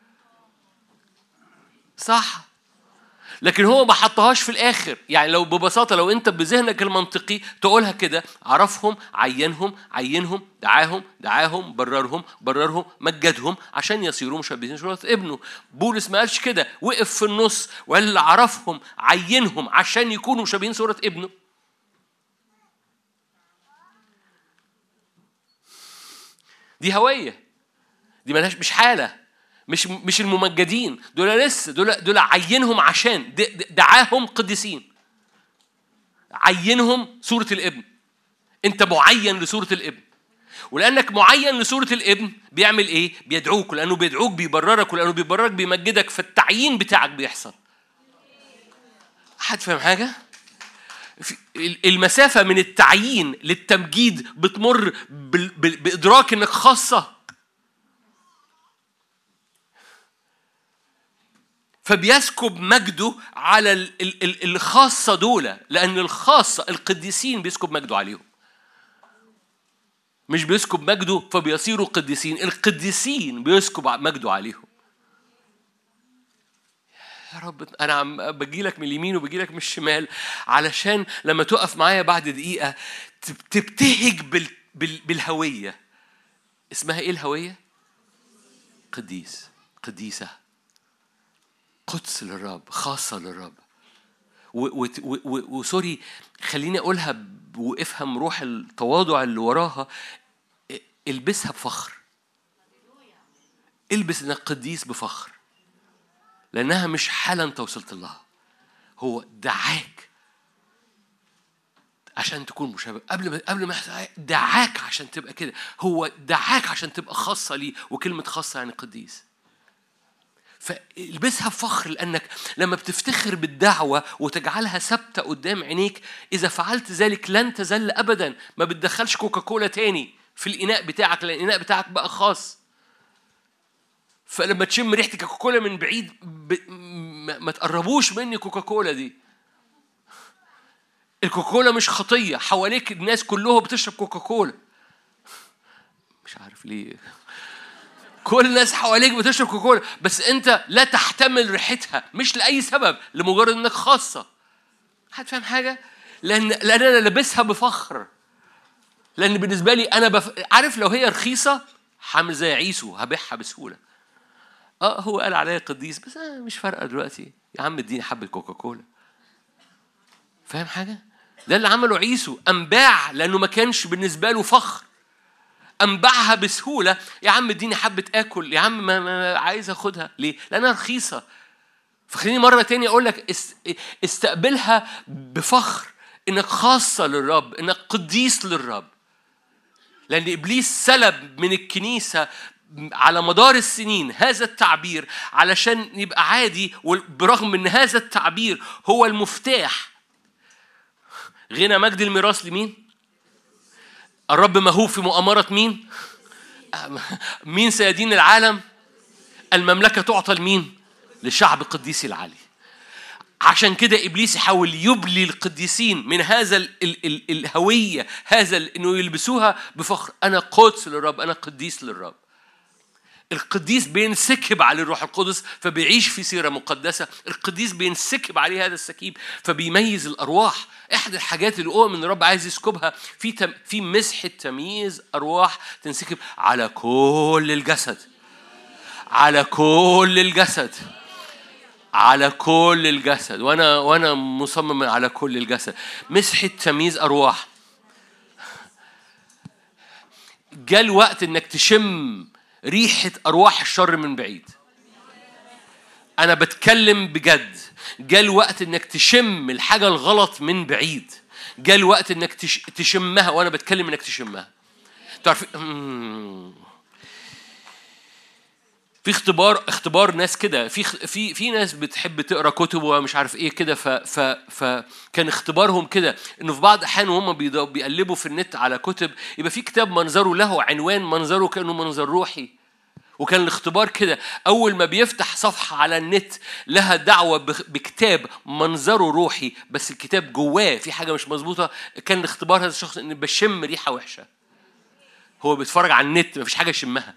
صح؟ لكن هو ما حطهاش في الآخر. يعني لو ببساطة لو أنت بذهنك المنطقي تقولها كده: عرفهم عينهم دعاهم بررهم مجدهم عشان يصيروا مشابهين صورة ابنه. بولس ما قالش كده، وقف في النص وقال عرفهم عينهم عشان يكونوا مشابهين صورة ابنه. دي هوية، دي مش حالة. مش الممجدين دول لسه، دول عينهم عشان دعاهم قديسين، عينهم صورة الابن. انت معين لصورة الابن، ولأنك معين لصورة الابن بيعمل ايه؟ بيدعوك، لأنه بيدعوك بيبررك، ولأنه بيبررك بيمجدك، فالتعيين بتاعك بيحصل. حد فاهم حاجة؟ المسافة من التعيين للتمجيد بتمر بإدراك انك خاصة. فبيسكب مجده على الخاصة دولة، لأن الخاصة القديسين بيسكب مجده عليهم، مش بيسكب مجده فبيصيروا قديسين، القديسين بيسكب مجده عليهم. يا رب أنا عم بجيلك من اليمين وبجيلك من الشمال علشان لما تقف معايا بعد دقيقة تبتهج بالهوية. اسمها إيه الهوية؟ قديس، قديسة، قدس للرب، خاصة للرب. وسوري خليني أقولها وافهم روح التواضع اللي وراها. البسها بفخر، البس إنك قديس بفخر، لأنها مش حالة أنت وصلت لها، هو دعاك عشان تكون مشابه. قبل ما دعاك عشان تبقى كده، هو دعاك عشان تبقى خاصة ليه، وكلمة خاصة يعني قديس. فالبسها بفخر، لأنك لما بتفتخر بالدعوة وتجعلها ثابتة قدام عينيك، إذا فعلت ذلك لن تزل أبدا. ما بتدخلش كوكاكولا تاني في الإناء بتاعك، لأن الإناء بتاعك بقى خاص. فلما تشم ريحة كوكاكولا من بعيد ما تقربوش مني كوكاكولا دي. الكوكاكولا مش خطية، حواليك الناس كلهم بتشرب كوكاكولا، مش عارف ليه كل الناس حواليك بتشرب كوكاكولا، بس انت لا تحتمل ريحتها، مش لأي سبب، لمجرد انك خاصة. حد فاهم حاجة؟ لأن أنا لابسها بفخر، لأن بالنسبة لي أنا عارف لو هي رخيصة حامل زي عيسو هبيعها بسهولة. هو قال عليا قديس، بس أنا مش فارقة دلوقتي، يا عم اديني حبة كوكاكولا. فاهم حاجة؟ ده اللي عمله عيسو، أنباع لأنه ما كانش بالنسبة له فخر، أنبعها بسهولة. يا عم اديني حبة آكل، يا عم ما عايز أخدها ليه؟ لأنها رخيصة. فخليني مرة تانية أقول لك استقبلها بفخر، إنك خاصة للرب، إنك قديس للرب. لأن إبليس سلب من الكنيسة على مدار السنين هذا التعبير علشان يبقى عادي، وبرغم من هذا التعبير هو المفتاح. غنى مجد الميراث لمين؟ الرب مهوب في مؤامرة مين؟ مين سيدين العالم؟ المملكة تعطى لمين؟ لشعب قديس العلي. عشان كده إبليس يحاول يبلي القديسين من هذا الهوية، هذا إنه يلبسوها بفخر. أنا قدس للرب، أنا قديس للرب. القديس بينسكب عليه الروح القدس فبيعيش في سيرة مقدسة. القديس بينسكب عليه هذا السكيب فبيميز الأرواح. إحدى الحاجات اللي أؤمن إن الرب عايز يسكبها في مسحة تمييز أرواح تنسكب على كل الجسد، على كل الجسد، على كل الجسد. وأنا مصمم على كل الجسد. مسحة تمييز أرواح. جاء الوقت إنك تشم ريحة أرواح الشر من بعيد. أنا بتكلم بجد. جاء الوقت انك تشم الحاجة الغلط من بعيد. جاء الوقت انك تشمها، وانا بتكلم انك تشمها. تعرف في اختبار ناس كده، في ناس بتحب تقرا كتب ومش عارف ايه كده، فكان اختبارهم كده انه في بعض الاحيان وهم بيقلبوا في النت على كتب يبقى في كتاب منظره له عنوان، منظره كانه منظر روحي. وكان الاختبار كده، اول ما بيفتح صفحه على النت لها دعوه بكتاب منظره روحي بس الكتاب جواه في حاجه مش مظبوطه، كان الاختبار هذا الشخص ان بشم ريحه وحشه. هو بيتفرج على النت مفيش حاجه يشمها،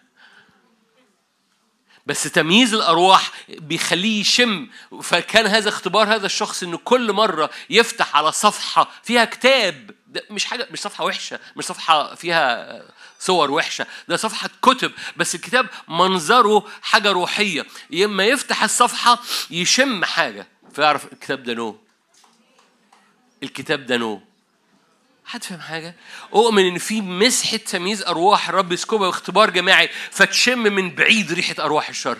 بس تمييز الأرواح بيخليه يشم. فكان هذا اختبار هذا الشخص إنه كل مرة يفتح على صفحة فيها كتاب، مش حاجة، مش صفحة وحشة، مش صفحة فيها صور وحشة، ده صفحة كتب بس الكتاب منظره حاجة روحية. لما يفتح الصفحة يشم حاجة فيعرف الكتاب ده نو، الكتاب ده نو. حد فهم حاجة؟ أؤمن إن في مسحة تمييز أرواح الرب يسكبها واختبار جماعي فتشم من بعيد ريحة أرواح الشر.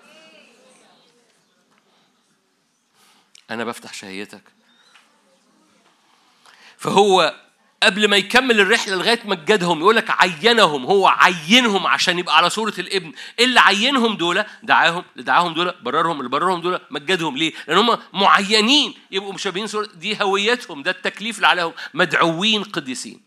أنا بفتح شهيتك. فهو قبل ما يكمل الرحلة لغاية مجدهم يقولك عينهم، هو عينهم عشان يبقى على صورة الابن. اللي عينهم دول دعاهم دول، بررهم اللي بررهم دول مجدهم. ليه؟ لأن هم معينين يبقوا مشابهين صورة، دي هويتهم، ده التكليف اللي عليهم، مدعوين قديسين.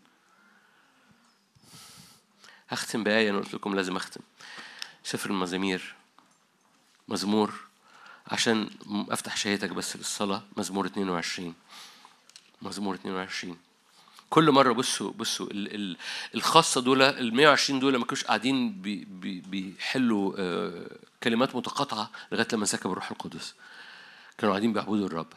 هختم بآية أنا قلت لكم لازم أختم. سفر المزامير، مزمور، عشان أفتح شهيتك بس للصلاة. مزمور 22، مزمور 22. كل مرة بصوا الخاصة دول ال 120 دول ما كانوش قاعدين بيحلوا كلمات متقاطعة لغاية لما سكب الروح القدس. كانوا قاعدين بيعبدوا الرب.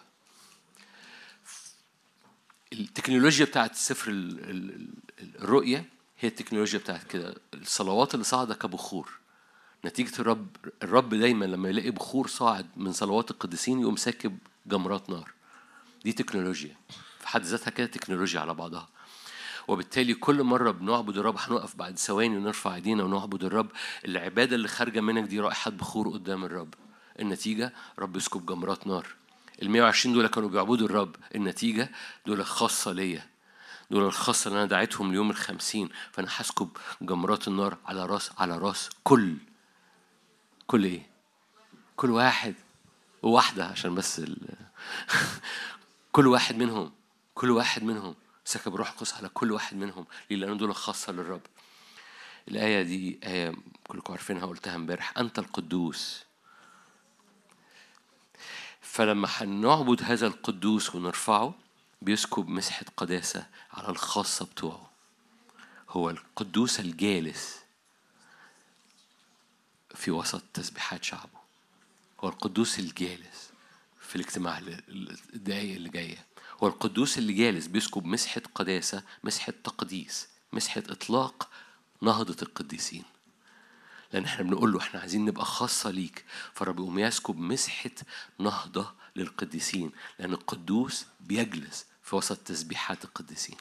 التكنولوجيا بتاعت سفر الرؤية هي التكنولوجيا بتاعت كده، الصلوات اللي صاعدة كبخور نتيجة الرب دايما لما يلاقي بخور صاعد من صلوات القديسين يقوم ساكب جمرات نار. دي تكنولوجيا في حد ذاتها كده، تكنولوجيا على بعضها. وبالتالي كل مرة بنعبد الرب هنقف بعد ثواني ونرفع ايدينا ونعبد الرب. العبادة اللي خارجة منك دي رائحة بخور قدام الرب. النتيجة رب يسكب جمرات نار. ال 120 دول كانوا بيعبدوا الرب، النتيجة دول خاصة ليا، دول الخاصة اللي أنا دعيتهم اليوم 50. فأنا هسكب جمرات النار على راس كل إيه؟ كل واحد وواحدة، عشان بس كل واحد منهم سكب روح القدس على كل واحد منهم، لأن دول خاصة للرب. الآية دي آية كلكم عارفينها، قلتها امبارح، أنت القدوس. فلما هنعبد هذا القدوس ونرفعه بيسكب مسحة قداسة على الخاصة بتوعه. هو القدوس الجالس في وسط تسبيحات شعبه، هو القدوس الجالس في الاجتماع الدقايق اللي جاية. هو القدوس اللي جالس بيسكب مسحة قداسة، مسحة تقديس، مسحة إطلاق نهضة القديسين. لأن احنا بنقول له احنا عايزين نبقى خاصة ليك، فالرب يقوم يسكب مسحة نهضة للقديسين، لأن القدوس بيجلس في وسط تسبيحات القديسين.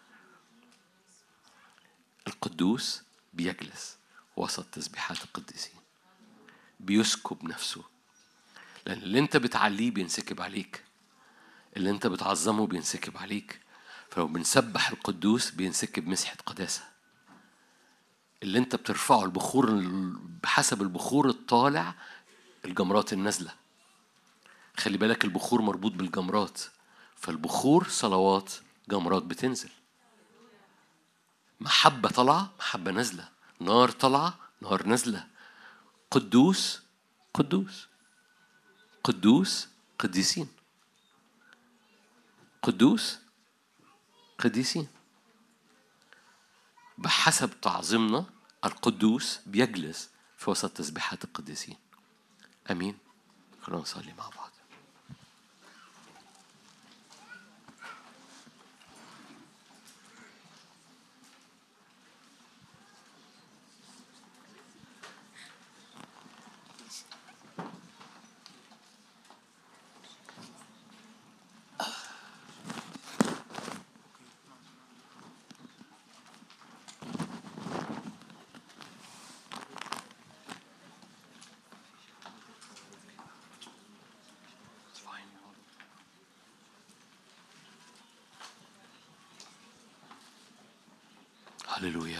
القدوس بيجلس وسط تسبيحات القديسين، بيسكب نفسه. لأن اللي انت بتعليه بينسكب عليك، اللي انت بتعظمه بينسكب عليك. فلو بنسبح القدوس بينسكب مسحة قداسة. اللي انت بترفعه البخور بحسب البخور الطالع، الجمرات النازلة. خلي بالك البخور مربوط بالجمرات، فالبخور صلوات، جمرات بتنزل. محبة طلع، محبة نازلة. نار طلع، نار نازلة. قدوس قدوس قدوس قديسين، قدوس قديسين. بحسب تعظيمنا القدوس بيجلس في وسط تسبيحات القديسين. أمين. خلونا نصلي مع بعض. هللويا.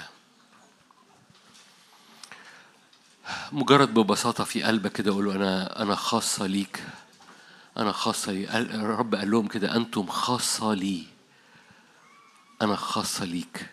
مجرد ببساطة في قلبك كده قول له أنا خاصة ليك، أنا خاصة لي. الرب قال لهم كده أنتم خاصة لي، أنا خاصة ليك.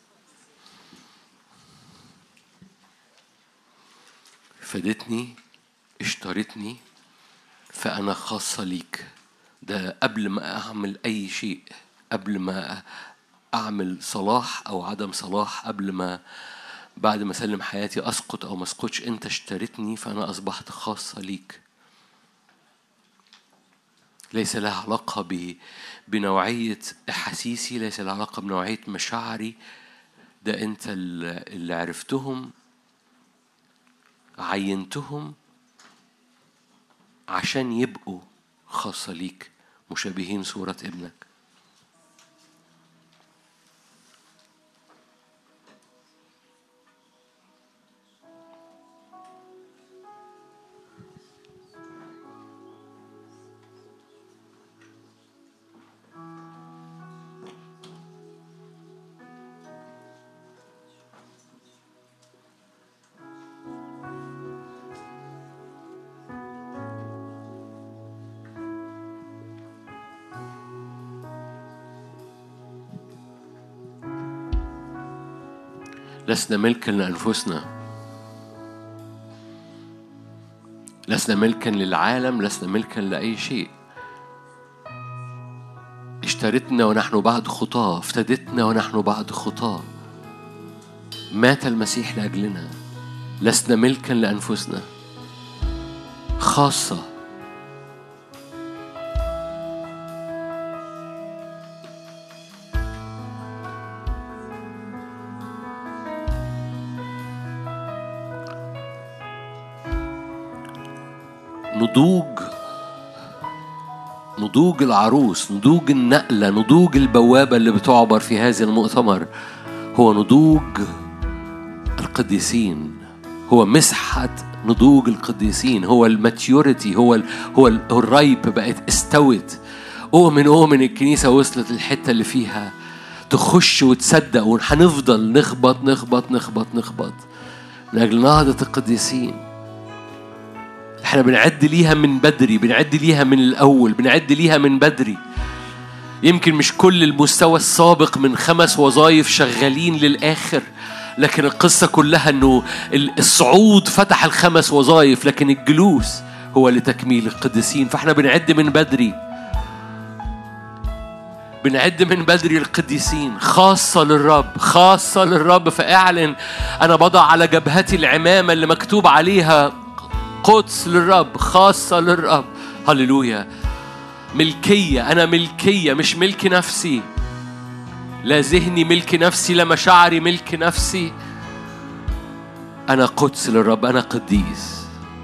فادتني، اشترتني، فأنا خاصة ليك. ده قبل ما أعمل أي شيء، قبل ما أعمل صلاح أو عدم صلاح، قبل ما بعد ما أسلم حياتي أسقط أو ما أسقطش، أنت اشتريتني فأنا أصبحت خاصة ليك. ليس لها علاقة بنوعية أحاسيسي، ليس لها علاقة بنوعية مشاعري. ده أنت اللي عرفتهم، عينتهم عشان يبقوا خاصة ليك، مشابهين صورة ابنك. لسنا ملكا لأنفسنا، لسنا ملكا للعالم، لسنا ملكا لأي شيء. اشترتنا ونحن بعد خطاة، افتدتنا ونحن بعد خطاة، مات المسيح لأجلنا. لسنا ملكا لأنفسنا، خاصة. نضوج العروس، نضوج النقلة، نضوج البوابة اللي بتعبر في هذا المؤتمر هو نضوج القديسين، هو مسحة نضوج القديسين، هو الماتيوريتي، هو الرايب بقت استوت. أؤمن الكنيسة وصلت الحتة اللي فيها تخش وتصدق، وهنفضل نخبط نخبط نخبط نخبط من أجل نهضة القديسين. احنا بنعد ليها من بدري، بنعد ليها من الأول، بنعد ليها من بدري. يمكن مش كل المستوى السابق من 5 وظائف شغالين للآخر، لكن القصة كلها أنه الصعود فتح 5 وظائف، لكن الجلوس هو لتكميل القديسين. فاحنا بنعد من بدري، بنعد من بدري القديسين، خاصة للرب، خاصة للرب. فاعلن أنا بضع على جبهتي العمامة اللي مكتوب عليها قدس للرب، خاصة للرب. هللويا. ملكية، أنا ملكية، مش ملك نفسي. لا ذهني ملك نفسي، لا مشاعري ملك نفسي. أنا قدس للرب، أنا قديس.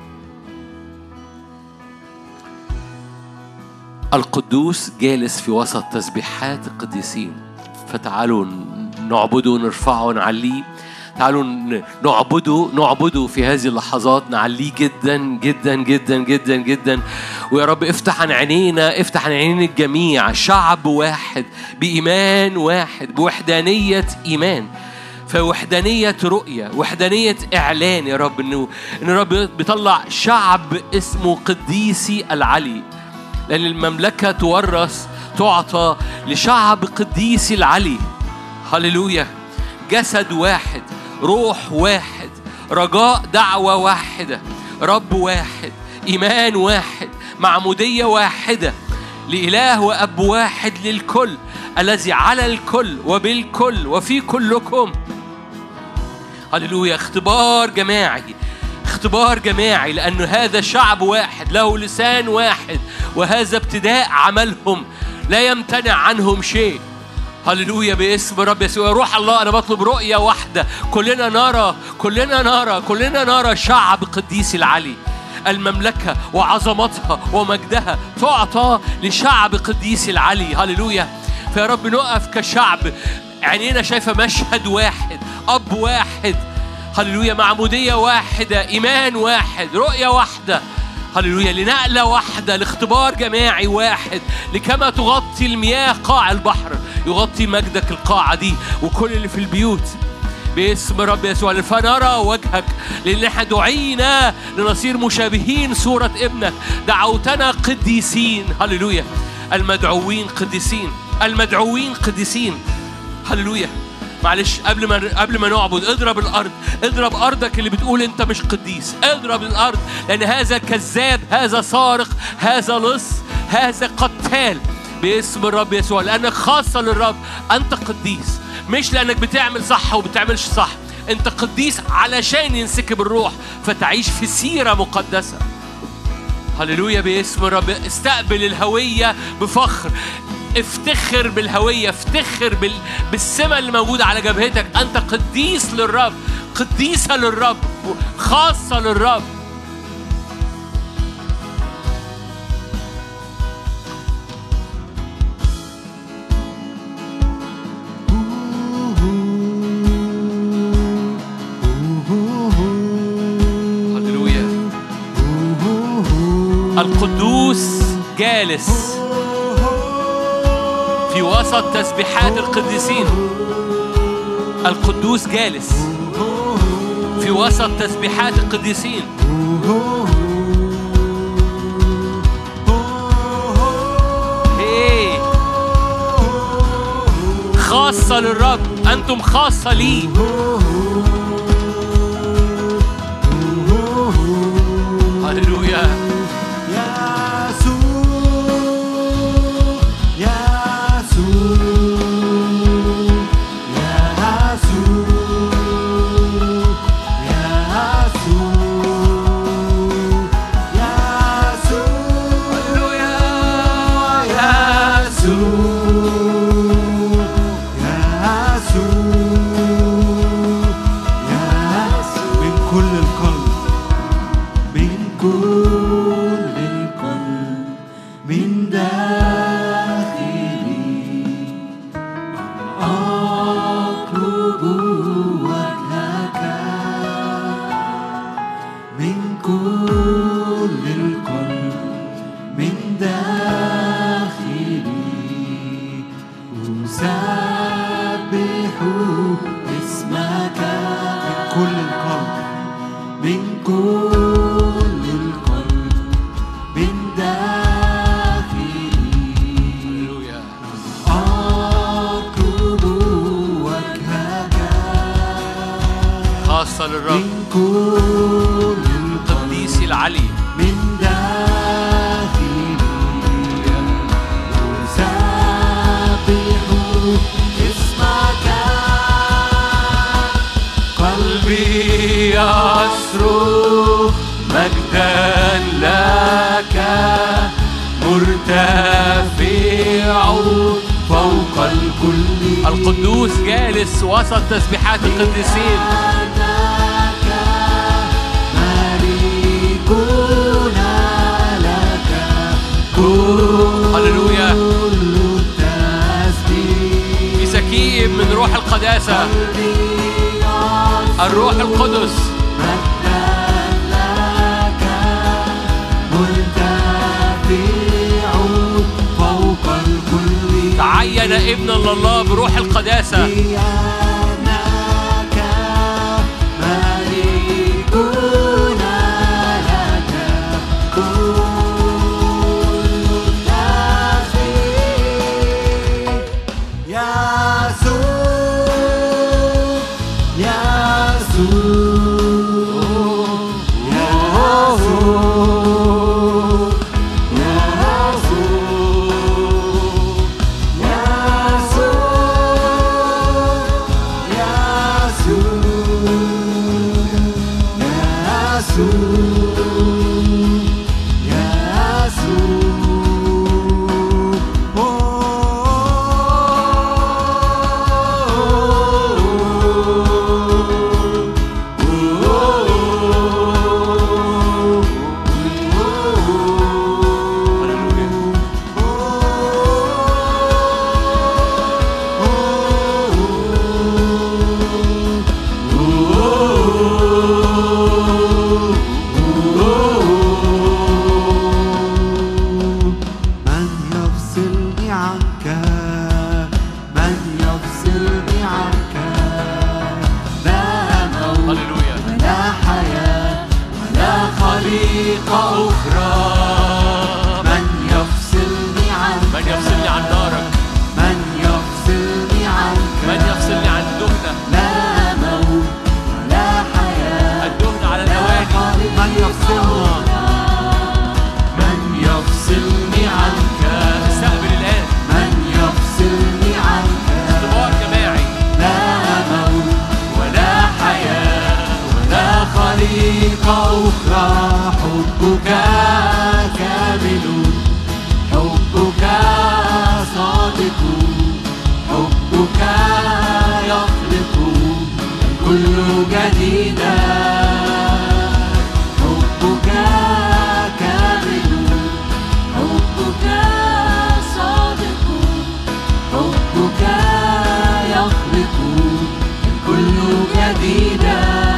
القدوس جالس في وسط تسبيحات القديسين. فتعالوا نعبده، نرفعه، ونعليه. تعالوا نعبده في هذه اللحظات، نعليه جدا جدا جدا جدا جدا. ويا رب افتح عن عينينا، افتح عن عينين الجميع، شعب واحد بإيمان واحد، بوحدانية إيمان، فوحدانية رؤية، وحدانية إعلان. يا رب إن الرب بيطلع شعب اسمه قديسي العلي، لأن المملكة تورث، تعطى لشعب قديسي العلي. هللويا. جسد واحد، روح واحد، رجاء دعوة واحدة، رب واحد، إيمان واحد، معمودية واحدة، لإله وأب واحد للكل، الذي على الكل وبالكل وفي كلكم. هللويا. اختبار جماعي، اختبار جماعي، لأن هذا شعب واحد له لسان واحد، وهذا ابتداء عملهم، لا يمتنع عنهم شيء. هللويا. باسم رب يسوع. روح الله، أنا بطلب رؤية واحدة، كلنا نرى شعب قديس العلي. المملكة وعظمتها ومجدها تعطى لشعب قديس العلي. هللويا. فيا رب نقف كشعب، عينينا شايفة مشهد واحد، أب واحد. هللويا. معمودية واحدة، إيمان واحد، رؤية واحدة. هللويا. لنقلة واحدة، لاختبار جماعي واحد، لكما تغطي المياه قاع البحر يغطي مجدك القاعة دي. وكل اللي في البيوت باسم رب يسوع، فنرى وجهك، لأن احنا دعينا لنصير مشابهين صورة ابنك. دعوتنا قديسين. هللويا. المدعوين قديسين، المدعوين قديسين. هللويا. معلش قبل ما نعبد اضرب الارض، اضرب ارضك اللي بتقول انت مش قديس. اضرب الارض، لان هذا كذاب، هذا سارق، هذا لص، هذا قتال. باسم الرب يسوع، لانك خاصه للرب. انت قديس مش لانك بتعمل صح وبتعملش صح، انت قديس علشان ينسكب الروح فتعيش في سيره مقدسه. هللويا. باسم الرب استقبل الهويه بفخر، افتخر بالهوية، افتخر بالسمة اللي موجودة على جبهتك. أنت قديس للرب، قديسة للرب، خاصة للرب. هللويا. القدوس جالس في وسط تسبيحات القديسين. القدوس جالس في وسط تسبيحات القديسين. هي خاصة للرب، أنتم خاصة لي. هللويا. القدوس جالس وسط تسبيحات القديسين. هللويا. في سكيب من روح القداسة، الروح القدس. تعين ابن الله بروح القداسة. يفصلني عن نارك؟ من يفصلني عنك؟ من يفصلني عن الدهنة؟ لا موت ولا حياة. الدهنة على الأواني. من يفصلنا؟ من يفصلني عنك؟ استقبل الآن. من يفصلني عنك؟ اختبار جماعي. لا موت ولا حياة ولا خليقة أخرى. حبك كامل، حبك صادق، حبك يخلق الكل جديدا. حبك كامل، حبك صادق، حبك يخلق الكل جديدا.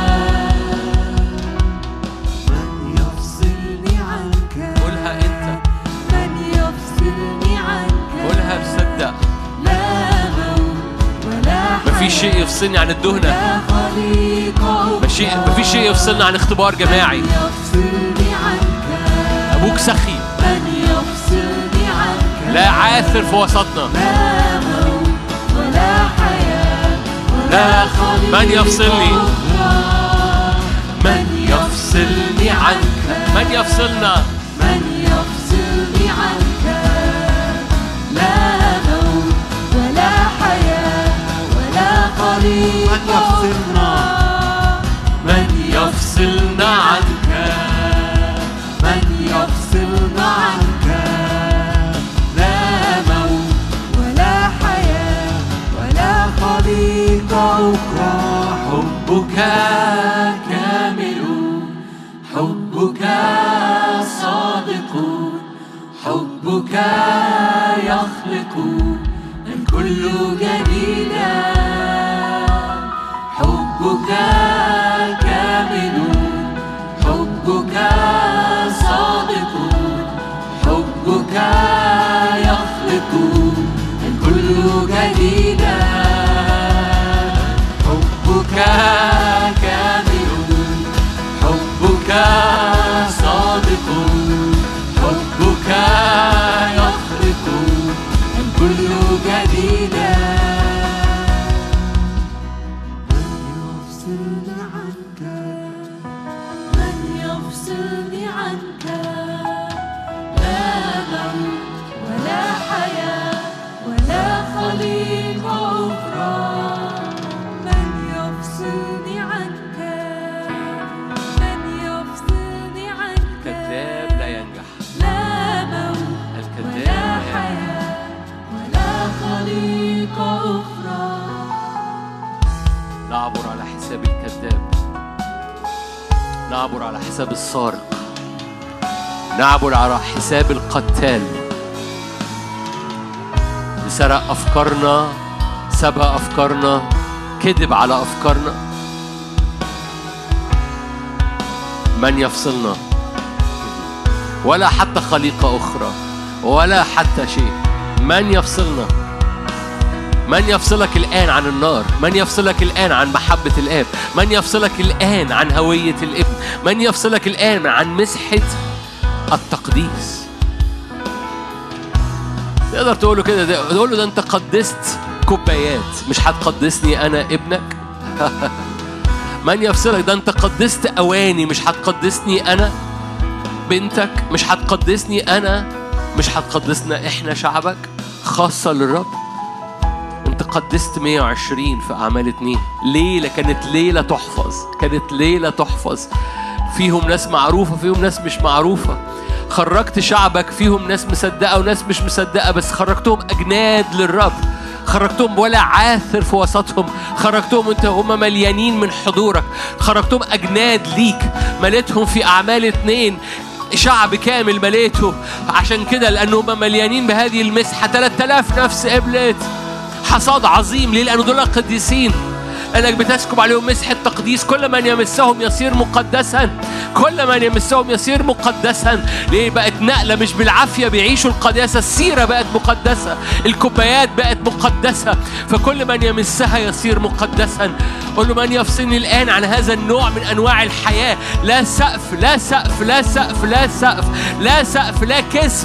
من يفصلني عنك؟ قولها أنت. من يفصلني عنك؟ قولها بصدق. لا موت ولا مفيش شيء يفصلني عن الدهنة. لا خليقة مفيش شيء يفصلنا عن اختبار جماعي. من يفصلني عنك؟ أبوك سخي، من يفصلني عنك؟ لا عاثر في وسطنا. لا موت ولا حياة ولا خليقة من يفصلني؟ أخرى. من يفصلني عنك؟ من يفصلنا؟ من يفصلني عنك؟ لا موت ولا حياة ولا خليقة أخرى. من يفصلنا عنك؟ من يفصلنا عنك؟ لا موت ولا حياة ولا خليقة أخرى. حبك كامل، حبك صادق، حبك يخلق الكل جديدا. حبك كامل، حبك صادق، حبك يخلق الكل جديدا. حبك كامل، حبك صادق، حبك يخلق الكل جديدا. من يفصلني عنك؟ لا موت ولا حياة ولا خليقة أخرى. من يفصلني عنك؟ من يفصلني عنك؟ كذاب لا ينجح. لا موت الكذاب ولا لا ينجح. حياة ولا خليقة أخرى. نعبر على حساب الكذاب، نعبر على حساب السارق، نعبر على حساب القتال اللي سرق أفكارنا، سبق أفكارنا، كذب على أفكارنا. من يفصلنا؟ ولا حتى خليقة أخرى ولا حتى شيء. من يفصلنا؟ من يفصلك الآن عن النار؟ من يفصلك الآن عن محبة الآب؟ من يفصلك الآن عن هوية الابن؟ من يفصلك الآن عن مسحة التقديس؟ تقدر تقول له كده، تقول له ده أنت قدست كوبايات، مش هتقدسني أنا ابنك؟ من يفصلك؟ ده أنت قدست أواني، مش هتقدسني أنا بنتك؟ مش هتقدسني أنا؟ مش هتقدسنا إحنا شعبك خاصة للرب؟ انت قدست 120 في أعمال 2. ليلة كانت ليلة تحفظ، كانت ليلة تحفظ. فيهم ناس معروفة، فيهم ناس مش معروفة. خرجت شعبك، فيهم ناس مصدقة وناس مش مصدقة، بس خرجتهم أجناد للرب. خرجتهم ولا عاثر في وسطهم. خرجتهم انت هم مليانين من حضورك. خرجتهم أجناد ليك، مليتهم في أعمال 2 شعب كامل مليته. عشان كده لأنهم مليانين بهذه المسحة 3000 نفس قبلت. حصاد عظيم. ليه؟ لأنه دول قديسين، لأنك بتسكب عليهم مسحة تقديس. كل من يمسهم يصير مقدسا، كل من يمسهم يصير مقدسا. ليه؟ بقت نقلة، مش بالعافية بيعيشوا القداسة. السيرة بقت مقدسة، الكوبايات بقت مقدسة، فكل من يمسها يصير مقدسا. قل له من يفصلني الآن عن هذا النوع من أنواع الحياة. لا سقف، لا سقف، لا سقف، لا سقف، لا سقف، لا كسب.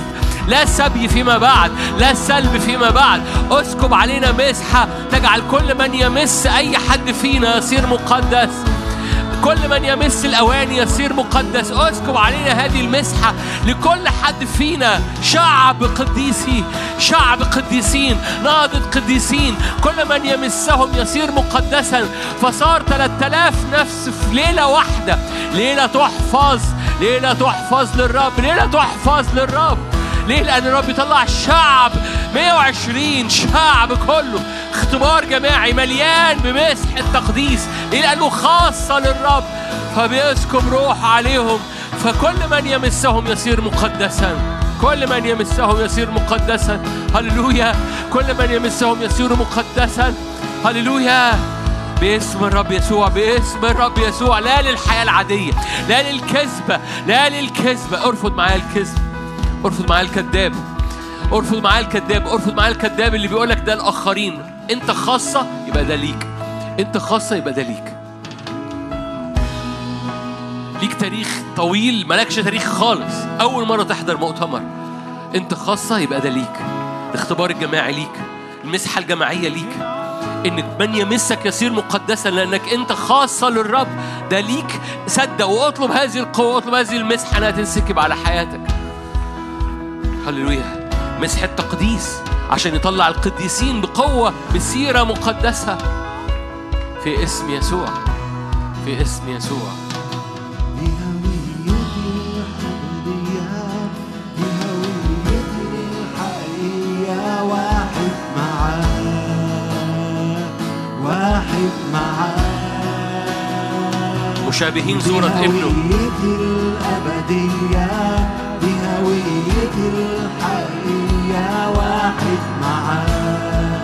لا سبي فيما بعد، لا سلب فيما بعد. اسكب علينا مسحة تجعل كل من يمس أي حد فينا يصير مقدس، كل من يمس الأواني يصير مقدس. اسكب علينا هذه المسحة لكل حد فينا. شعب قديسي، شعب قديسين، نهضة قديسين، كل من يمسهم يصير مقدسا. فصار 3000 نفس في ليلة واحدة. ليلة تحفظ، ليلة تحفظ للرب، ليلة تحفظ للرب. ليه؟ لأن الرب يطلع شعب 120 شعب كله اختبار جماعي مليان بمسح التقديس. ليه؟ لأنه خاصة للرب، فبيسكب روح عليهم. فكل من يمسهم يصير مقدسا، كل من يمسهم يصير مقدسا. هللويا. كل من يمسهم يصير مقدسا. هللويا. باسم الرب يسوع، باسم الرب يسوع. لا للحياة العادية، لا للكذبة، لا للكذبة. ارفض معايا الكذب، ارفض معايا الكذاب، ارفض معايا الكذاب، ارفض معايا الكذاب اللي بيقولك ده الآخرين. انت خاصة يبقى ده ليك، انت خاصة يبقى ده ليك. ليك تاريخ طويل، مالكش تاريخ خالص. أول مرة تحضر مؤتمر، انت خاصة يبقى ده ليك. الاختبار الجماعي ليك، المسحة الجماعية ليك، إن من يمسك يصير مقدسا لأنك أنت خاصة للرب. ده ليك. صدق وأطلب هذه القوة، أطلب هذه المسحة أنها تنسكب على حياتك. هللويا. مسحة تقديس عشان يطلع القديسين بقوة بسيرة مقدسة في اسم يسوع، في اسم يسوع. واحد معاه مشابهين صورة ابنه. الأبدية بهوية الحقيقة. واحد معاه،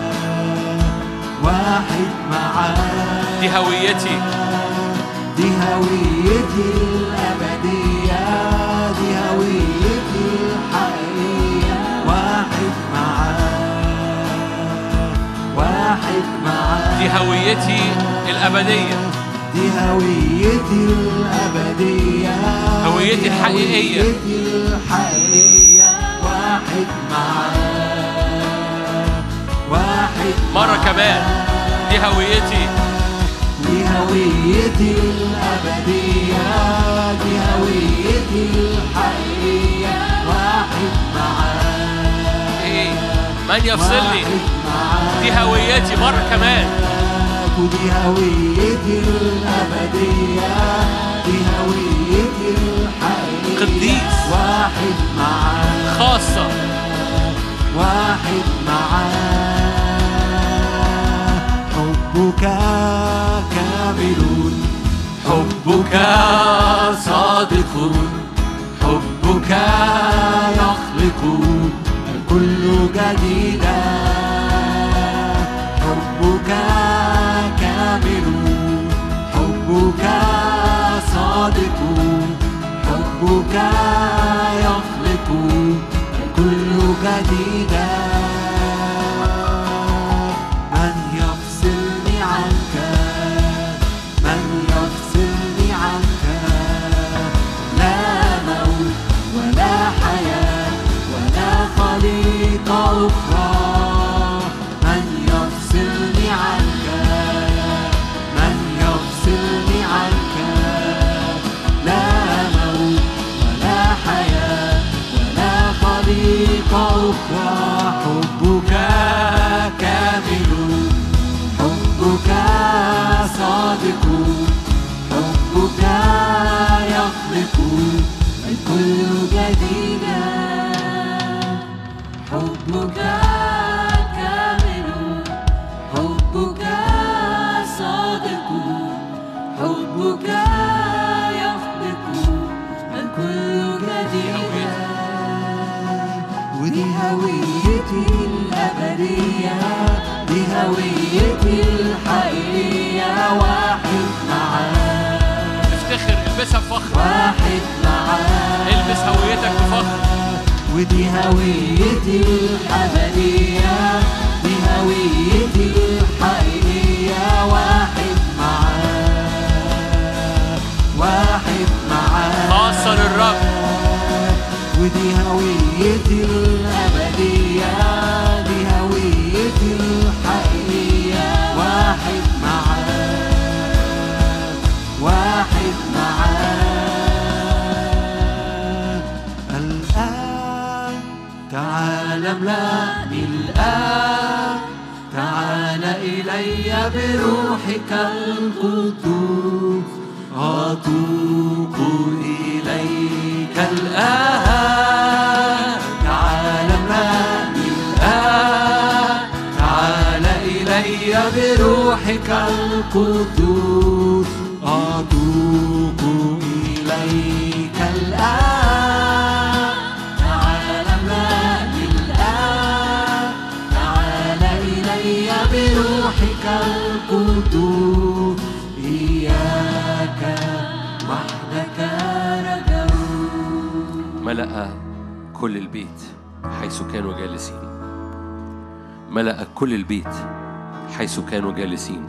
واحد معاه. دي هويتي، دي هويتي الأبدية، دي هويتي الحقيقة. واحد معاه، واحد معاه. دي هويتي الأبدية، دي هويتي الأبدية، هويتي الحقيقية. هويتي الحقيقية. واحد معاه، واحد مرة كمان. دي هويتي، دي هويتي الأبدية، دي هويتي الحقيقية. واحد معاه. إيه؟ من يفصلني؟ دي هويتي. مرة كمان. ودي هويتي الأبدية، دي هويتي الحقيقية. قديس. واحد معاه، خاصة. واحد معاه. حبك كامل، حبك صادق، حبك يخلق الكل جديدا. حبك كامل، حبك صادق، حبك يخلق الكل جديدا. من يفصلني عنك، من يفصلني عنك. لا موت ولا حياة ولا خليقة أخرى. من يفصلني عنك، من يفصلني عنك. لا موت ولا حياة ولا خليقة أخرى. حبك كامل، حبك صادق، حبك يخلق الكل جديدا. حبك كامل، حبك صادق، حبك يخلق الكل جديدا. ودي هويتي الأبدية، دي هويتي الحقيقية. واحد معاه. افتخر، البسها بفخر. واحد معاه. البس هويتك بفخر. ودي هويتي الأبدية، دي هويتي الحقيقية. واحد معاه، واحد معاه. خاصة للرب. ودي هويتي إلي بروحك القدوس أتوق إليك الآن تعال املأني الآن تعال إلي بروحك القدوس أتوق إليك الآن تعال املأني الآن تعال إلي بروحك القدوس إياك وحدك رجوت. ملأ كل البيت حيث كانوا جالسين. ملأ كل البيت حيث كانوا جالسين.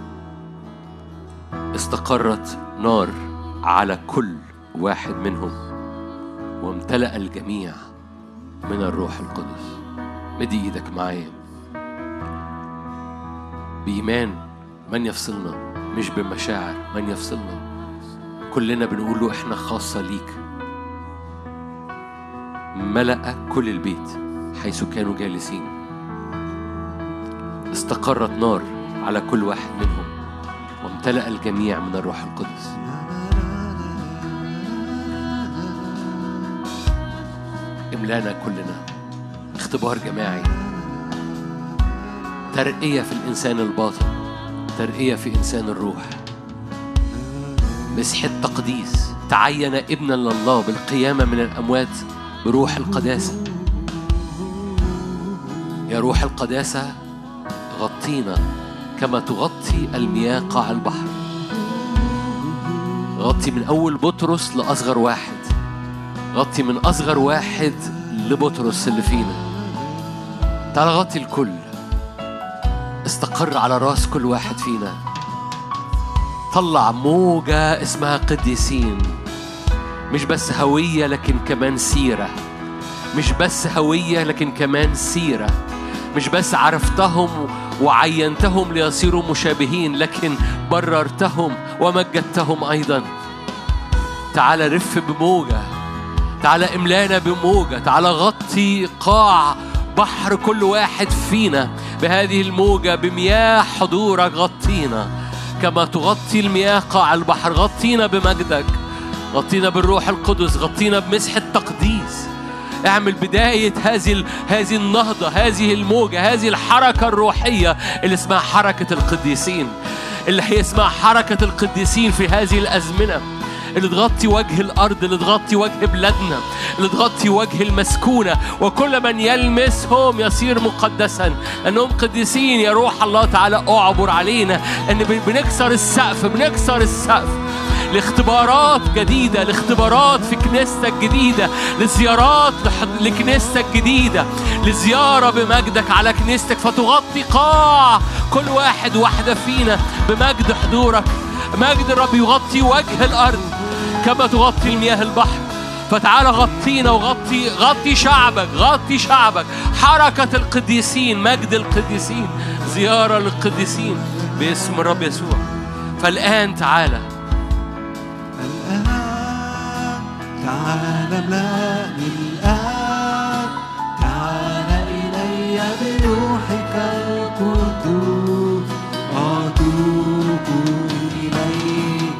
استقرت نار على كل واحد منهم وامتلأ الجميع من الروح القدس. مدي ايدك معايا بإيمان. من يفصلنا؟ مش بمشاعر. من يفصلنا؟ كلنا بنقول له احنا خاصة ليك. ملأ كل البيت حيث كانوا جالسين. استقرت نار على كل واحد منهم وامتلأ الجميع من الروح القدس. املانا كلنا. اختبار جماعي، ترقية في الإنسان الباطن، ترقية في إنسان الروح، مسحة تقديس. تعين ابنا لله بالقيامة من الأموات بروح القداسة. يا روح القداسة غطينا كما تغطي المياه قاع البحر. غطي من أول بطرس لأصغر واحد. غطي من أصغر واحد لبطرس اللي فينا. تعال غطي الكل. استقر على راس كل واحد فينا. طلع موجة اسمها قديسين. مش بس هوية لكن كمان سيرة. مش بس هوية لكن كمان سيرة. مش بس عرفتهم وعينتهم ليصيروا مشابهين لكن بررتهم ومجدتهم أيضا. تعال رف بموجة. تعال املانا بموجة. تعال غطي قاع بحر كل واحد فينا بهذه الموجة بمياه حضورك. غطينا كما تغطي المياه قاع البحر. غطينا بمجدك. غطينا بالروح القدس. غطينا بمسحة تقديس. اعمل بداية هذه النهضة، هذه الموجة، هذه الحركة الروحية اللي اسمها حركة القديسين، اللي هي اسمها حركة القديسين في هذه الأزمنة، اللي تغطي وجه الأرض، اللي تغطي وجه بلادنا، اللي تغطي وجه المسكونة، وكل من يلمسهم يصير مقدسا أنهم قديسين. يا روح الله تعالى أعبر علينا أن بنكسر السقف، بنكسر السقف لاختبارات جديدة، لاختبارات في كنيستك جديدة، لزيارات لكنيستك جديدة، لزيارة بمجدك على كنيستك فتغطي قاع كل واحد واحدة فينا بمجد حضورك. مجد الرب يغطي وجه الأرض كما تغطي المياه البحر. فتعال غطينا غطي شعبك، غطي شعبك. حركة القديسين، مجد القديسين، زيارة للقديسين باسم الرب يسوع. فالآن تعال تعال املأني الآن تعال إلي بروحك القدوس أتوب إليك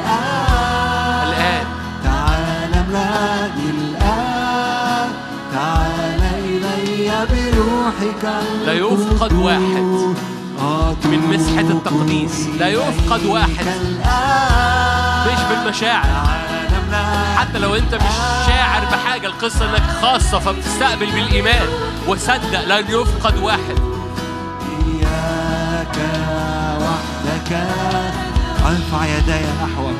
الآن تعال املأني الآن تعال إلي بروحك القدوس. لا يفقد واحد من مسحة التقديس. لا يفقد واحد مش بالمشاعر. حتى لو انت مش شاعر بحاجة، القصة انك خاصة فبتستقبل بالإيمان وصدق. لن يفقد واحد. إياك وحدك أرفع يداي نحوك،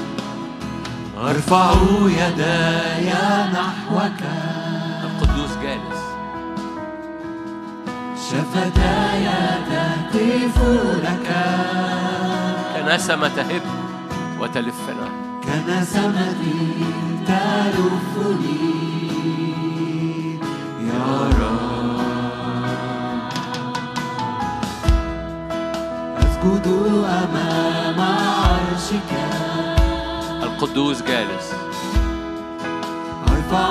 أرفع يداي نحوك. القدوس جالس. شفتاي تهتف لك كنسمة تهب وتلفنا. كنسمة تلفني يا رب. أسجد أمام عرشك. القدوس جالس. أرفع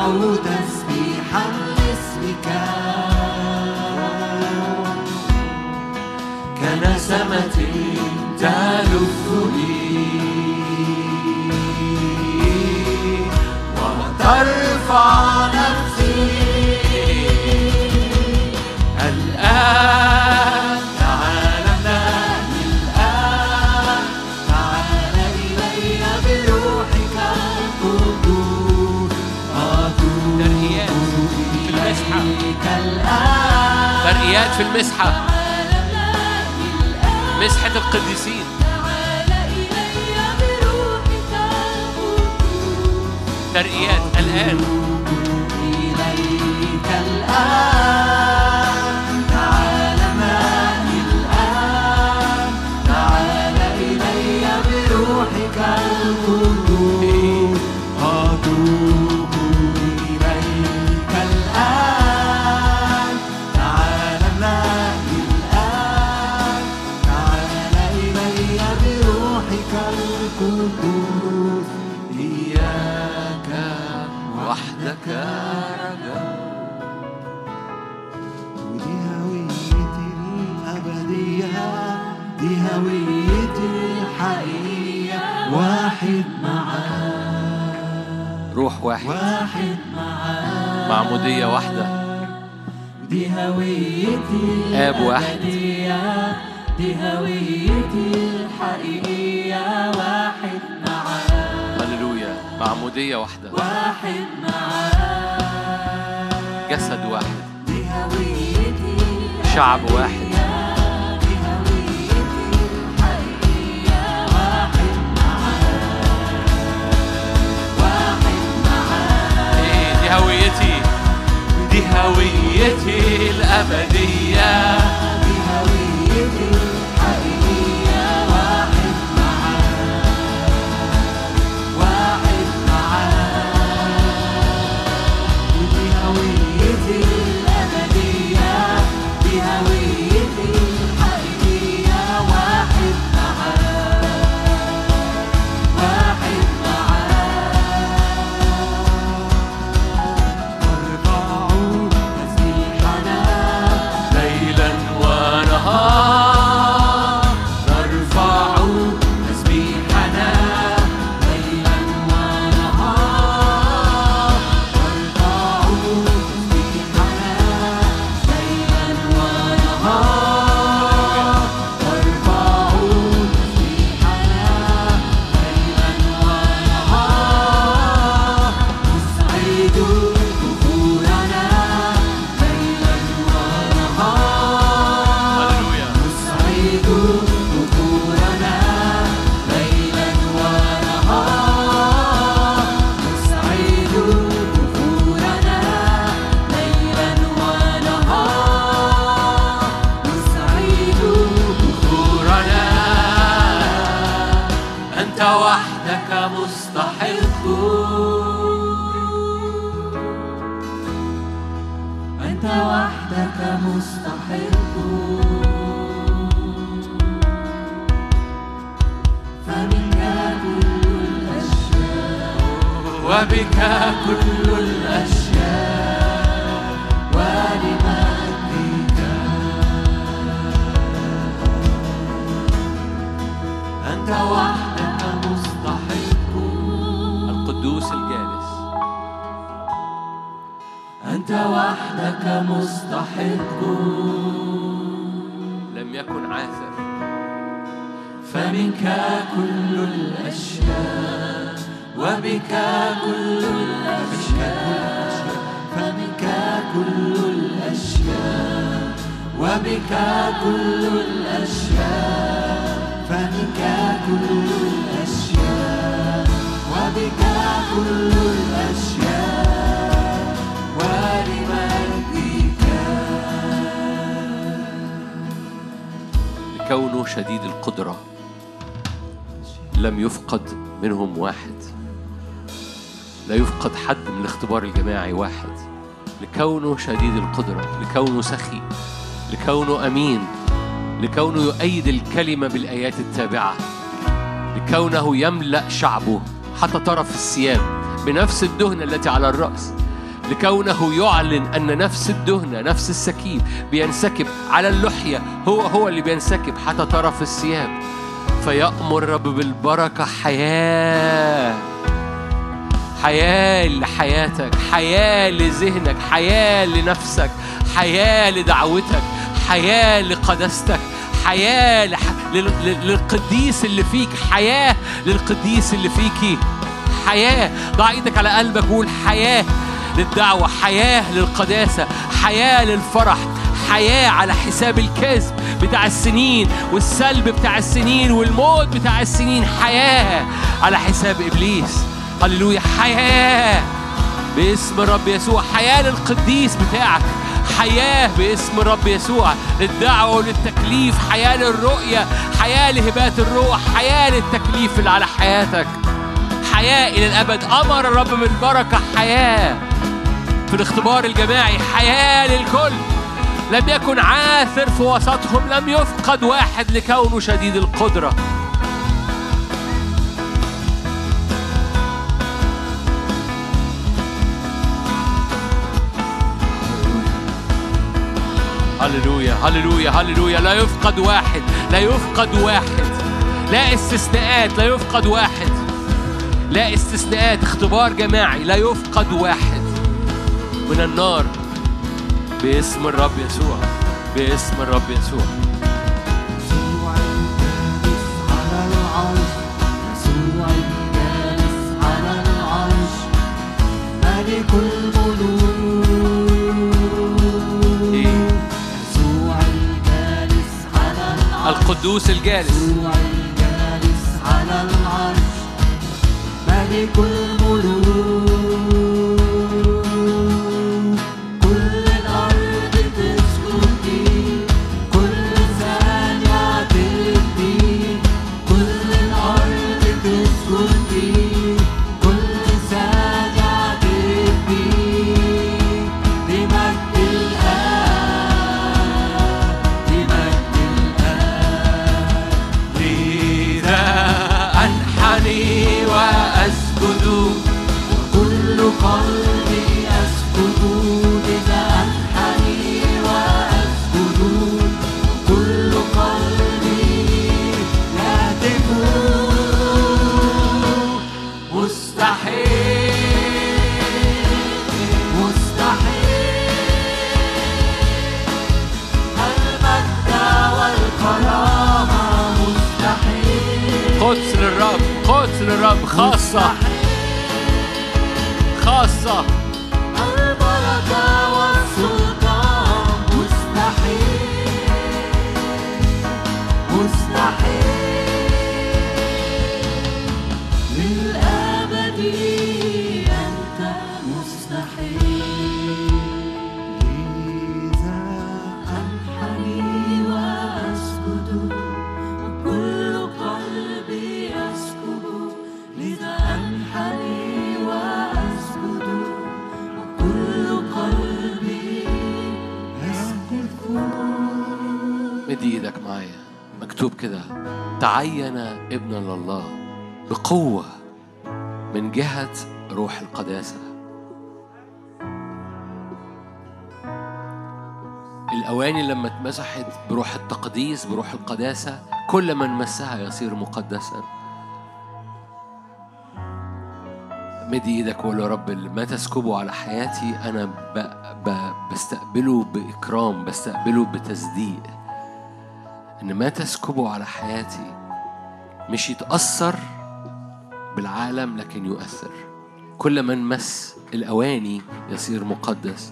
تسبيحا لاسمك كنسمة تلفني وترفع نفسي الآن. تعال نادي الآن، تعال إلي بروحك القدوس. ترقيات في المسحة، ترقيات في المسحة، مسحة القديسين. ترقيات الآن، إليك الآن، تعال معي الآن، تعال إلي بروحك القدوس. أتوب إليك الآن، تعال معي الآن، تعال إلي بروحك القدوس. إياك وحدك رجاء. ودي هويتي الأبدية، دي هويتي الحقيقية، واحد معاه، روح واحد، واحد معاه، معمودية واحدة، دي هويتي آب واحد، الأبدية، دي هويتي الحقيقية، واحد معاه، هللويا. معمودية واحدة، واحد معاه، جسد واحد، دي هويتي شعب واحد. دي هويتي، دي هويتي الأبدية، دي هويتي الحقيقية، واحد معاه، واحد معاه. ودي هويتي الأبدية، دي هويتي الحقيقية، واحد معاه، واحد وارفعوا تسبيحنا ليلا ونهار. نرفع تسبيحنا ليلا ونهار، نرفع تسبيحنا ليلا ونهار، نرفع تسبيحنا ليلا ونهار، نسعد ظهورنا ليلا ونهار، هللويا. نسعد ظهورنا ليلا ونهار، نسعد ظهورنا ليلا ونهار، نسعد ظهورنا. أنت وحدك مستحق، أنت وحدك مستحق، فمنك كل الأشياء، وبك كل الأشياء، ولمجدك. أنت وحدك مستحق، القدوس الجالس. أنت وحدك مستحق، لم يكن عاثر، فمنك كل الأشياء، وبك كل الأشياء، فمنك كل الأشياء، وبك كل الأشياء، فمنك كل الأشياء، وبك كل الأشياء، ولمجدك. لكونه شديد القدرة لم يفقد منهم واحد، لا يفقد حد من الاختبار الجماعي واحد. لكونه شديد القدرة، لكونه سخي، لكونه أمين، لكونه يؤيد الكلمة بالآيات التابعة، لكونه يملأ شعبه حتى طرف الثياب بنفس الدهنة التي على الرأس. لكونه يعلن أن نفس الدهنة نفس السكيب بينسكب على اللحية، هو اللي بينسكب حتى طرف الثياب. فيأمر الرب بالبركة، حياة لحياتك، حياة لذهنك، حياة لنفسك، حياة لدعوتك، حياة لقداستك، حياة للقديس اللي فيك، حياة للقديس اللي فيكي، حياة. ضع ايدك على قلبك وقول حياة للدعوة، حياة للقداسة، حياة للفرح، حياة على حساب الكذب بتاع السنين والسلب بتاع السنين والموت بتاع السنين، حياة على حساب إبليس. هللويا، حياة باسم الرب يسوع، حياة للقديس بتاعك، حياة باسم الرب يسوع للدعوة وللتكليف، حياة للرؤية، حياة لهبات الروح، حياة للتكليف اللي على حياتك، حياة إلى الأبد. أمر الرب بالبركة، حياة في الاختبار الجماعي، حياة للكل. لم يكن عاثر في وسطهم، لم يفقد واحد لكونه شديد القدرة. هللويا هللويا هللويا. لا يفقد واحد، لا يفقد واحد، لا استثناءات، لا يفقد واحد، لا استثناءات. اختبار جماعي لا يفقد واحد من النار باسم الرب يسوع، باسم الرب يسوع. يسوع الجالس على العرش، يسوع الجالس على العرش، ملك الملوك. يسوع الجالس على العرش، القدوس الجالس، يسوع الجالس على العرش، ملك الملوك. قلبي أسجد لذا أنحني وأسجد، كل قلبي يهتف مستحيل مستحيل، المجد والكرامة مستحيل. قدس للرب، قدس للرب، خاصة خاصة. البركة والسلطان مستحيل مستحيل، للأبد أنت مستحيل. لذا أنحني وأسجد، وكل قلبي يسكب، لذا أنحني وأسجد، وكل قلبي يهتف. مد ايدك معايا، مكتوب كده: تعين ابنا لله بقوة من جهة روح القداسة. الأواني لما اتمسحت بروح التقديس بروح القداسة، كل من مسها يصير مقدسا. مد ايدك وقول يا رب ما تسكبه على حياتي أنا بستقبله بإكرام، بستقبله بتصديق. إن ما تسكبه على حياتي مش يتأثر بالعالم لكن يؤثر. كل من مس الأواني يصير مقدس.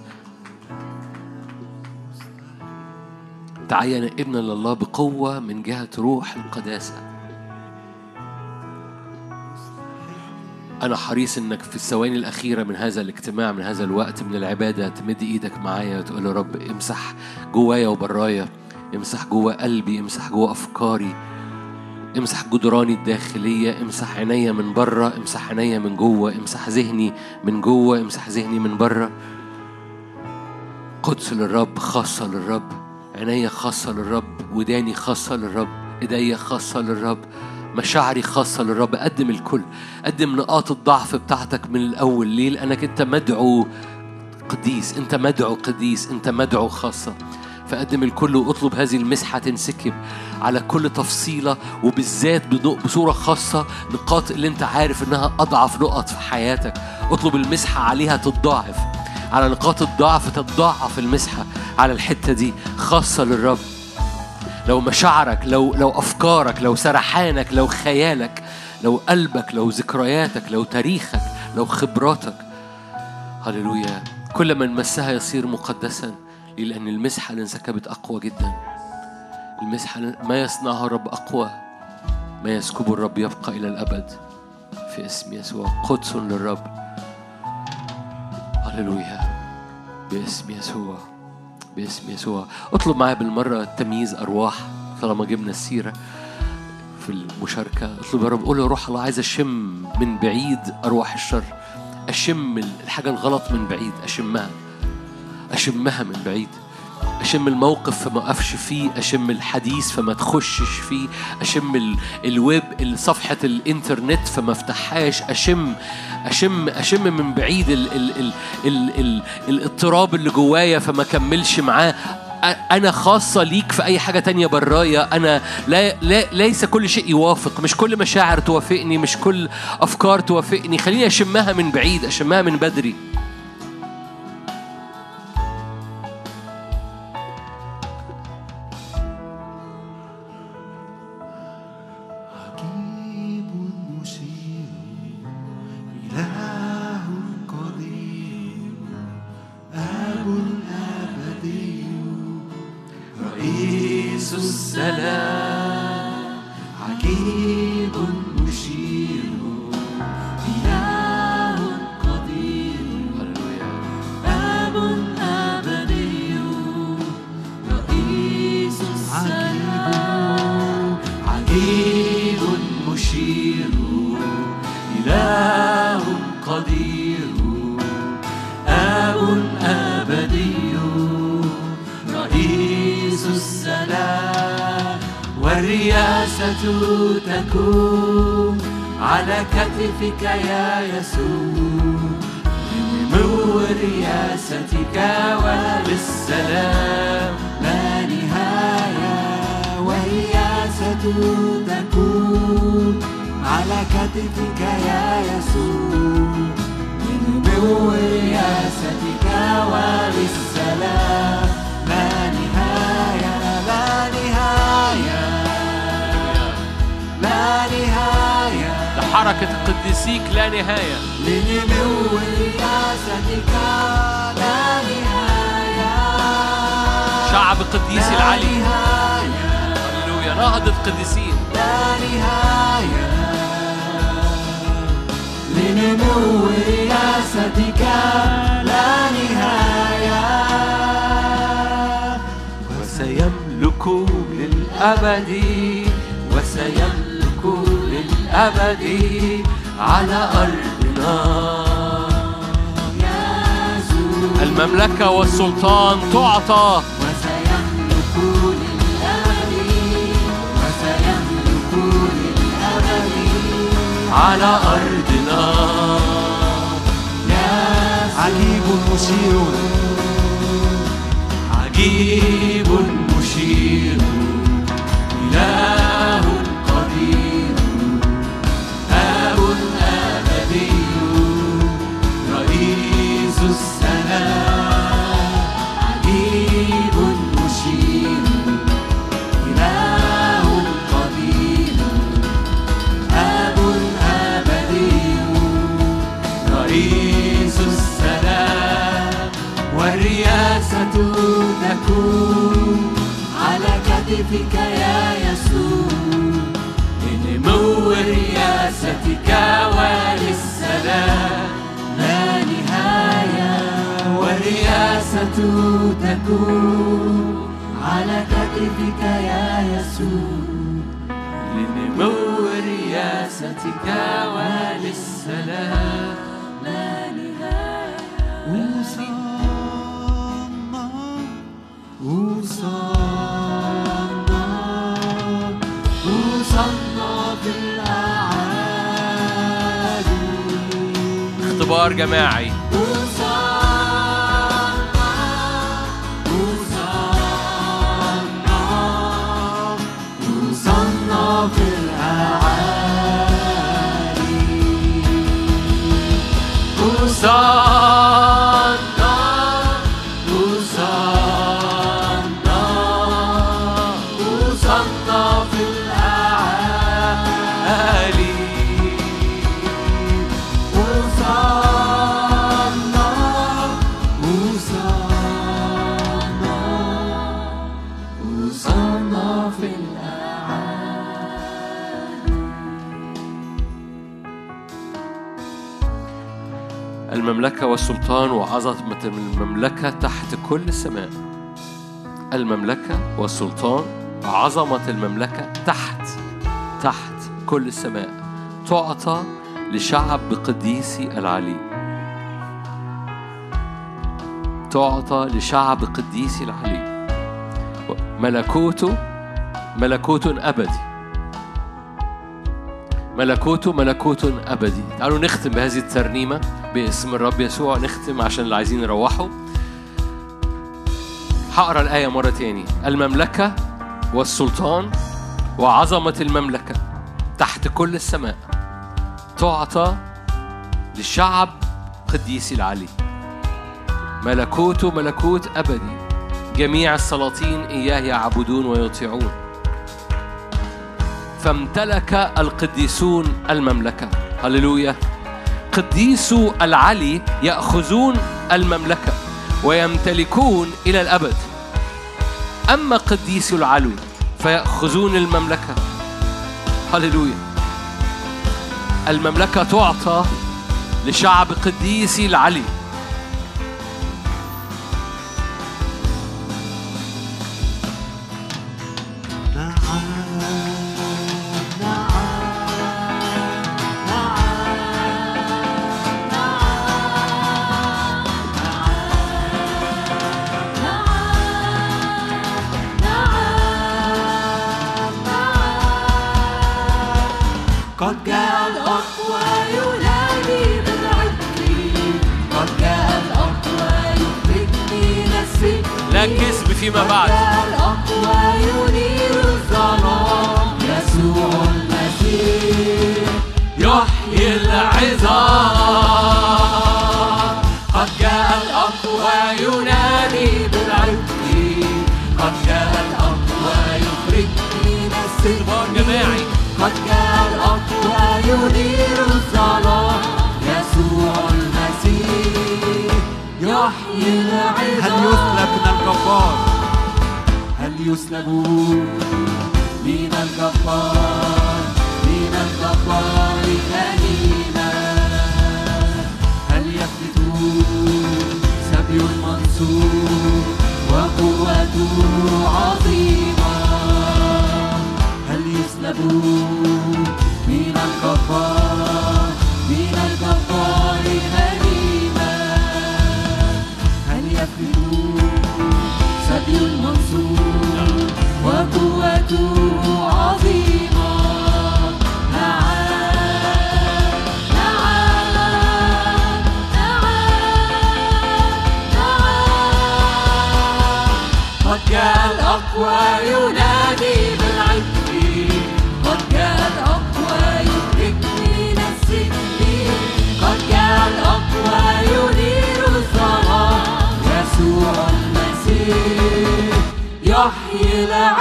تعين ابنا لله بقوة من جهة روح القداسة. أنا حريص إنك في الثواني الأخيرة من هذا الاجتماع، من هذا الوقت من العبادة، تمد إيدك معايا وتقول يا رب امسح جوايا وبرايا، امسح جوا قلبي، امسح جوا أفكاري، امسح جدراني الداخلية، امسح عينيا من بره، امسح عينيا من جوه، امسح ذهني من جوه، امسح ذهني من بره. قدس للرب، خاصة للرب، عينيا خاصة للرب، وداني خاصة للرب، ايديا خاصة للرب، مشاعري خاصة للرب. قدم الكل، قدم نقاط الضعف بتاعتك من الأول. ليه؟ لأنك أنت مدعو قديس، أنت مدعو قديس، أنت مدعو خاصة. فقدم الكل واطلب هذه المسحة تنسكب على كل تفصيلة، وبالذات بصورة خاصة نقاط اللي أنت عارف إنها أضعف نقط في حياتك. اطلب المسحة عليها تتضاعف، على نقاط الضعف تتضاعف المسحة على الحتة دي خاصة للرب. لو مشاعرك، لو أفكارك، لو سرحانك، لو خيالك، لو قلبك، لو ذكرياتك، لو تاريخك، لو خبراتك، هللويا، كل من مسها يصير مقدسا، لأن المسحة اللي انسكبت أقوى جدا. المسحة ما يصنعها الرب أقوى، ما يسكب الرب يبقى إلى الأبد. في اسم يسوع قدس للرب. هللويا، باسم يسوع، باسم يسوع. اطلب معايا بالمرة تمييز أرواح طالما جبنا السيرة في المشاركة. اطلب يا رب، قول يا روح الله عايز أشم من بعيد أرواح الشر، أشم الحاجة الغلط من بعيد، أشمها من بعيد، أشم الموقف فما أقفش فيه، أشم الحديث فما تخشش فيه، أشم الويب صفحة الإنترنت فما افتحهاش، أشم من بعيد الاضطراب اللي جوايا فما كملش معاه. أنا خاصة ليك في أي حاجة تانية برايا. أنا ليس كل شيء يوافق، مش كل مشاعر توافقني، مش كل أفكار توافقني. خليني أشمها من بعيد، أشمها من بدري. تكون على كتفك يا يسوع، لنمو رياستك وللسلام لا نهاية. ورياسة تكون على كتفك يا يسوع، لنمو رياستك وللسلام لا نهاية. لا نهاية، لا نهاية، لحركة قديسيك لا نهاية، لنمو رياستك لا نهاية. شعب قديس العلي، هللويا، نهضة قديسين لا نهاية، لنمو رياستك لا نهاية. وسيملك للأبد، وسيملك للأبد على أرضنا. المملكة والسلطان تعطى، وسيملك للأبد، وسيملك للأبد على أرضنا. عجيب مشير، عجيب مشير، إله قدير، آب أبدي، رئيس السلام. عجيب مشير، إله قدير، آب أبدي، رئيس السلام. والرياسة تكون على كتفك يا يسوع، لنمو رياستك وللسلام لا نهاية. والرياسة تكون على كتفك يا يسوع، لنمو رياستك وللسلام لا نهاية. وصلنا في الأعالي. اختبار جماعي، وصلنا وصلنا في الأعالي وصلنا في المملكة والسلطان وعظمة المملكة تحت كل السماء. المملكة والسلطان وعظمة المملكة تحت كل السماء تعطى لشعب قديسي العلي. تعطى لشعب قديسي العلي. ملكوت أبدي. ملكوت أبدي. تعالوا نختم بهذه الترنيمة باسم الرب يسوع. نختم عشان اللي عايزين يروحوا. هقرأ الآية مرة تاني. المملكة والسلطان وعظمة المملكة تحت كل السماء تعطى لشعب قديسي العلي. ملكوت أبدي. جميع السلاطين إياه يعبدون ويطيعون. فامتلك القديسون المملكة. هللويا. قديسو العلي يأخذون المملكة ويمتلكون إلى الأبد. أما قديسو العلي فيأخذون المملكة. هللويا. المملكة تعطى لشعب قديسي العلي. قد جاء الأقوى ينادي بالعدل. قد جاء الأقوى يخرجني من السجن. لا كذب فيما بعد. قد جاء الأقوى ينير الظلام. يسوع المسيح يحيي العظام. قد جاء الأقوى ينادي بالعدل. قد جاء الأقوى يخرجني من السجن. جماعي. قد جاء الأقوى ينير الظلام. يسوع المسيح يحيي العظام. هل يسلب من الجبار؟ هل يسلبون من الجبار؟ من الجبار غنيمة. هل يفلتون سبي المنصور وقوته عظيمة؟ هل يسلبون من الجبار؟ من الجبار غنيمة. هل يفلتون سبي المنصور وقوته عظيمة؟ قد جاء الأقوى ينادي بالعدل. قد جاء الأقوى يخرجني من السجن. قد جاء الأقوى ينير الظلام. يسوع المسيح يحيي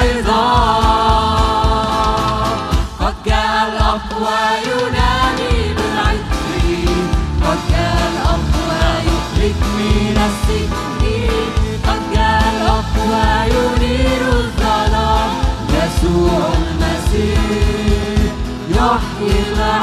العظام. قد جاء الأقوى ينادي بالعدل. قد جاء الأقوى يخرجني من السجن. قد جاء الأقوى ينير الظلام. يسوع المسيح يحيي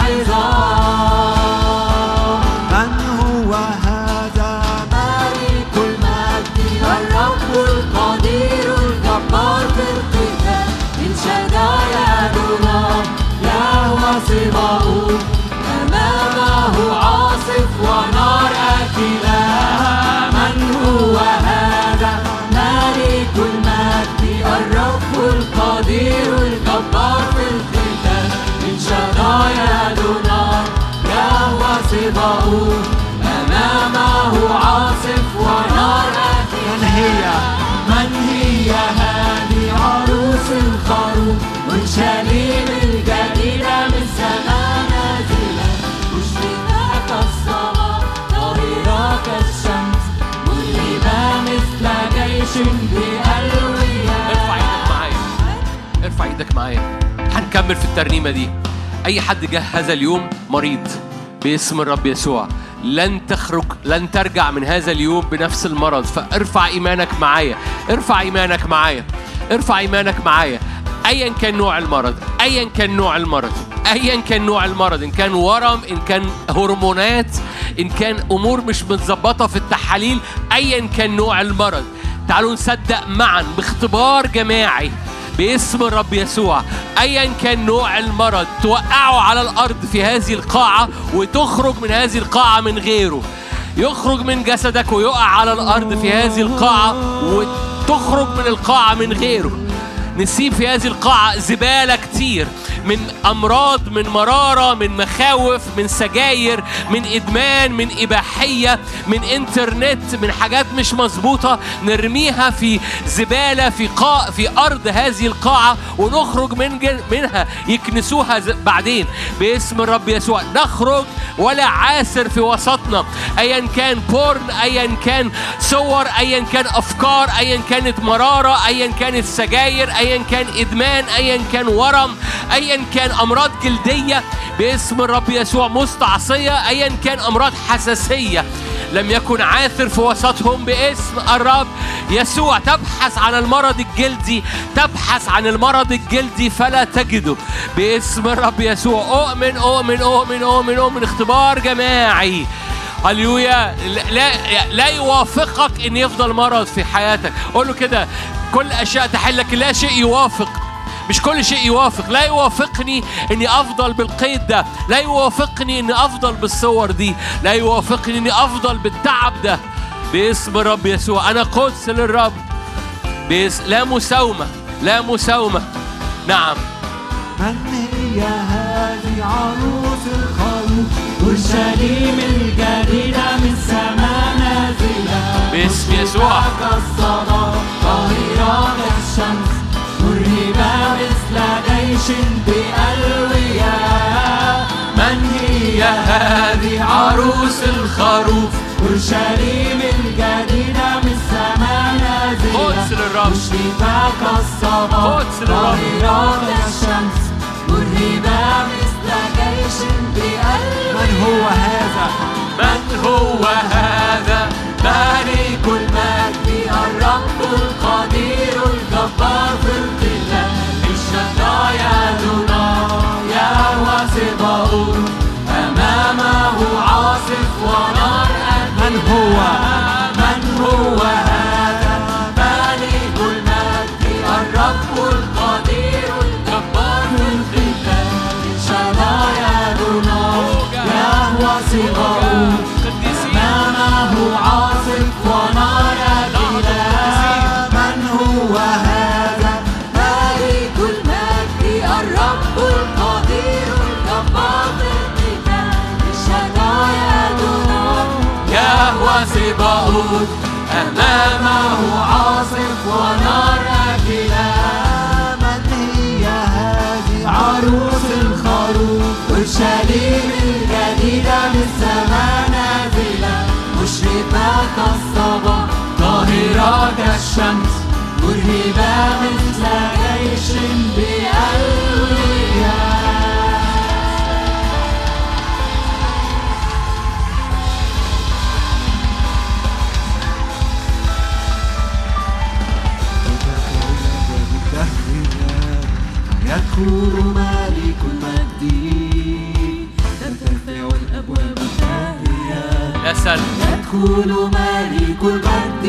العظام. من هو هذا؟ ملك المجد الرب القدير الجبار في القتال. إن شداي أدوناي يهوى صباؤوت. أمامه عاصف ونار أكلة. من هو هذا؟ ملك المجد الرب القدير الجبار في القتال. إن شداي أدوناي يهوى صباؤوت. أمامه عاصف ونار أكلة. من هي هذه عروس الخروف؟ أورشليم الجديدة من سماء نازلة. مشرقة كالصباح طاهرة كالشمس. ارفع ايدك معايا، هنكمل في الترنيمة دي. أي حد جه هذا اليوم مريض باسم الرب يسوع لن تخرج، لن ترجع من هذا اليوم بنفس المرض. فارفع إيمانك معايا، ارفع إيمانك معايا، ارفع إيمانك معايا. أيا كان نوع المرض، أيا كان نوع المرض، أيا كان نوع المرض، إن كان ورم، إن كان هرمونات، إن كان أمور مش متظبطة في التحاليل، أيا كان نوع المرض، تعالوا نصدق معا باختبار جماعي باسم الرب يسوع. أيا كان نوع المرض توقعه على الأرض في هذه القاعة وتخرج من هذه القاعة من غيره. يخرج من جسدك ويقع على الأرض في هذه القاعة وتخرج من القاعة من غيره. نسيب في هذه القاعة زبالة كتير من أمراض، من مرارة، من مخاوف، من سجاير، من إدمان، من إباحية، من إنترنت، من حاجات مش مظبوطة. نرميها في زبالة في أرض هذه القاعة ونخرج منها يكنسوها بعدين باسم الرب يسوع. نخرج ولا عاسر في وسطنا، أيا كان بورن، أيا كان صور، أيا كان أفكار، أيا كانت مرارة، أيا كانت سجاير، أيا كان إدمان، أيا كان ورم، أيا كان أمراض جلدية باسم الرب يسوع مستعصية، أيا كان أمراض حساسية لم يكن عاثر في وسطهم باسم الرب يسوع. تبحث عن المرض الجلدي، تبحث عن المرض الجلدي فلا تجده باسم الرب يسوع. أؤمن أؤمن أؤمن أؤمن أؤمن. اختبار جماعي، هللويا. لا يوافقك ان يفضل مرض في حياتك. قول له كده، كل اشياء تحلك، لا شيء يوافق، مش كل شيء يوافق. لا يوافقني اني افضل بالقيد ده، لا يوافقني اني افضل بالصور دي، لا يوافقني اني افضل بالتعب ده باسم الرب يسوع. انا قدس للرب، لا مساومة، لا مساومة. نعم. من هي هذه عروس الخروف، أورشليم الجديدة من السماء نازلة باسم يسوع. كالصباح طاهرة كالشمس، مرهبة مثل جيش بألوية. من هي هذه عروس الخروف، أورشليم الجديدة من السماء نازلة، قدس للرب، مشرقة كالصباح طاهرة كالشمس، مرهبة مثل جيش بألوية. من هو هذا؟ من هو هذا؟ ملك المجد، الرب القدير الجبار في القتال، الشداء يدنا يهوى سباؤوت، أمامه عاصف ونار. من هو؟ من هو هذا؟ ملك المجد، الرب القدير الجبار في القتال، الشداء يدنا يهوى سباؤوت، أمامه عاصف ونار أكلة. من هو هذا؟ ملك المجد، الرب القدير الجبار في القتال، الشداء يدنا يهوى سباؤوت، أمامه عاصف ونار أكلة. من هي هذه عروس الخروف، أورشليم الجديدة من السماء نازلة، مشرقة كالصباح طاهرة كالشمس، مرهبة مثل جيش بألوية. يدخل ملك المجد، ترتفع الأبواب الداهية. يا سلام. يدخل ملك المجد،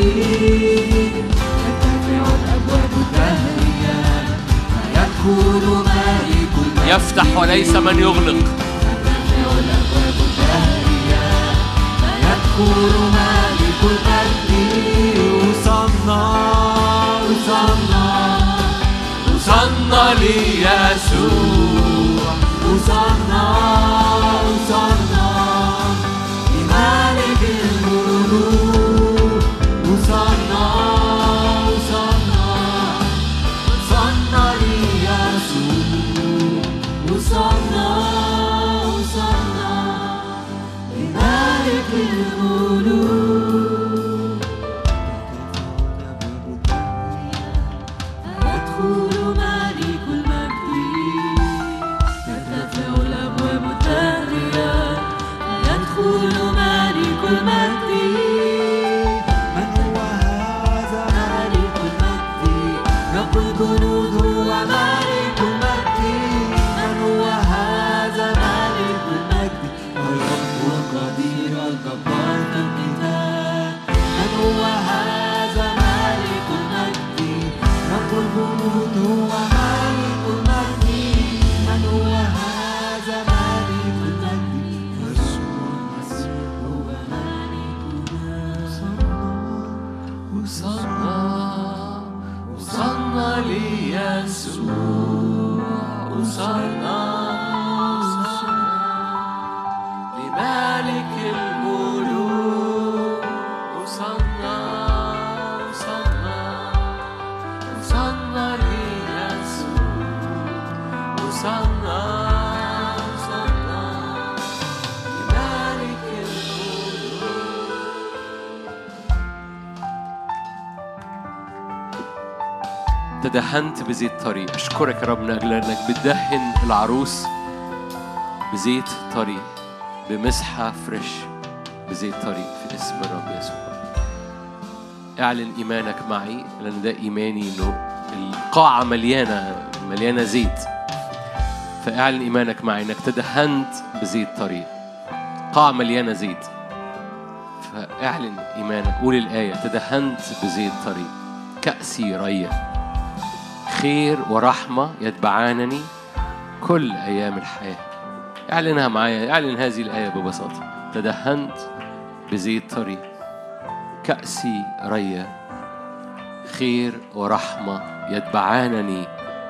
ترتفع الأبواب الداهية. يدخل ملك المجد، يفتح وليس من يغلق. ترتفع الأبواب الداهية. يدخل ملك المجد. وصلنا وصلنا ليسوع، وصلنا لملك الملوك، وصلنا ليسوع، وصلنا لملك الملوك. يدخل ملك وصلنا لملك الملوك. تدهنت بزيت طري. أشكرك يا رب من أجل أنك بتدهن العروس بزيت طري، بمسحة فريش بزيت طري في اسم الرب يسوع. اعلن إيمانك معي، لأن ده إيماني إنه القاعة مليانة زيت. فاعلن إيمانك معي إنك تدهنت بزيت طري، قاعة مليانة زيت. فاعلن إيمانك، قول الآية: تدهنت بزيت طري، كأسي رية، خير ورحمة يتبعانني كل أيام الحياة. اعلنها معايا، اعلن هذه الآية ببساطة: تدهنت بزيت طري، كأسي رية، خير ورحمة يتبعانني.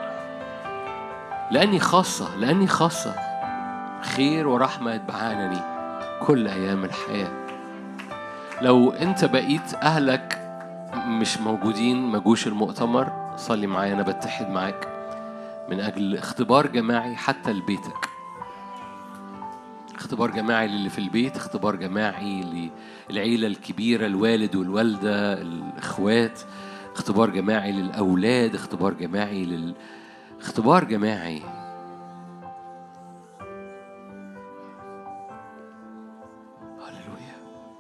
لأني خاصة خير ورحمة يتبعانني كل أيام الحياة. لو أنت بقيت أهلك مش موجودين، مجوش المؤتمر، صلي معايا، أنا بتحد معاك من أجل اختبار جماعي حتى لبيتك. اختبار جماعي للي في البيت، اختبار جماعي للعيلة الكبيرة، الوالد والوالدة، الإخوات، اختبار جماعي للأولاد، اختبار جماعي اختبار جماعي. هللويا.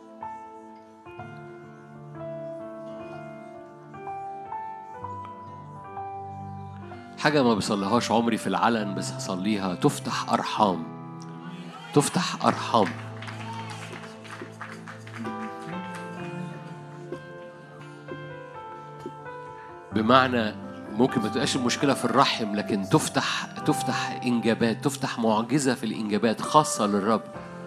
حاجة ما بصليهاش عمري في العلن، بس هصليها: تفتح أرحام. تفتح أرحام. بمعنى ممكن ما تبقاش المشكلة في الرحم، لكن تفتح إنجابات، تفتح معجزة في الإنجابات خاصة للرب.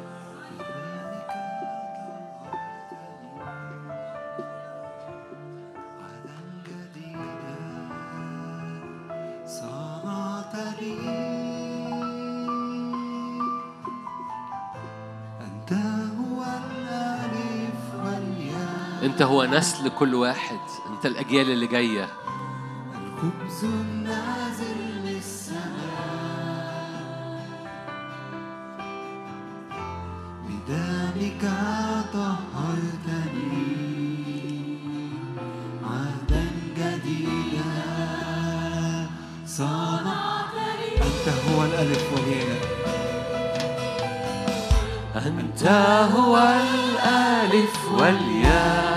أنت هو نسل كل واحد، أنت الأجيال اللي جاية. الخبز النازل من السماء، بدمك طهرتني عهدا جديدا صنعتني. أنت هو الألف والياء، أنت هو الألف والياء،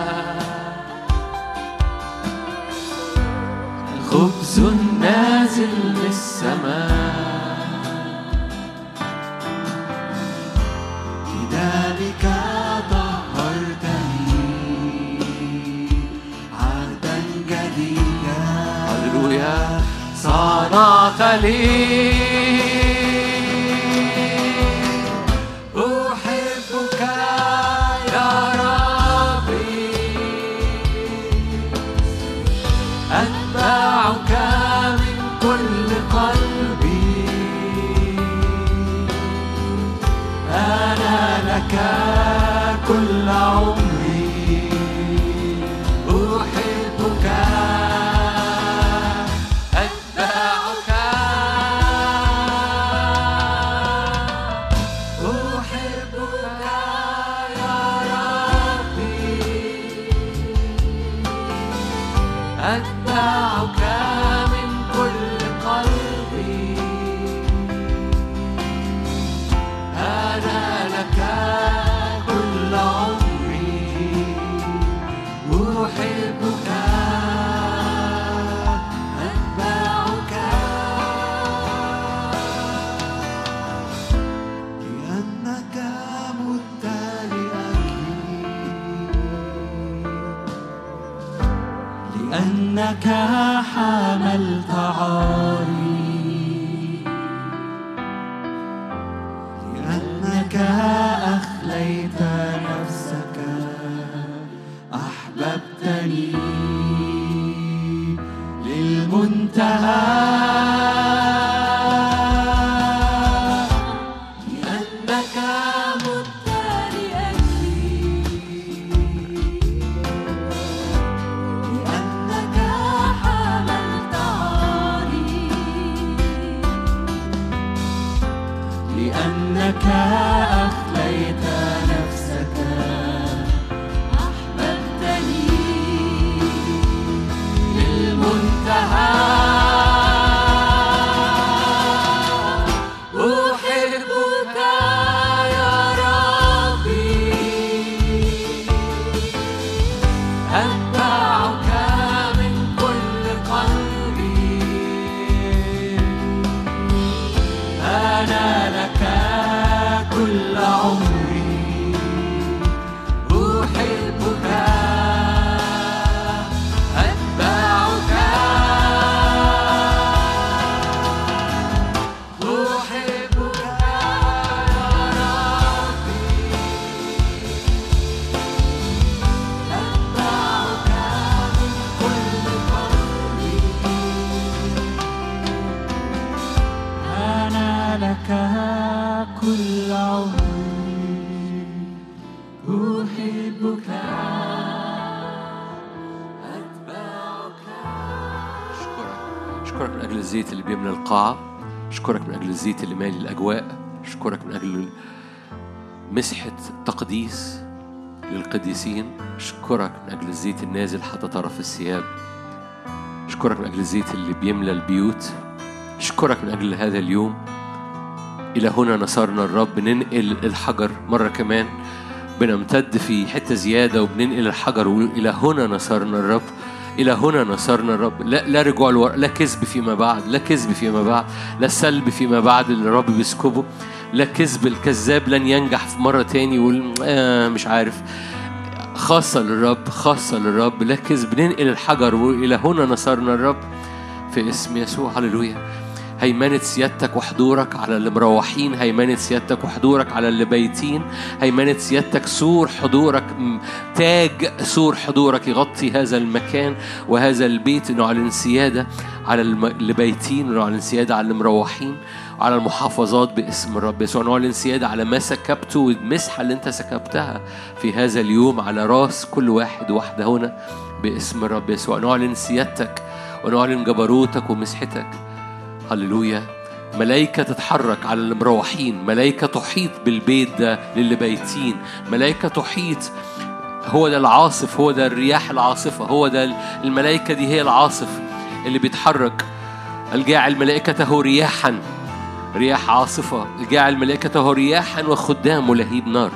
الخبز النازل من السماء، بدمك طهرتني عهدا جديدا. هللويا. صنعت لي كل عمري أحبك، أتبعك، أحبك يا ربي، أتبعك من كل قلبي، أنا لك كل عمري أحبك، أتبعك، لأنك مت لأجلي، لأنك حملت عاري، لأنك أخليت نفسك، أحببتني للمنتهى، لأنك مت لأجلي، لأنك حملت عاري، لك أخليت نفسك أحببتني للمنتهى أحبك يا ربي أتبعك من كل قلبي أنا لك كل عمري أحبك أتبعك أحبك يا ربي أتبعك من كل قلبي أنا لك كل عمري أحبك أتبعك. أشكرك من أجل الزيت اللي بيملى القاعة. أشكرك من أجل الزيت اللي مالي الأجواء. أشكرك من أجل مسحة تقديس للقديسين. أشكرك من أجل الزيت النازل حتى طرف الثياب. أشكرك من أجل الزيت اللي بيملى البيوت. أشكرك من أجل هذا اليوم. إلى هنا نصرنا الرب. ننقل الحجر مرة كمان، بنمتد في حتة زيادة وبننقل الحجر ونقول إلى هنا نصرنا الرب. إلى هنا نصرنا الرب. لا رجوع لورا، لا كذب فيما بعد، لا كذب فيما بعد، لا سلب فيما بعد اللي الرب بيسكبه، لا كذب. الكذاب لن ينجح في مرة تاني يقول مش عارف. خاصة للرب، خاصة للرب، لا كذب. ننقل الحجر وإلى هنا نصرنا الرب في اسم يسوع. هللويا. هيمنة سيادتك وحضورك على اللي مروحين، هيمنة سيادتك وحضورك على اللي بايتين، هيمنة سيادتك سور حضورك، تاج سور حضورك يغطي هذا المكان وهذا البيت. نعلن سيادة على اللي بايتين، ونعلن سيادة على اللي مروحين، على المحافظات باسم الرب يسوع. نعلن سيادة على ما سكبته والمسحة اللي انت سكبتها في هذا اليوم على راس كل واحد واحدة هنا باسم الرب يسوع. نعلن سيادتك ونعلن جبروتك ومسحتك. هللويا. ملايكة تتحرك على المروحين، ملايكة تحيط بالبيت ده للي بايتين، ملايكة تحيط. هو ده العاصف، هو ده الرياح العاصفة، هو ده الملايكة دي هي العاصف اللي بيتحرك. الجاعل ملائكته رياحا، رياح عاصفة. الجاعل ملائكته رياحا وخدامه لهيب نار.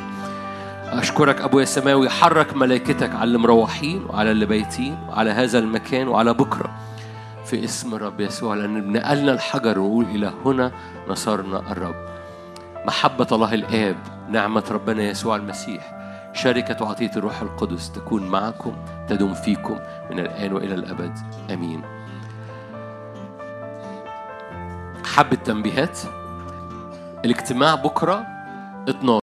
أشكرك أبويا السماوي. حرك ملائكتك على المروحين وعلى اللي بايتين وعلى هذا المكان وعلى بكرة في اسم الرب يسوع، لأن نقلنا الحجر ونقول إلى هنا نصرنا الرب. محبة الله الآب، نعمة ربنا يسوع المسيح، شركة وعطية الروح القدس تكون معكم، تدوم فيكم من الآن وإلى الأبد. أمين. حبة تنبيهات. الاجتماع بكرة 12